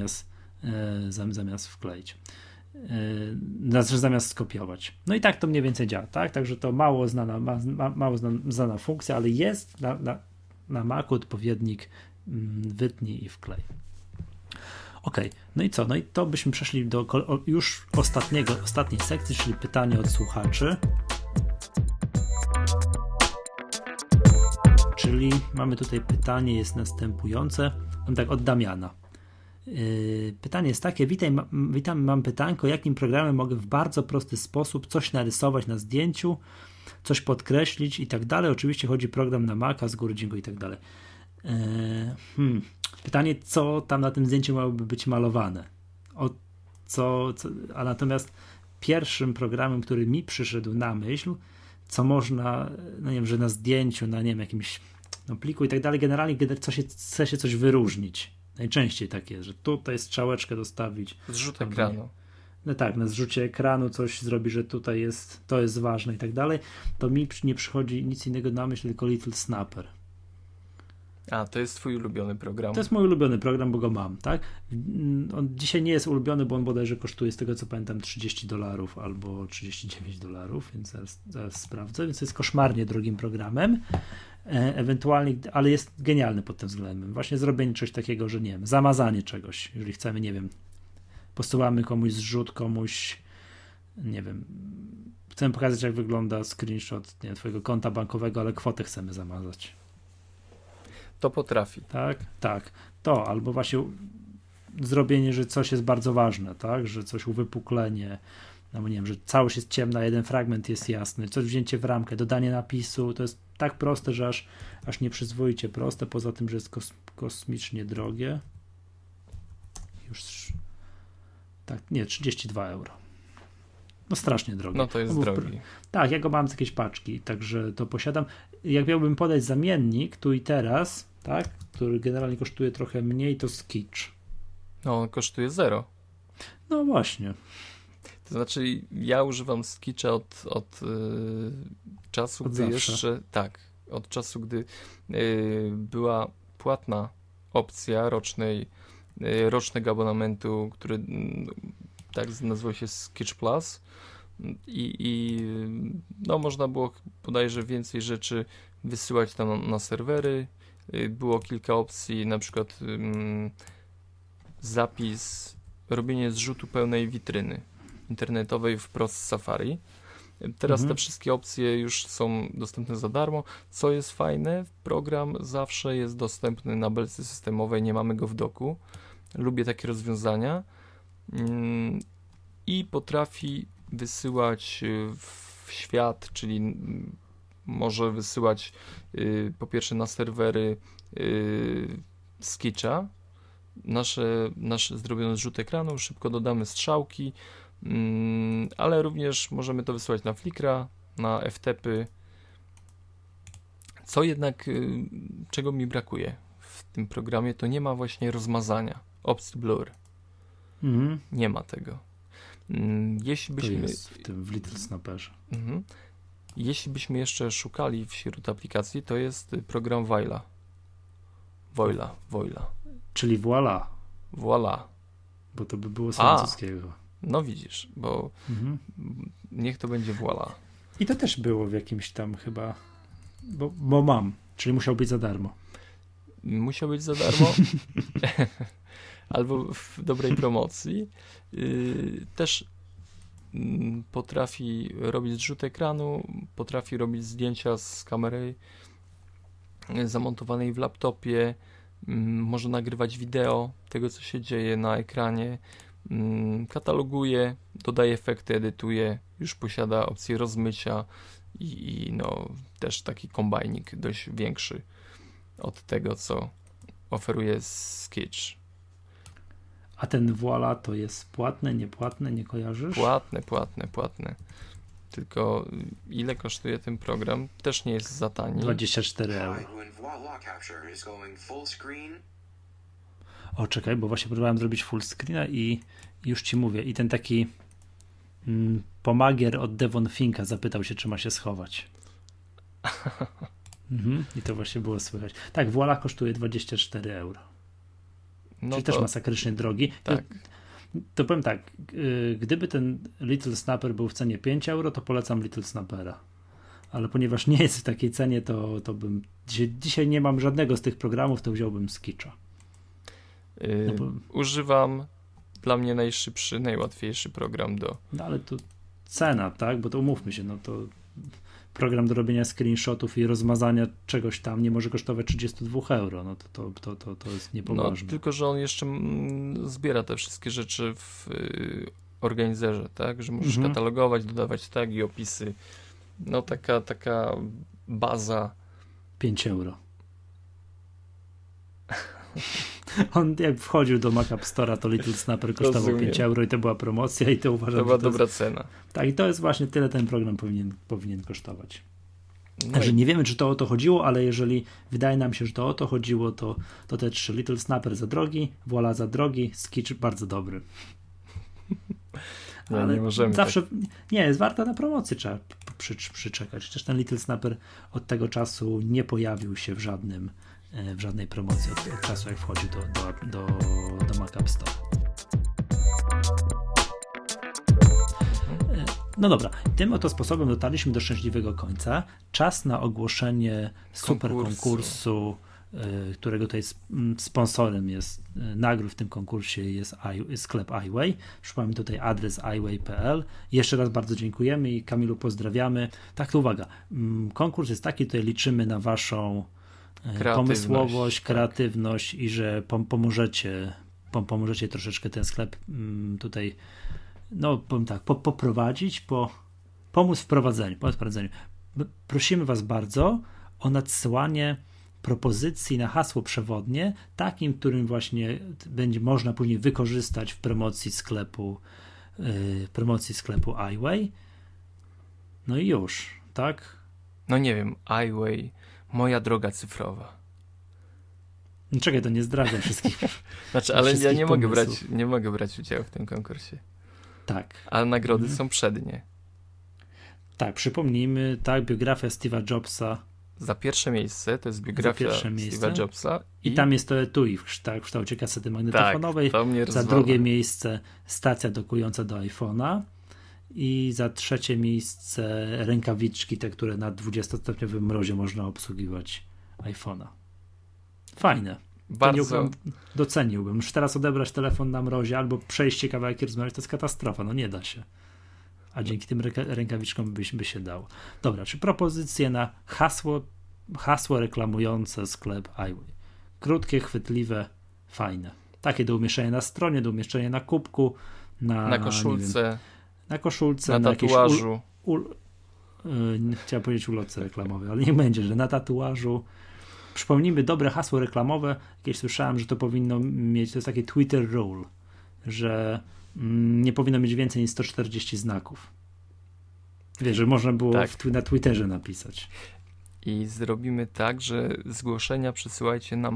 Speaker 1: zamiast wkleić. Zamiast skopiować. No i tak to mniej więcej działa, tak? Także to mało znana funkcja, ale jest na Macu odpowiednik wytnij i wklej. No i co? No i to byśmy przeszli do już ostatniej sekcji, czyli pytanie od słuchaczy. Czyli mamy tutaj pytanie, jest następujące. Od Damiana. Pytanie jest takie: witam, mam pytanko, jakim programem mogę w bardzo prosty sposób coś narysować na zdjęciu, coś podkreślić i tak dalej. Oczywiście chodzi program na Maca, z góry dziękuję i tak dalej. Pytanie, co tam na tym zdjęciu miałoby być malowane? A natomiast pierwszym programem, który mi przyszedł na myśl, co można, nie wiem, że na zdjęciu, na jakimś pliku i tak dalej, generalnie chce się coś wyróżnić. Najczęściej tak jest, że tutaj strzałeczkę dostawić.
Speaker 2: Zrzut ekranu.
Speaker 1: No tak, na zrzucie ekranu coś zrobi, że tutaj to jest ważne i tak dalej. To mi nie przychodzi nic innego na myśl, tylko Little Snapper.
Speaker 2: A, to jest twój ulubiony program.
Speaker 1: To jest mój ulubiony program, bo go mam, tak? On dzisiaj nie jest ulubiony, bo on bodajże kosztuje, z tego co pamiętam, $30 albo $39, więc zaraz sprawdzę, więc jest koszmarnie drogim programem. Ewentualnie, ale jest genialny pod tym względem. Właśnie zrobienie czegoś takiego, że nie wiem, zamazanie czegoś, jeżeli chcemy, nie wiem, posyłamy komuś zrzut, nie wiem, chcemy pokazać, jak wygląda screenshot twojego konta bankowego, ale kwotę chcemy zamazać.
Speaker 2: To potrafi.
Speaker 1: Tak. To, albo właśnie zrobienie, że coś jest bardzo ważne, tak, że coś uwypuklenie, no nie wiem, że całość jest ciemna, jeden fragment jest jasny, coś wzięcie w ramkę, dodanie napisu, to jest tak proste, że aż nieprzyzwoicie proste, poza tym, że jest kosmicznie drogie. Już tak, nie, €32. No strasznie drogie.
Speaker 2: No to jest drogi.
Speaker 1: Tak, ja go mam z jakiejś paczki, także to posiadam. Jak miałbym podać zamiennik tu i teraz, tak, który generalnie kosztuje trochę mniej, to Sketch.
Speaker 2: No, on kosztuje 0.
Speaker 1: No właśnie.
Speaker 2: To znaczy, ja używam Sketcha od czasu,
Speaker 1: od
Speaker 2: gdy
Speaker 1: zawsze.
Speaker 2: jeszcze... Tak, od czasu, gdy była płatna opcja rocznego abonamentu, który tak nazywał się Sketch Plus i no, można było bodajże więcej rzeczy wysyłać tam na serwery. Było kilka opcji, na przykład robienie zrzutu pełnej witryny internetowej wprost z Safari. Teraz te wszystkie opcje już są dostępne za darmo. Co jest fajne, program zawsze jest dostępny na belce systemowej, nie mamy go w doku. Lubię takie rozwiązania i potrafi wysyłać w świat, czyli może wysyłać po pierwsze na serwery Sketcha, nasz zrobiony zrzut ekranu, szybko dodamy strzałki, ale również możemy to wysyłać na Flickra, na FTP-y. Co jednak, czego mi brakuje w tym programie, to nie ma właśnie rozmazania, opcji blur. Nie ma tego. Jeśli byśmy,
Speaker 1: to jest w Little Snapperze.
Speaker 2: Jeśli byśmy jeszcze szukali wśród aplikacji, to jest program Voila.
Speaker 1: Czyli Voila.
Speaker 2: Voila.
Speaker 1: Bo to by było z francuskiego.
Speaker 2: No widzisz, bo niech to będzie Voila.
Speaker 1: I to też było w jakimś tam chyba, bo mam, czyli musiał być za darmo.
Speaker 2: Musiał być za darmo, albo w dobrej promocji. Też potrafi robić zrzut ekranu, potrafi robić zdjęcia z kamery zamontowanej w laptopie, może nagrywać wideo tego, co się dzieje na ekranie, kataloguje, dodaje efekty, edytuje, już posiada opcję rozmycia i no, też taki kombajnik dość większy od tego, co oferuje Sketch.
Speaker 1: A ten Voila to jest płatne, niepłatne, nie kojarzysz?
Speaker 2: Płatne. Tylko ile kosztuje ten program? Też nie jest za tani.
Speaker 1: 24 euro. O, czekaj, bo właśnie próbowałem zrobić full screena i już ci mówię. I ten taki pomagier od Devon Finka zapytał się, czy ma się schować. I to właśnie było słychać. Tak, Voila kosztuje 24 euro.
Speaker 2: No
Speaker 1: czyli
Speaker 2: to,
Speaker 1: też masakrycznie drogi.
Speaker 2: Tak.
Speaker 1: To powiem tak, gdyby ten Little Snapper był w cenie 5 euro, to polecam Little Snappera. Ale ponieważ nie jest w takiej cenie, to bym dzisiaj nie mam żadnego z tych programów, to wziąłbym Sketcha.
Speaker 2: Używam, dla mnie najszybszy, najłatwiejszy program do...
Speaker 1: No ale to cena, tak? Bo to umówmy się, no to program do robienia screenshotów i rozmazania czegoś tam nie może kosztować 32 euro. No to jest niepoważne.
Speaker 2: No, tylko że on jeszcze zbiera te wszystkie rzeczy w organizerze, tak? Że możesz katalogować, dodawać tagi, opisy. No taka baza.
Speaker 1: 5 euro. On jak wchodził do Mac App Store'a, to Little Snapper kosztował 5 euro i to była promocja i to uważam,
Speaker 2: to była
Speaker 1: że to
Speaker 2: dobra
Speaker 1: jest,
Speaker 2: cena.
Speaker 1: Tak, i to jest właśnie tyle ten program powinien kosztować.
Speaker 2: No
Speaker 1: Także nie wiemy, czy to o to chodziło, ale jeżeli wydaje nam się, że to o to chodziło, to te trzy: Little Snapper za drogi, Voila za drogi, Sketch bardzo dobry.
Speaker 2: Ale nie możemy
Speaker 1: zawsze nie jest warta na promocję, trzeba przyczekać. Chociaż ten Little Snapper od tego czasu nie pojawił się w żadnej promocji od czasu, jak wchodził do Mac App Store. No dobra, tym oto sposobem dotarliśmy do szczęśliwego końca. Czas na ogłoszenie super konkursu, którego tutaj sponsorem jest nagród w tym konkursie jest sklep iWay. Przypomnę tutaj adres iWay.pl. Jeszcze raz bardzo dziękujemy i Kamilu pozdrawiamy. Tak, to uwaga, konkurs jest taki, tutaj liczymy na waszą pomysłowość, kreatywność i że pomożecie troszeczkę ten sklep tutaj, no powiem tak, poprowadzić, pomóc w prowadzeniu. Prosimy was bardzo o nadsyłanie propozycji na hasło przewodnie, takim, którym właśnie będzie można później wykorzystać w promocji sklepu iWay. No i już, tak?
Speaker 2: No nie wiem, iWay, moja droga cyfrowa.
Speaker 1: No czekaj, to nie zdradzę wszystkich.
Speaker 2: Znaczy, ale ja nie mogę brać udziału w tym konkursie.
Speaker 1: Tak.
Speaker 2: A nagrody są przednie.
Speaker 1: Tak, przypomnijmy, tak, biografia Steve'a Jobsa.
Speaker 2: Za pierwsze miejsce to jest biografia Steve'a Jobsa.
Speaker 1: I tam jest to etui w kształcie kasety magnetofonowej.
Speaker 2: Tak,
Speaker 1: za drugie miejsce stacja dokująca do iPhone'a. I za trzecie miejsce rękawiczki, te, które na 20-stopniowym mrozie można obsługiwać iPhone'a. Fajne.
Speaker 2: Bardzo.
Speaker 1: Doceniłbym. Już teraz odebrać telefon na mrozie albo przejść kawałek i rozmawiać, to jest katastrofa. No nie da się. A dzięki tym rękawiczkom by się dało. Dobra, czy propozycje na hasło reklamujące sklep iWay? Krótkie, chwytliwe, fajne. Takie do umieszczenia na stronie, do umieszczenia na kubku,
Speaker 2: na koszulce.
Speaker 1: Na koszulce,
Speaker 2: na tatuażu.
Speaker 1: chciałem powiedzieć ulotce reklamowej, ale nie będzie, że na tatuażu przypomnijmy dobre hasło reklamowe. Jakieś słyszałem, że to powinno mieć, to jest taki Twitter rule, że nie powinno mieć więcej niż 140 znaków. Wiesz, że można było na Twitterze napisać.
Speaker 2: I zrobimy tak, że zgłoszenia przesyłajcie na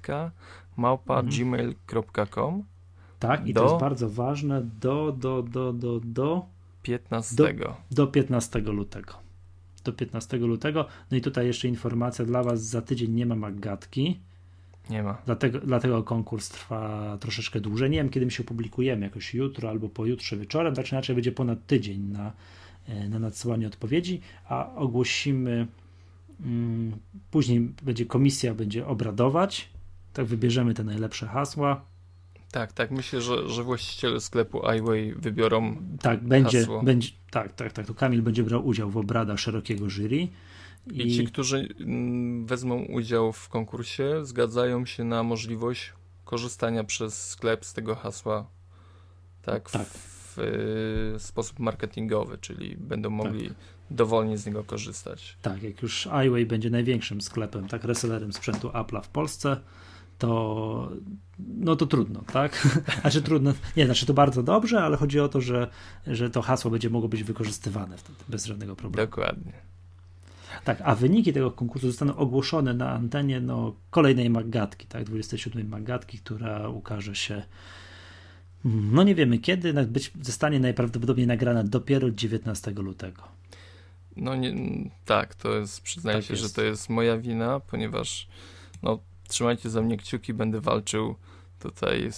Speaker 2: maggatka@gmail.com.
Speaker 1: Tak, i to jest bardzo ważne, do
Speaker 2: 15.
Speaker 1: Do 15 lutego. Do 15 lutego. No i tutaj jeszcze informacja dla was, za tydzień nie ma Maggatki.
Speaker 2: Nie ma.
Speaker 1: Dlatego konkurs trwa troszeczkę dłużej. Nie wiem, kiedy my się opublikujemy, jakoś jutro albo pojutrze wieczorem, tak czy inaczej będzie ponad tydzień na nadsyłanie odpowiedzi, a ogłosimy później komisja będzie obradować, tak wybierzemy te najlepsze hasła.
Speaker 2: Tak, myślę, że właściciele sklepu iWay wybiorą hasło.
Speaker 1: To Kamil będzie brał udział w obradach szerokiego jury.
Speaker 2: I ci, którzy wezmą udział w konkursie, zgadzają się na możliwość korzystania przez sklep z tego hasła w sposób marketingowy, czyli będą mogli dowolnie z niego korzystać.
Speaker 1: Tak, jak już iWay będzie największym sklepem, resellerem sprzętu Apple'a w Polsce, to trudno, tak? To bardzo dobrze, ale chodzi o to, że to hasło będzie mogło być wykorzystywane wtedy bez żadnego problemu.
Speaker 2: Dokładnie.
Speaker 1: Tak, a wyniki tego konkursu zostaną ogłoszone na antenie kolejnej Maggatki, 27. Maggatki, która ukaże się nie wiemy kiedy, zostanie najprawdopodobniej nagrana dopiero 19 lutego.
Speaker 2: Przyznaję się, że to jest moja wina, ponieważ trzymajcie za mnie kciuki, będę walczył tutaj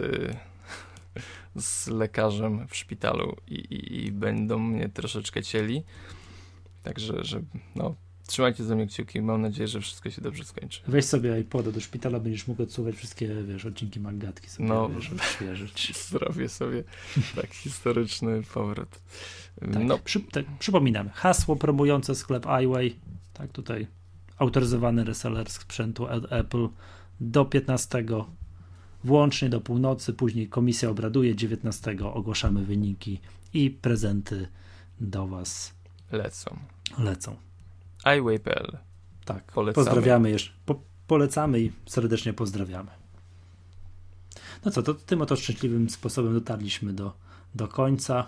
Speaker 2: z lekarzem w szpitalu i będą mnie troszeczkę cieli. Także, trzymajcie za mnie kciuki. Mam nadzieję, że wszystko się dobrze skończy.
Speaker 1: Weź sobie iPoda do szpitala, będziesz mógł odsłuchać wszystkie, odcinki Maggatki sobie, odświeżyć.
Speaker 2: Zrobię sobie historyczny powrót.
Speaker 1: Przypominam, hasło promujące sklep iWay, tutaj autoryzowany reseller sprzętu Apple do 15, włącznie do północy, później komisja obraduje, 19 ogłaszamy wyniki i prezenty do was lecą.
Speaker 2: iWay.pl.
Speaker 1: Tak,
Speaker 2: polecamy.
Speaker 1: Pozdrawiamy jeszcze. Polecamy i serdecznie pozdrawiamy. To tym oto szczęśliwym sposobem dotarliśmy do końca.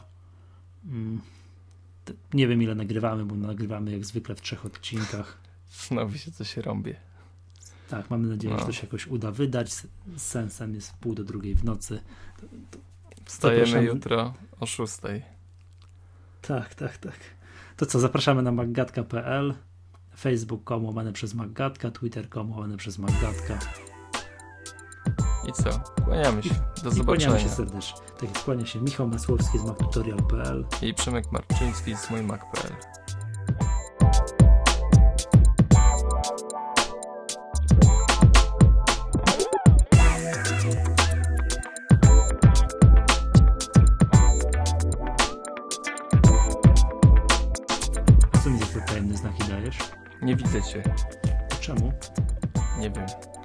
Speaker 1: Nie wiem ile nagrywamy, bo nagrywamy jak zwykle w 3 odcinkach.
Speaker 2: Znowu się coś rąbie.
Speaker 1: Tak, mamy nadzieję, że to się jakoś uda wydać. Sensem jest 1:30 w nocy.
Speaker 2: Wstajemy jutro o 6.
Speaker 1: Tak. To co, zapraszamy na maggatka.pl, facebook.com/Maggatka, twitter.com/Maggatka.
Speaker 2: I co? Kłaniamy się. Do zobaczenia.
Speaker 1: Kłaniamy się serdecznie. Tak, kłania się Michał Masłowski z MacTutorial.pl
Speaker 2: i Przemek Marczyński z MojMac.pl.
Speaker 1: Co mi za tajemne znaki dajesz?
Speaker 2: Nie widzę cię.
Speaker 1: Czemu?
Speaker 2: Nie wiem.